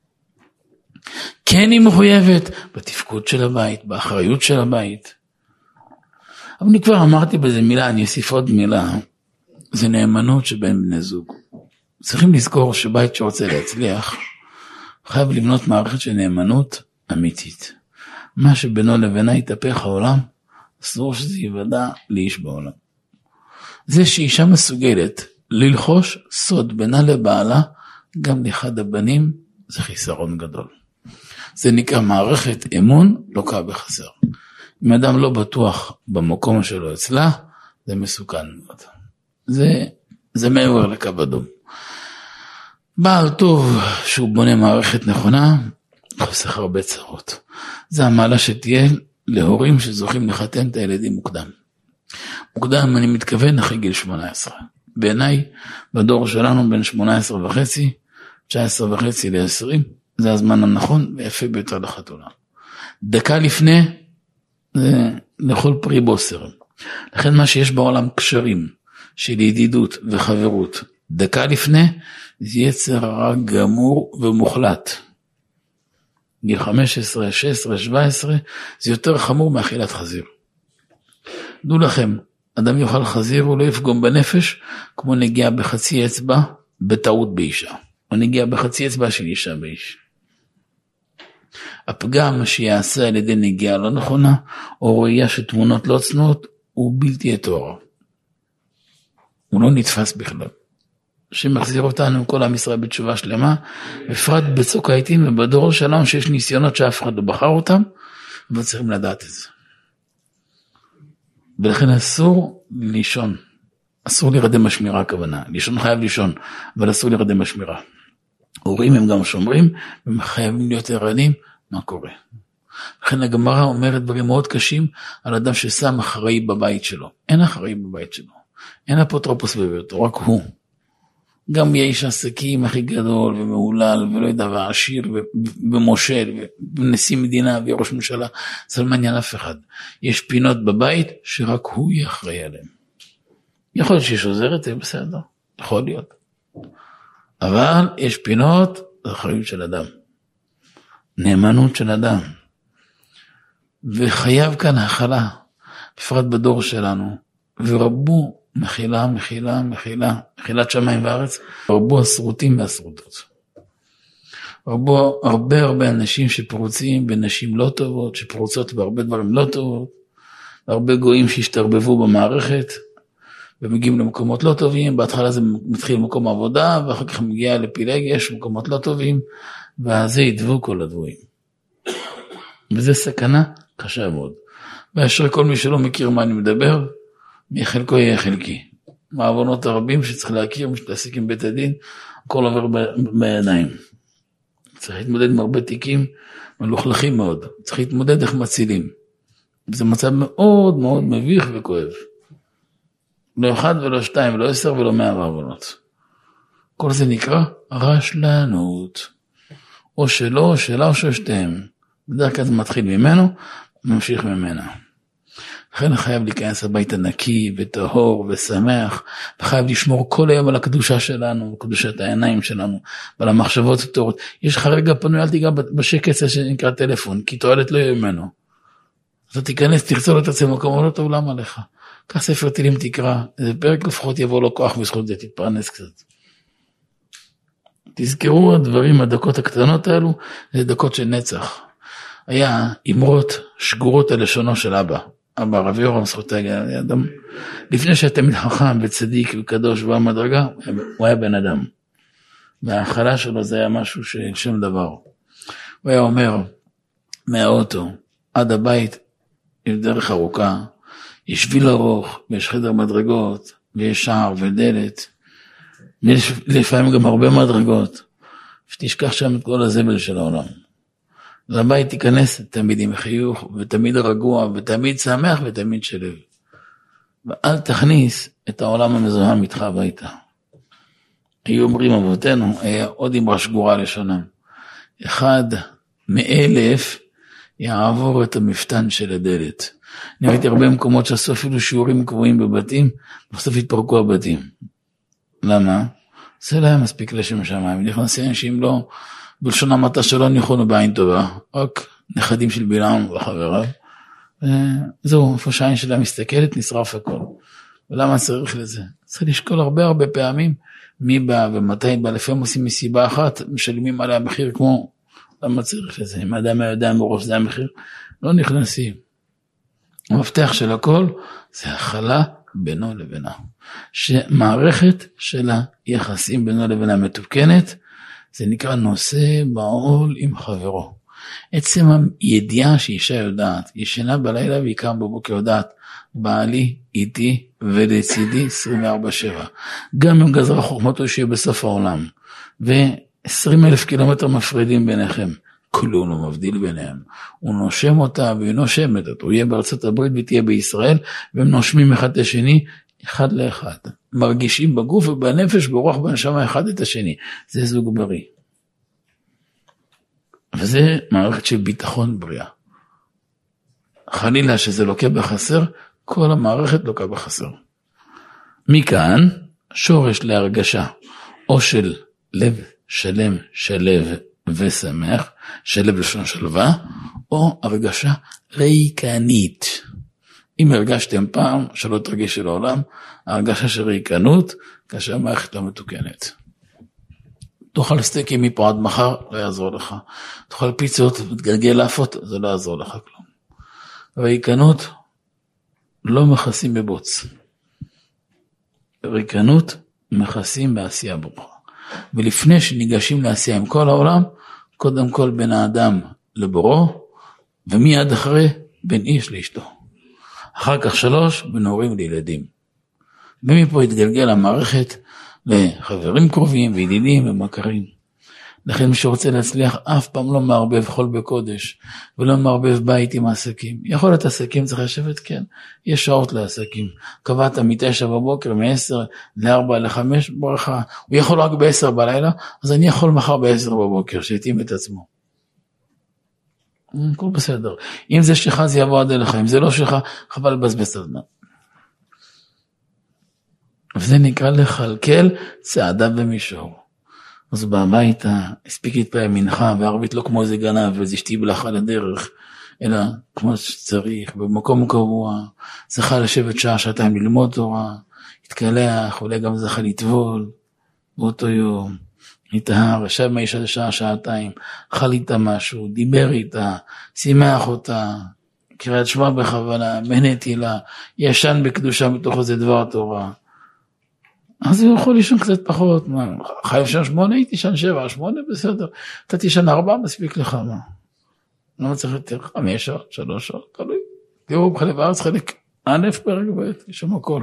כן היא מחויבת בתפקוד של הבית, באחריות של הבית. אבל אני כבר אמרתי בזה מילה, אני אוסיף עוד מילה, זה נאמנות שבין בני זוג. צריכים לזכור שבית שרוצה להצליח, חייב לבנות מערכת של נאמנות אמיתית. מה שבינו לבינה יתהפך העולם, אסור שזה יוודע לאיש בעולם. זה שאישה מסוגלת ללחוש סוד בינה לבעלה, גם לאחד הבנים, זה חיסרון גדול. זה נקרא מערכת אמון, לא קרה בחסר. אם אדם לא בטוח במקום שלו אצלה, זה מסוכן מאוד. זה מעבר לקו אדום. בעל טוב שהוא בונה מערכת נכונה, חוסך הרבה צרות. זה המעלה שתהיה להורים שזוכים לחתן את הילדים מוקדם. מוקדם אני מתכוון אחרי גיל 18. בעיניי, בדור שלנו בין 18 וחצי, 19 וחצי ל-20, זה הזמן הנכון ויפה ביותר לחתונה. דקה לפני, זה לכל פרי בוסר. לכן מה שיש בעולם קשרים של ידידות וחברות, דקה לפני, זה יצר הרע גמור ומוחלט. גיל 15, 16, 17, זה יותר חמור מאכילת חזיר. דעו לכם, אדם יאכל חזיר, הוא לא יפגום בנפש, כמו נגיע בחצי אצבע בטעות באישה. או נגיע בחצי אצבע של אישה באיש. הפגם שיעשה על ידי נגיעה לא נכונה, או ראייה שתמונות לא צנועות, הוא בלתי יתואר. הוא לא נתפס בכלל. שמחזיר אותנו כל עם ישראל בתשובה שלמה, בפרט בצוק העיתים ובדור שלנו שיש ניסיונות שאף אחד לא בחר אותם, אבל צריכים לדעת את זה. ולכן אסור לישון, אסור לרדם השמירה הכוונה, לישון חייב לישון, אבל אסור לרדם השמירה. הורים הם גם שומרים, והם חייבים להיות ערניים, מה קורה. לכן הגמרא אומרת דברים מאוד קשים, על אדם ששם אחראי בבית שלו. אין אחראי בבית שלו, אין אפוטרופוס בביתו, רק הוא. גם יהיה איש עסקים הכי גדול ומעולל, ולא יודע, ועשיר ומושל, ונשיא מדינה וראש ממשלה, זה לא מעניין אף אחד. יש פינות בבית שרק הוא יהיה אחראי עליהם. יכול להיות שיש עוזרת, זה בסדר, יכול להיות. אבל יש פינות, זה אחריות של אדם. נאמנות של אדם. וחייב כאן הכלה, בפרט בדור שלנו, ורבו מחילה, מחילת שמיים וארץ, רבו הסרוטים והסרוטות. רבו הרבה אנשים שפרוצים בנשים לא טובות, שפרוצות בהרבה דברים לא טובות, הרבה גויים שהשתרבבו במערכת, ומגיעים למקומות לא טובים, בהתחלה זה מתחיל מקום עבודה, ואחר כך מגיע לפילגש, יש מקומות לא טובים, ואז זה ידבו כל הדבויים. וזה סכנה קשה מאוד. ואשר כל מי שלא מכיר מה אני מדבר, מחלקו יהיה חלקי. מהעוונות הרבים שצריך להכיר, משתעסק עם בית הדין, הכל עובר בידיים. צריך להתמודד עם הרבה תיקים, מלוכלכים מאוד. צריך להתמודד איך מצילים. זה מצב מאוד מאוד מביך וכואב. לא אחד ולא שתיים ולא 10 ולא 100 עוונות. כל זה נקרא רשלנות. או שלא, או שלה, או ששתיהם. בדרך כלל זה מתחיל ממנו, ממשיך ממנה. לכן חייב להיכנס הביתה נקי וטהור ושמח, וחייב לשמור כל היום על הקדושה שלנו, קדושת העיניים שלנו, ועל המחשבות הטובות. יש לך רגע פנוי, אל תיגע בשקט שנקרא טלפון, כי תועלת לא יהיה ממנו. אתה תיכנס, תרצה לו תצא מקום, לא טוב, למה לך? קח ספר תהילים תקרא, איזה פרק לפחות יבוא לו כוח בזכות זה, תתפרנס קצת. תזכרו הדברים, הדקות הקטנות האלו, זה דקות של נצח. היה אמרות שגורות על לשונו של אבא. אבא רב יורם זכותיה, אדם, לפני שהתלמיד חכם וצדיק וקדוש ובא מדרגה, הוא היה בן אדם. וההחלה שלו זה היה משהו שם דבר. הוא היה אומר, מהאוטו עד הבית, יש דרך ארוכה, יש שביל ארוך, ויש חדר מדרגות, ויש שער ודלת, ויש לפעמים גם הרבה מדרגות, ותשכח שם את כל הזבל של העולם. לבית תיכנס תמיד עם חיוך, ותמיד רגוע, ותמיד שמח, ותמיד שלב. ואל תכניס את העולם המזוהם איתך הביתה. היו אומרים אבותינו, היה עוד אמרה שגורה לשונם, 1 מ-1000 יעבור את המפתן של הדלת. אני ראיתי הרבה מקומות שעשו אפילו שיעורים קבועים בבתים, בסוף התפרקו הבתים. למה? זה לא היה מספיק לשם שמיים. נכנסים אנשים לא, בלשון המעטה שלא ניחונו בעין טובה, רק נכדים של בלעם וחבריו. זהו, איפה שהעין שלה מסתכלת, נשרף הכל. ולמה צריך לזה? צריך לשקול הרבה פעמים, מי בא ומתי בא, לפעמים עושים מסיבה אחת, משלמים עליה מחיר כמו, למה צריך לזה? אם האדם יודע מראש זה המחיר, לא נכנסים. המפתח של הכל זה החלה בינו לבינה. שמערכת של היחסים בינו לבינה מתוקנת, זה נקרא נושא בעול עם חברו. עצם הידיעה שאישה יודעת, ישנה בלילה והיא קם בבוקר יודעת, בעלי איתי ולצידי 24/7. גם אם גזרה חוכמתו שיהיה בסוף העולם, ו20,000 קילומטר מפרידים ביניכם, כלום לא מבדיל ביניהם. הוא נושם אותה והיא נושמת אותה. הוא יהיה בארצות הברית ותהיה בישראל, והם נושמים אחד את השני, אחד לאחד. מרגישים בגוף ובנפש, ברוח בנשמה אחד את השני. זה זוג בריא. וזה מערכת של ביטחון בריאה. חלילה שזה לוקה בחסר, כל המערכת לוקה בחסר. מכאן, שורש להרגשה, או של לב שלם, שלב ושמח, שלב לשון שלווה, או הרגשה ריקנית. אם הרגשתם פעם, שלא תרגיש של העולם, הרגשה של ריקנות, כאשר המערכת לא מתוקנת. תאכל סטייקים מפה עד מחר, לא יעזור לך. תאכל פיצות ותגלגל לאפות, זה לא יעזור לך כלום. ריקנות לא מכסים בבוץ. ריקנות מכסים בעשייה ברוכה. ולפני שניגשים לעשייה עם כל העולם, קודם כל בין האדם לבורו, ומיד אחרי בין איש לאשתו. אחר כך 3, בין הורים לילדים. ומפה התגלגל המערכת לחברים קרובים וידידים ומכרים. לכן מי שרוצה להצליח אף פעם לא מערבב חול בקודש, ולא מערבב בית עם עסקים. יכול להיות עסקים, צריך לשבת, כן. יש שעות לעסקים. קבעת מ-9 בבוקר, מ-10 ל-4 ל-5 ברכה. הוא יכול רק ב-10 בלילה, אז אני יכול מחר ב-10 בבוקר, שיתאים את עצמו. הכל בסדר. אם זה שלך, זה יבוא עד אליך. אם זה לא שלך, חבל לבזבז את הזמן. וזה נקרא לחלקל צעדה במישור. אז בביתה, הספיק להתפעל מנחה, וערבית לא כמו איזה גנב, ואיזה שתי בלחה לדרך, אלא כמו שצריך, במקום קבוע, זכה לשבת שעה, שעתיים ללמוד תורה, התקלח, אולי גם זכה לטבול, באותו יום, נטהר, ישב מהאישה לשעה, שעתיים, אכל איתה משהו, דיבר איתה, שימח אותה, קריאת שמע בכוונה, מנהתי לה, ישן בקדושה מתוך איזה דבר תורה, אז הוא יכול לישון קצת פחות, חייב שן 8, הייתי שן 7, 8 בסדר, אתה תישן 4, מספיק לך, מה? לא צריך יותר, 5 שעות, 3 שעות, תלוי. תראו, בחלב הארץ חלק א' פרק ב', יש שם הכל.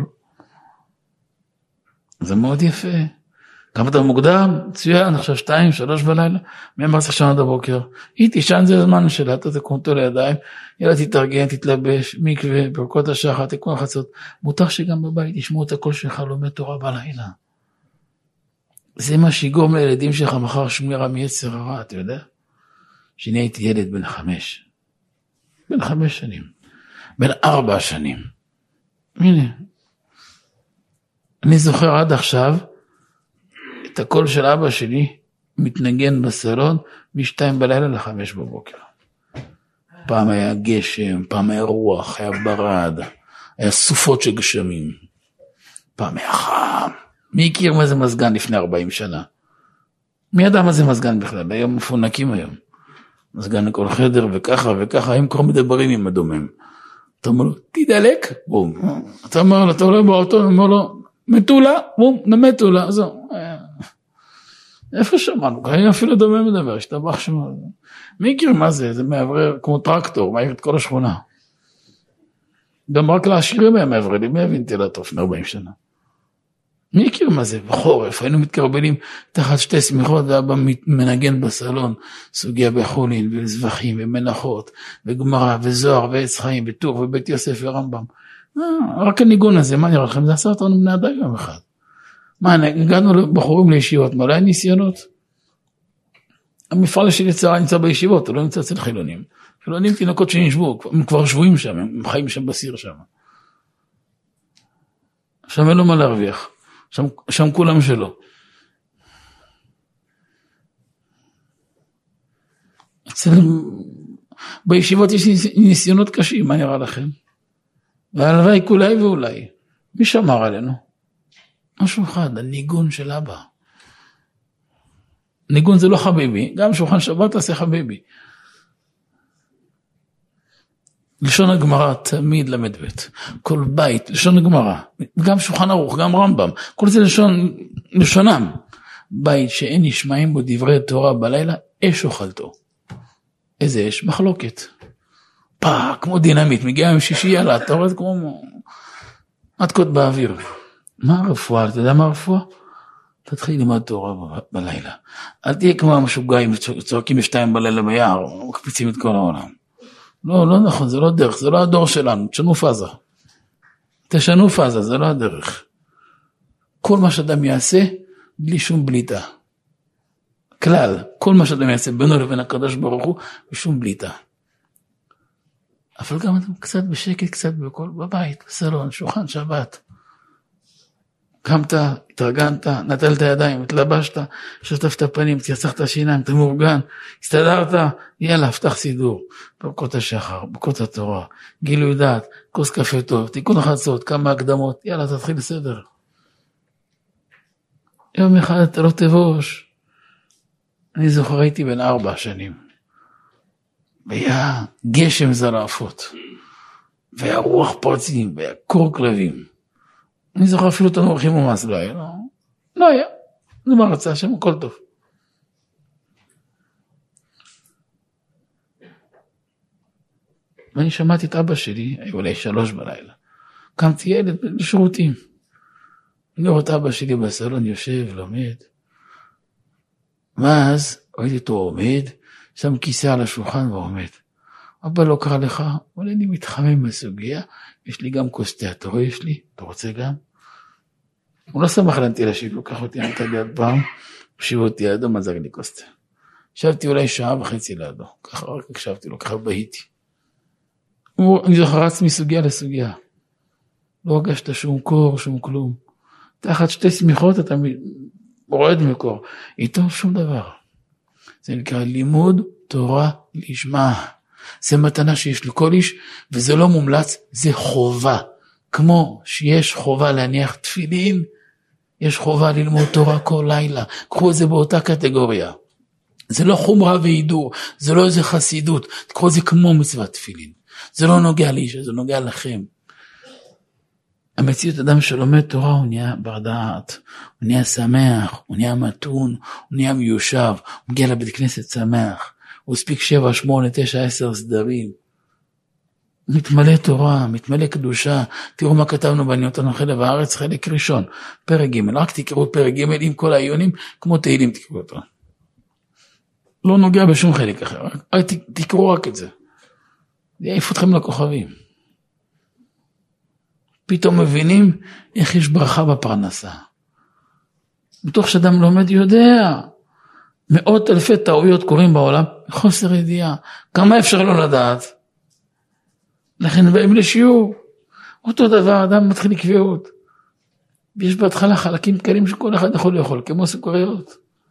זה מאוד יפה. גם אתה מוקדם, צוין, עכשיו 2, 3 בלילה, מי אמר צריך שנה עד הבוקר? היא תישן, זה הזמן שלה, אתה תקום אותו לידיים, יאללה תתארגן, תתלבש, מקווה, ברכות השחר, תקום החצות. מותר שגם בבית ישמעו את הקול שלך, לומד תורה בלילה. זה מה שיגרום לילדים שלך מחר שמירה מיצר הרע, אתה יודע? שאני הייתי ילד בן 5. בן 5 שנים. בן 4 שנים. הנה. אני זוכר עד עכשיו, את הקול של אבא שלי מתנגן בסלון מ-2 בלילה ל-5 בבוקר. פעם היה גשם, פעם היה רוח, היה ברד, היה סופות של גשמים. פעם היה חם. מי הכיר מה זה מזגן לפני 40 שנה? מי ידע מה זה מזגן בכלל? היום מפונקים היום. מזגן לכל חדר וככה וככה, הם כבר מדברים עם הדומם. אתה אומר לו, תדלק, בום. אתה אומר לו, אתה עולה באוטו, אומר לו, מטולה, בום, נמטולה, זהו. איפה שמענו? כרגע אפילו דומה מדבר, השתבח שמענו. מי הכיר מה זה? זה מעברר כמו טרקטור, מעביר את כל השכונה. גם רק לעשירים היה מעבררים, מי הבין תהילתו לפני 40 שנה? מי הכיר מה זה? בחורף, היינו מתקרבלים תחת שתי סמיכות, ואבא מנגן בסלון, סוגיה בחולין, וזבחים, ומנחות, וגמרא, וזוהר, ועץ חיים, וטור, ובית יוסף, ורמב"ם. רק הניגון הזה, מה נראה לכם? זה עשה אותנו בני אדם יום אחד. מה, הגענו לבחורים לישיבות, מה, לא היה ניסיונות? המפעל של יצרה נמצא בישיבות, הוא לא נמצא אצל חילונים. חילונים תינוקות שנשבו, הם כבר שבויים שם, הם חיים שם בסיר שם. שם אין לו מה להרוויח. שם כולם שלו. בישיבות יש ניסיונות קשים, מה נראה לכם? והלוואי כולי ואולי. מי שמר עלינו? משהו אחד, הניגון של אבא. ניגון זה לא חביבי, גם שולחן שבת תעשה חביבי. לשון הגמרא תמיד למד בית, כל בית, לשון הגמרא, גם שולחן ערוך, גם רמב"ם, כל זה לשונם. בית שאין נשמעים בו דברי תורה בלילה, אש אוכלתו. איזה אש? מחלוקת. כמו דינמיט, מגיע עם שישי, יאללה, אתה רואה כמו מתקות באוויר. מה הרפואה? אתה יודע מה הרפואה? תתחיל ללמוד תורה בלילה. אל תהיה כמו המשוגעים, צועקים בשתיים בלילה ביער, מקפיצים את כל העולם. לא, לא נכון, זה לא דרך, זה לא הדור שלנו, תשנו פאזה. תשנו פאזה, זה לא הדרך. כל מה שאדם יעשה, בלי שום בליטה. כלל, כל מה שאדם יעשה בינו לבין הקדוש ברוך הוא, בשום בליטה. אבל גם אדם קצת בשקט, קצת בכל, בבית, בסלון, שולחן שבת. קמת, התארגנת, נטלת ידיים, התלבשת, שטפת פנים, תייצחת שיניים, אתה מאורגן, הסתדרת, יאללה, פתח סידור, ברכות השחר, ברכות התורה, גילוי דעת, כוס קפה טוב, תיקון חצות, כמה הקדמות, יאללה, תתחיל לסדר. יום אחד אתה לא תבוש. אני זוכר, הייתי בן 4 שנים, והיה גשם זלעפות, והיה רוח פרצים, והיה קור כלבים. אני זוכר אפילו תנור חימום לא היה, לא היה, זה מה רצה השם, הכל טוב. ואני שמעתי את אבא שלי, היו אולי 3 בלילה, קמתי ילד לשירותים, אני רואה את אבא שלי בסלון, יושב, לומד, ואז ראיתי אותו עומד, שם כיסא על השולחן ועומד, אבא לא קרא לך, אבל אני מתחמם בסוגיה, יש לי גם כוס תה, אתה רואה יש לי, אתה רוצה גם? הוא לא שמח לנטילה שלי, לוקח אותי ענתה ליד פעם, הושיב אותי לידו, מזג לי כוס תה. ישבתי אולי 1.5 שעה לידו, ככה רק הקשבתי לו, ככה בהיתי. אני זוכר רץ מסוגיה לסוגיה, לא הרגשת שום קור, שום כלום. תחת 2 סמיכות אתה רועד מקור, איתו שום דבר. זה נקרא לימוד תורה לשמה. זה מתנה שיש לכל איש, וזה לא מומלץ, זה חובה. כמו שיש חובה להניח תפילין, יש חובה ללמוד תורה כל לילה. קחו את זה באותה קטגוריה. זה לא חומרה ועידור, זה לא איזה חסידות, קחו את זה כמו מצוות תפילין. זה לא נוגע לאיש, זה נוגע לכם. המציאות אדם שלומד תורה, הוא נהיה בר דעת, הוא נהיה שמח, הוא נהיה מתון, הוא נהיה מיושב, הוא מגיע לבית כנסת שמח. הוא הספיק 7, 8, 9, 10 סדרים. מתמלא תורה, מתמלא קדושה. תראו מה כתבנו בעניות חלב הארץ, חלק ראשון, פרק ג', רק תקראו פרק ג' עם כל העיונים, כמו תהילים תקראו אותו. לא נוגע בשום חלק אחר, תקראו רק את זה. זה יעיף אתכם לכוכבים. פתאום מבינים איך יש ברכה בפרנסה. בתוך שאדם לומד יודע, 100,000 טעויות קורים בעולם, חוסר ידיעה. כמה אפשר לא לדעת? לכן באים לשיעור. אותו דבר, אדם מתחיל לקביעות. ויש בהתחלה חלקים קלים שכל אחד יכול לאכול, כמו סוכריות.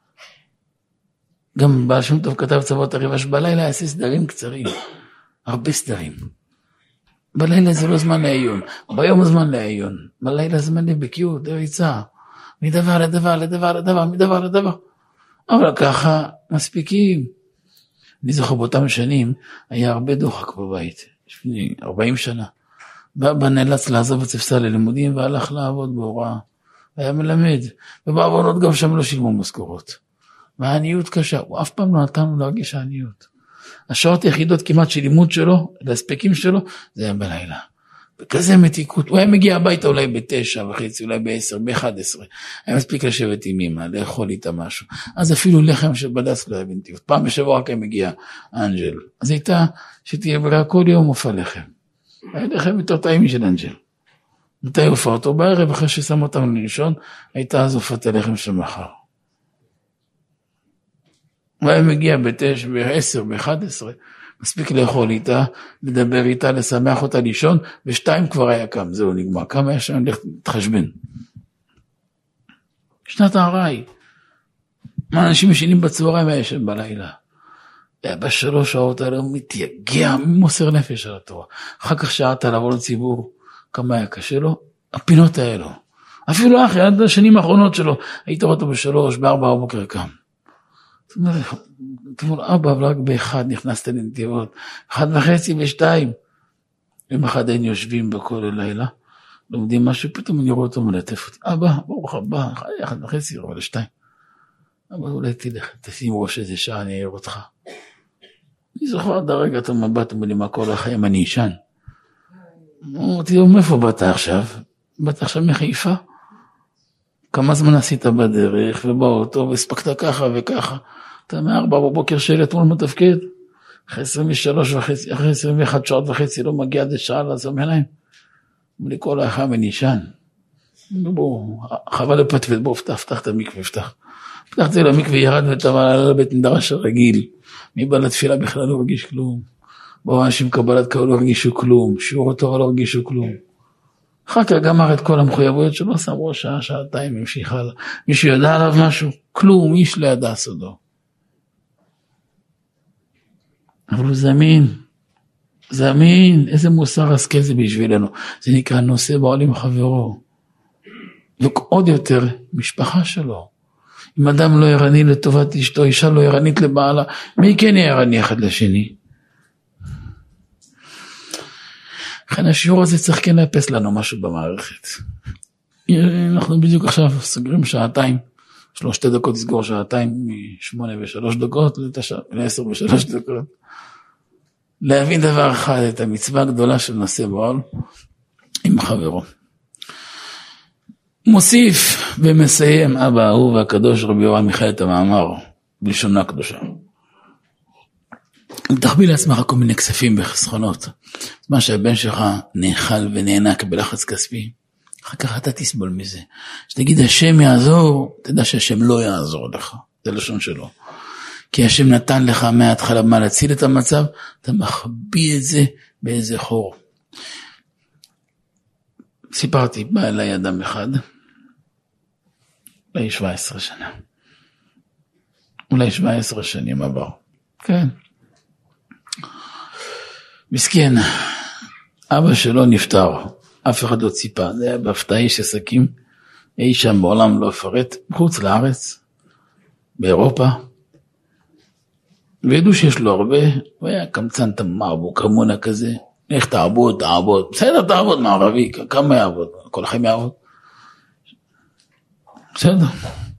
גם בעל שם טוב כתב צוות הריבש, בלילה יעשה סדרים קצרים. הרבה סדרים. בלילה זה לא זמן לעיון. ביום הזמן לעיון. בלילה זמן לבקיאות, דריצה. מדבר לדבר, לדבר לדבר, מדבר לדבר. אבל ככה מספיקים. אני זוכר באותם שנים, היה הרבה דוחק בבית, לפני 40 שנה. ואבא נאלץ לעזוב את ספסל ללימודים והלך לעבוד בהוראה. היה מלמד, ובעבונות גם שם לא שילמו משכורות. והעניות קשה, הוא אף פעם לא נתן לו להרגיש העניות. השעות היחידות כמעט של לימוד שלו, להספקים שלו, זה היה בלילה. בכזה מתיקות, הוא היה מגיע הביתה אולי ב9:30, אולי ב10, ב11. היה מספיק לשבת עם אמא, לאכול איתה משהו. אז אפילו לחם של בדס לא היה בנתיבות. פעם בשבוע רק היה מגיע אנג'ל. אז הייתה שתהיה בריאה כל יום מופע לחם. היה לחם יותר טעים של אנג'ל. מתי הופע אותו? בערב אחרי ששם אותנו לראשון, הייתה אז הופעת הלחם של מחר. הוא היה מגיע ב9, ב10, ב11, מספיק לאכול איתה, לדבר איתה, לשמח אותה לישון, ב2 כבר היה קם, זהו נגמר, כמה היה שם להתחשבן. שנת העראי, מה אנשים ישנים בצהריים היה ישן בלילה, היה ב3 שעות האלה, הוא מתייגע, מוסר נפש על התורה, אחר כך שעת לעבור לציבור, כמה היה קשה לו, הפינות האלו, אפילו אחרי, עד השנים האחרונות שלו, היית רואה אותו ב3, ב4 בבוקר קם. זאת אומרת, אבא, אבל רק ב1 נכנסת לנתיבות, 1:30 ב2, יום אחד היינו יושבים בכל הלילה, לומדים משהו, פתאום אני רואה אותו מלטף אותי, אבא, ברוך הבא, 1:30, אבל 2. אבא, אולי תלך, תשים ראש איזה שעה, אני אעיר אותך. אני זוכר עד הרגע, אתה מבט, אומר לי, מה כל החיים, אני ישן. אמרתי לו, מאיפה באת עכשיו? באת עכשיו מחיפה? כמה זמן עשית בדרך, ובאוטו, והספקת ככה וככה. אתה 4 בבוקר של אתמול מתפקד, אחרי 23:30, אחרי 21 שעות וחצי, לא מגיע עד שעה לעצום עיניים. אמר לי, כל האחם נישן. בואו, חבל לפטפט, בואו, פתח את המקווה, פתח. פתחתי למקווה, ירד וטבל על בית מדרש הרגיל. מי בא לתפילה בכלל לא הרגיש כלום. באו אנשים קבלת קהל לא הרגישו כלום, שיעור התורה לא הרגישו כלום. אחר כך גמר את כל המחויבויות שלו, שם ראש שעה, שעתיים, המשיך הלאה. מישהו ידע עליו משהו? כלום, איש לא ידע סודו. אבל הוא זמין, איזה מוסר השכל זה בשבילנו. זה נקרא נושא בעולים חברו. ועוד יותר, משפחה שלו. אם אדם לא ערני לטובת אשתו, אישה לא ערנית לבעלה, מי כן יערני אחד לשני? לכן השיעור הזה צריך כן לאפס לנו משהו במערכת. אנחנו בדיוק עכשיו סגרים שעתיים, 2 דקות לסגור שעתיים, מ8:03 ל10:03 דקות. להבין דבר אחד, את המצווה הגדולה של נושא בעול עם חברו. מוסיף ומסיים אבא האהוב והקדוש רבי יורם מיכאל את המאמר, בלשונה קדושה. אם תחביא לעצמך כל מיני כספים בחסכונות, מה שהבן שלך נאכל ונענק בלחץ כספי, אחר כך אתה תסבול מזה. שתגיד השם יעזור, תדע שהשם לא יעזור לך, זה לשון שלו. כי השם נתן לך מההתחלה מה להציל את המצב, אתה מחביא את זה באיזה חור. סיפרתי, בא אליי אדם אחד, אולי 17 שנה. אולי 17 שנים עבר. כן. מסכן, אבא שלו נפטר, אף אחד לא ציפה, זה היה בהפתעה איש עסקים, אי שם בעולם לא אפרט, בחוץ לארץ, באירופה, וידעו שיש לו הרבה, הוא היה קמצן תמר, בו כמונה כזה, איך תעבוד, בסדר תעבוד מערבי, כמה יעבוד, כל החיים יעבוד, בסדר.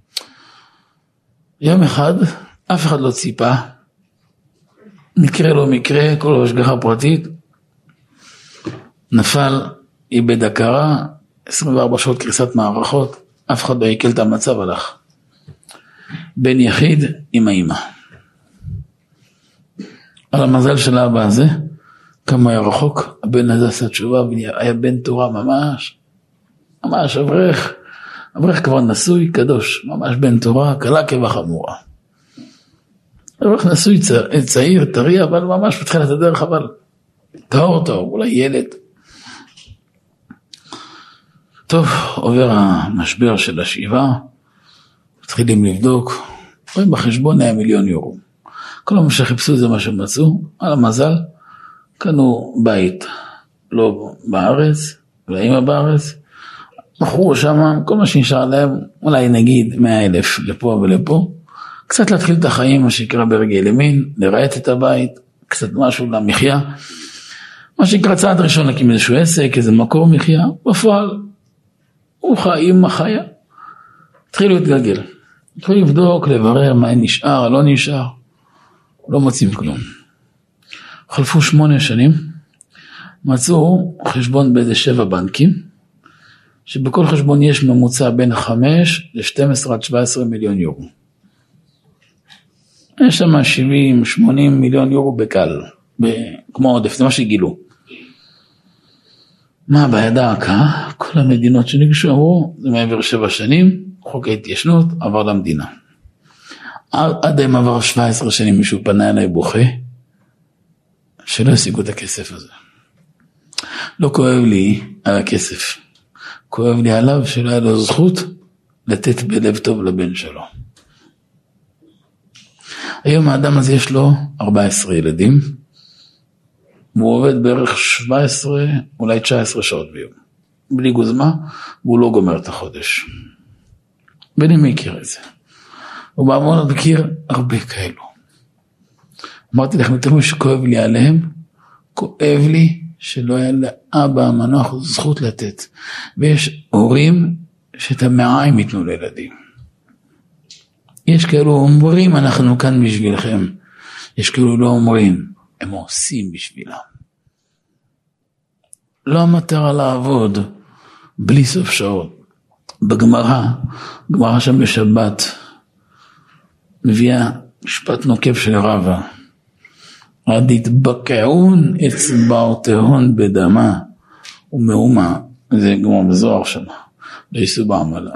יום אחד, אף אחד לא ציפה, מקרה לא מקרה, כל השגחה פרטית, נפל, איבד הכרה, 24 שעות קריסת מערכות, אף אחד לא יקל את המצב, הלך. בן יחיד עם האמא. על המזל של האבא הזה, כמה היה רחוק, הבן הזה עשה תשובה, היה בן תורה ממש אברך כבר נשוי, קדוש, ממש בן תורה, קלה כבחמורה. אברך נשוי צעיר, טרי, אבל ממש בתחילת הדרך, אבל טהור, אולי ילד. טוב, עובר המשבר של השבעה, מתחילים לבדוק, רואים בחשבון 100,000,000 יורו. כל מה שחיפשו זה מה שמצאו, על המזל, קנו בית, לא בארץ, ואמא בארץ, מכרו שם, כל מה שנשאר להם, אולי נגיד 100,000 לפה ולפה, קצת להתחיל את החיים, מה שקרה ברגל ימין, לראות את הבית, קצת משהו למחיה, מה שנקרא צעד ראשון, להקים איזשהו עסק, איזה מקור מחיה, בפועל, הוא חי, אמא חיה, התחילו להתגלגל, התחילו לבדוק, לברר מה נשאר, לא נשאר, לא מוצאים כלום. חלפו 8 שנים, מצאו חשבון באיזה 7 בנקים, שבכל חשבון יש ממוצע בין 5 ל-12 עד 17 מיליון יורו. יש שם 70-80 מיליון יורו בקל, כמו עודף, זה מה שגילו. מה בידה הקה? כל המדינות שניגשו אמרו, זה מעבר 7 שנים, חוק ההתיישנות עבר למדינה. עד הם עבר 17 שנים מישהו פנה אליי בוכה, שלא השיגו את הכסף הזה. לא כואב לי על הכסף, כואב לי עליו שלא היה לו זכות לתת בלב טוב לבן שלו. היום האדם הזה יש לו 14 ילדים, והוא עובד בערך 17, אולי 19 שעות ביום. בלי גוזמה, והוא לא גומר את החודש. בני מכיר את זה. הוא בעמוד מכיר הרבה כאלו. אמרתי לכם, תראו שכואב לי עליהם, כואב לי שלא היה לאבא המנוח זכות לתת. ויש הורים שאת המעיים ייתנו לילדים. יש כאלו אומרים, אנחנו כאן בשבילכם. יש כאלו לא אומרים, הם עושים בשבילם. לא המטרה לעבוד בלי סוף שעות. בגמרא שם בשבת, מביאה משפט נוקב של רבא. עד יתבקעון אצבעותיהן בדמה ומאומה, זה גמור בזוהר שם, לא ייסעו בעמלה.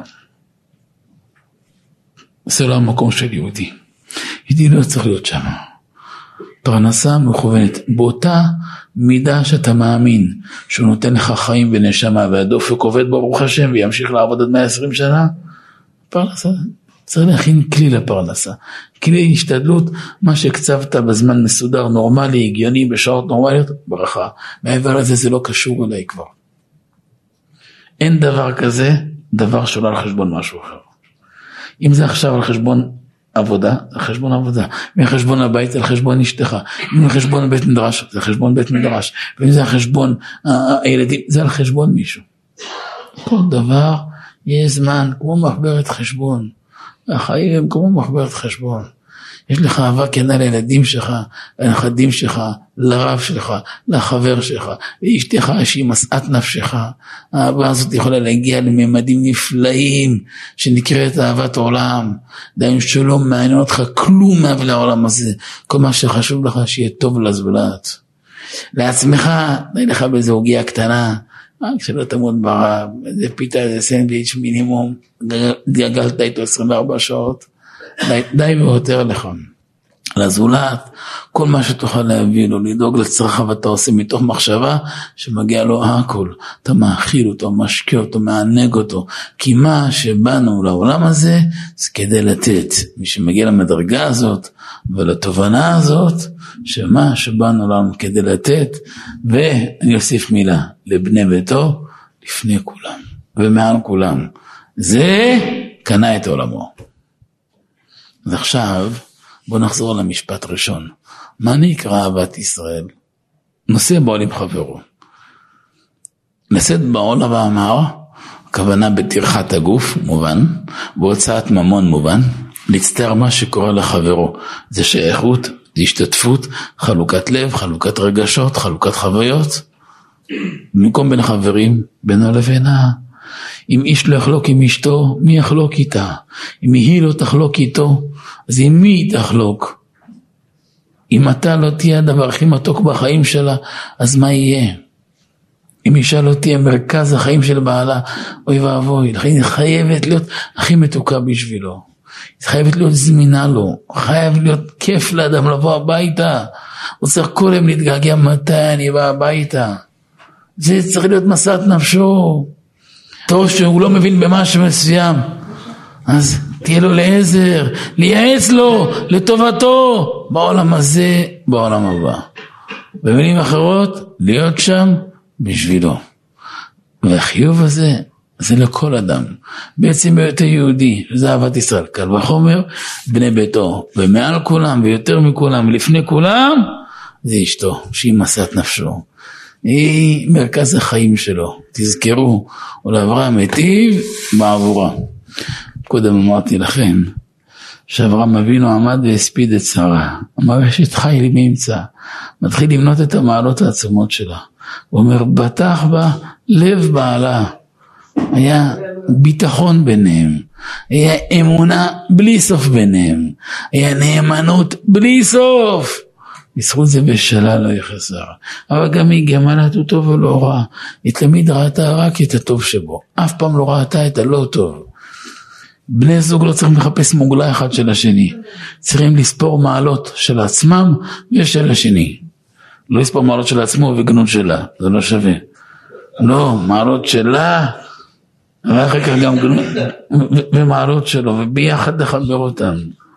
זה לא המקום של יהודי. יהודי לא צריך להיות שם. פרנסה מכוונת, באותה מידה שאתה מאמין, שהוא נותן לך חיים ונשמה, והדופק עובד ברוך השם, וימשיך לעבוד עד 120 שנה, פרנסה, צריך להכין כלי לפרנסה, כלי השתדלות, מה שקצבת בזמן מסודר, נורמלי, הגיוני, בשעות נורמליות, ברכה. מעבר לזה זה לא קשור אליי כבר. אין דבר כזה, דבר שלא על חשבון משהו אחר. אם זה עכשיו על חשבון עבודה, זה חשבון עבודה. מחשבון הבית זה על חשבון אשתך. אם זה חשבון בית מדרש, זה חשבון בית מדרש. ואם זה על חשבון הילדים, זה על חשבון מישהו. כל דבר, יש זמן, כמו מחברת חשבון. החיים הם כמו מחברת חשבון. יש לך אהבה כנה לילדים שלך, לנכדים שלך, לרב שלך, לחבר שלך, לאשתך שהיא משאת נפשך. האהבה הזאת יכולה להגיע לממדים נפלאים, שנקראת אהבת עולם. דיים שלא מעניין אותך כלום מעבר לעולם הזה. כל מה שחשוב לך שיהיה טוב לזולת. לעצמך, די לך באיזו עוגיה קטנה, כשלא תמות ברב, איזה פיתה, איזה סנדוויץ' מינימום, גגלת איתו 24 שעות, די ויותר לך. לזולת, כל מה שתוכל להביא לו, לדאוג לצרכיו, ואתה עושה מתוך מחשבה שמגיע לו הכל. אתה מאכיל אותו, משקיע אותו, מענג אותו, כי מה שבאנו לעולם הזה, זה כדי לתת. מי שמגיע למדרגה הזאת, ולתובנה הזאת, שמה שבאנו לעולם כדי לתת, ואני אוסיף מילה, לבני ביתו, לפני כולם, ומעל כולם. זה קנה את עולמו. אז עכשיו, בוא נחזור למשפט ראשון. מה נקרא אהבת ישראל? נושא בעול עם חברו. לשאת בעול ואמר, הכוונה בטרחת הגוף, מובן, בהוצאת ממון מובן, להצטער מה שקורה לחברו. זה שייכות, זה השתתפות, חלוקת לב, חלוקת רגשות, חלוקת חוויות. במקום בין חברים, בינו לבינה. אם איש לא יחלוק עם אשתו, מי יחלוק איתה? אם היא לא תחלוק איתו, אז עם מי היא תחלוק? אם אתה לא תהיה הדבר הכי מתוק בחיים שלה, אז מה יהיה? אם אישה לא תהיה מרכז החיים של בעלה, אוי ואבוי, היא חייבת להיות הכי מתוקה בשבילו. היא חייבת להיות זמינה לו, חייב להיות כיף לאדם לבוא הביתה. הוא צריך כל יום להתגעגע מתי אני בא הביתה. זה צריך להיות משאת נפשו. טוב שהוא לא מבין במשהו מסוים, אז תהיה לו לעזר, לייעץ לו, לטובתו, בעולם הזה, בעולם הבא. במילים אחרות, להיות שם בשבילו. והחיוב הזה, זה לכל אדם. בעצם בהיותו יהודי, זה אהבת ישראל, קל וחומר, בני ביתו, ומעל כולם, ויותר מכולם, ולפני כולם, זה אשתו, שהיא משאת נפשו. היא מרכז החיים שלו. תזכרו, ולאברהם היטיב בעבורה. קודם אמרתי לכם, שאברהם אבינו עמד והספיד את שרה. אמר, אשת חיל מי ימצא. מתחיל למנות את המעלות העצומות שלה. הוא אומר, בטח בה לב בעלה. היה ביטחון ביניהם. היה אמונה בלי סוף ביניהם. היה נאמנות בלי סוף. בזכות זה בשלה לא יחסר. אבל גם היא גמלת הוא טוב ולא רע. היא תמיד ראתה רק את הטוב שבו. אף פעם לא ראתה את הלא טוב. בני זוג לא צריכים לחפש מוגלה אחד של השני. צריכים לספור מעלות של עצמם ושל השני. לא לספור מעלות של עצמו וגנות שלה. זה לא שווה. לא, מעלות שלה, ואחר כך גם גנות ומעלות שלו, וביחד לחבר אותם.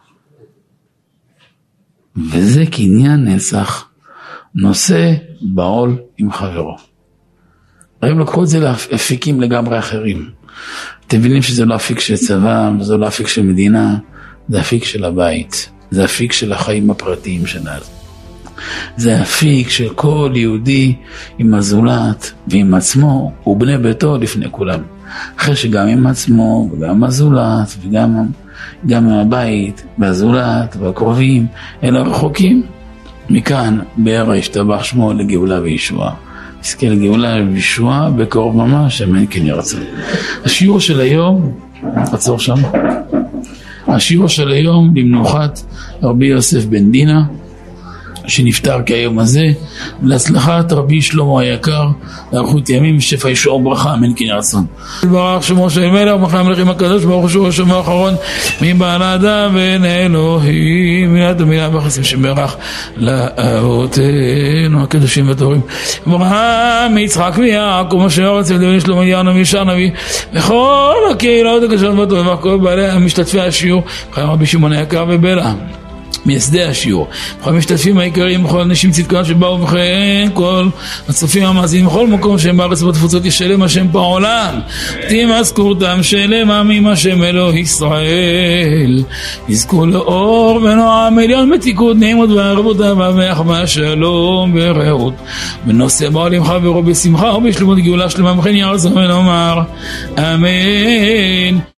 וזה קניין נסח, נושא בעול עם חברו. הם לקחו את זה לאפיקים לגמרי אחרים. אתם מבינים שזה לא אפיק של צבא, וזה לא אפיק של מדינה, זה אפיק של הבית, זה אפיק של החיים הפרטיים שלנו. זה אפיק של כל יהודי עם הזולת ועם עצמו ובני ביתו לפני כולם. אחרי שגם עם עצמו וגם הזולת וגם הבית והזולת והקרובים אלא רחוקים. מכאן בערה ישתבח שמו לגאולה וישועה. נזכה לגאולה וישועה בקרוב ממש, אמן כן יהי רצון. השיעור של היום, עצור שם. השיעור של היום למנוחת רבי יוסף בן דינה, שנפטר כיום הזה, להצלחת רבי שלמה היקר, לאריכות ימים ושפע ישועה וברכה, אמן כן יהי רצון. ברך שמו של מלך ומלך המלכים הקדוש, ברוך הוא שמו האחרון מבעל האדם בן אלוהים, מיד ומילה בחסדים שברך לאבותינו הקדושים והטהורים, אברהם יצחק ויעקב משה ארץ ודוד שלמה אליהו נביא שר נביא וכל הקהילות הקדושות והטובים וכל בעלי משתתפי השיעור, חיים רבי שמעון היקר ובלה מייסדי השיעור, בכל המשתתפים העיקריים, בכל אנשים צדקות שבאו, וכן כל הצופים המאזינים בכל מקום שהם בארץ ובתפוצות, ישלם השם בעולם, תמזכורתם שלם עמים השם אלוהי ישראל, יזכו לאור ונועם עליון מתיקות נעימות וערבות אהבה ואחווה שלום ורעות, ונושא בעולים חברו בשמחה ובשלמות גאולה שלמה, וכן יהי רצון ונאמר אמן.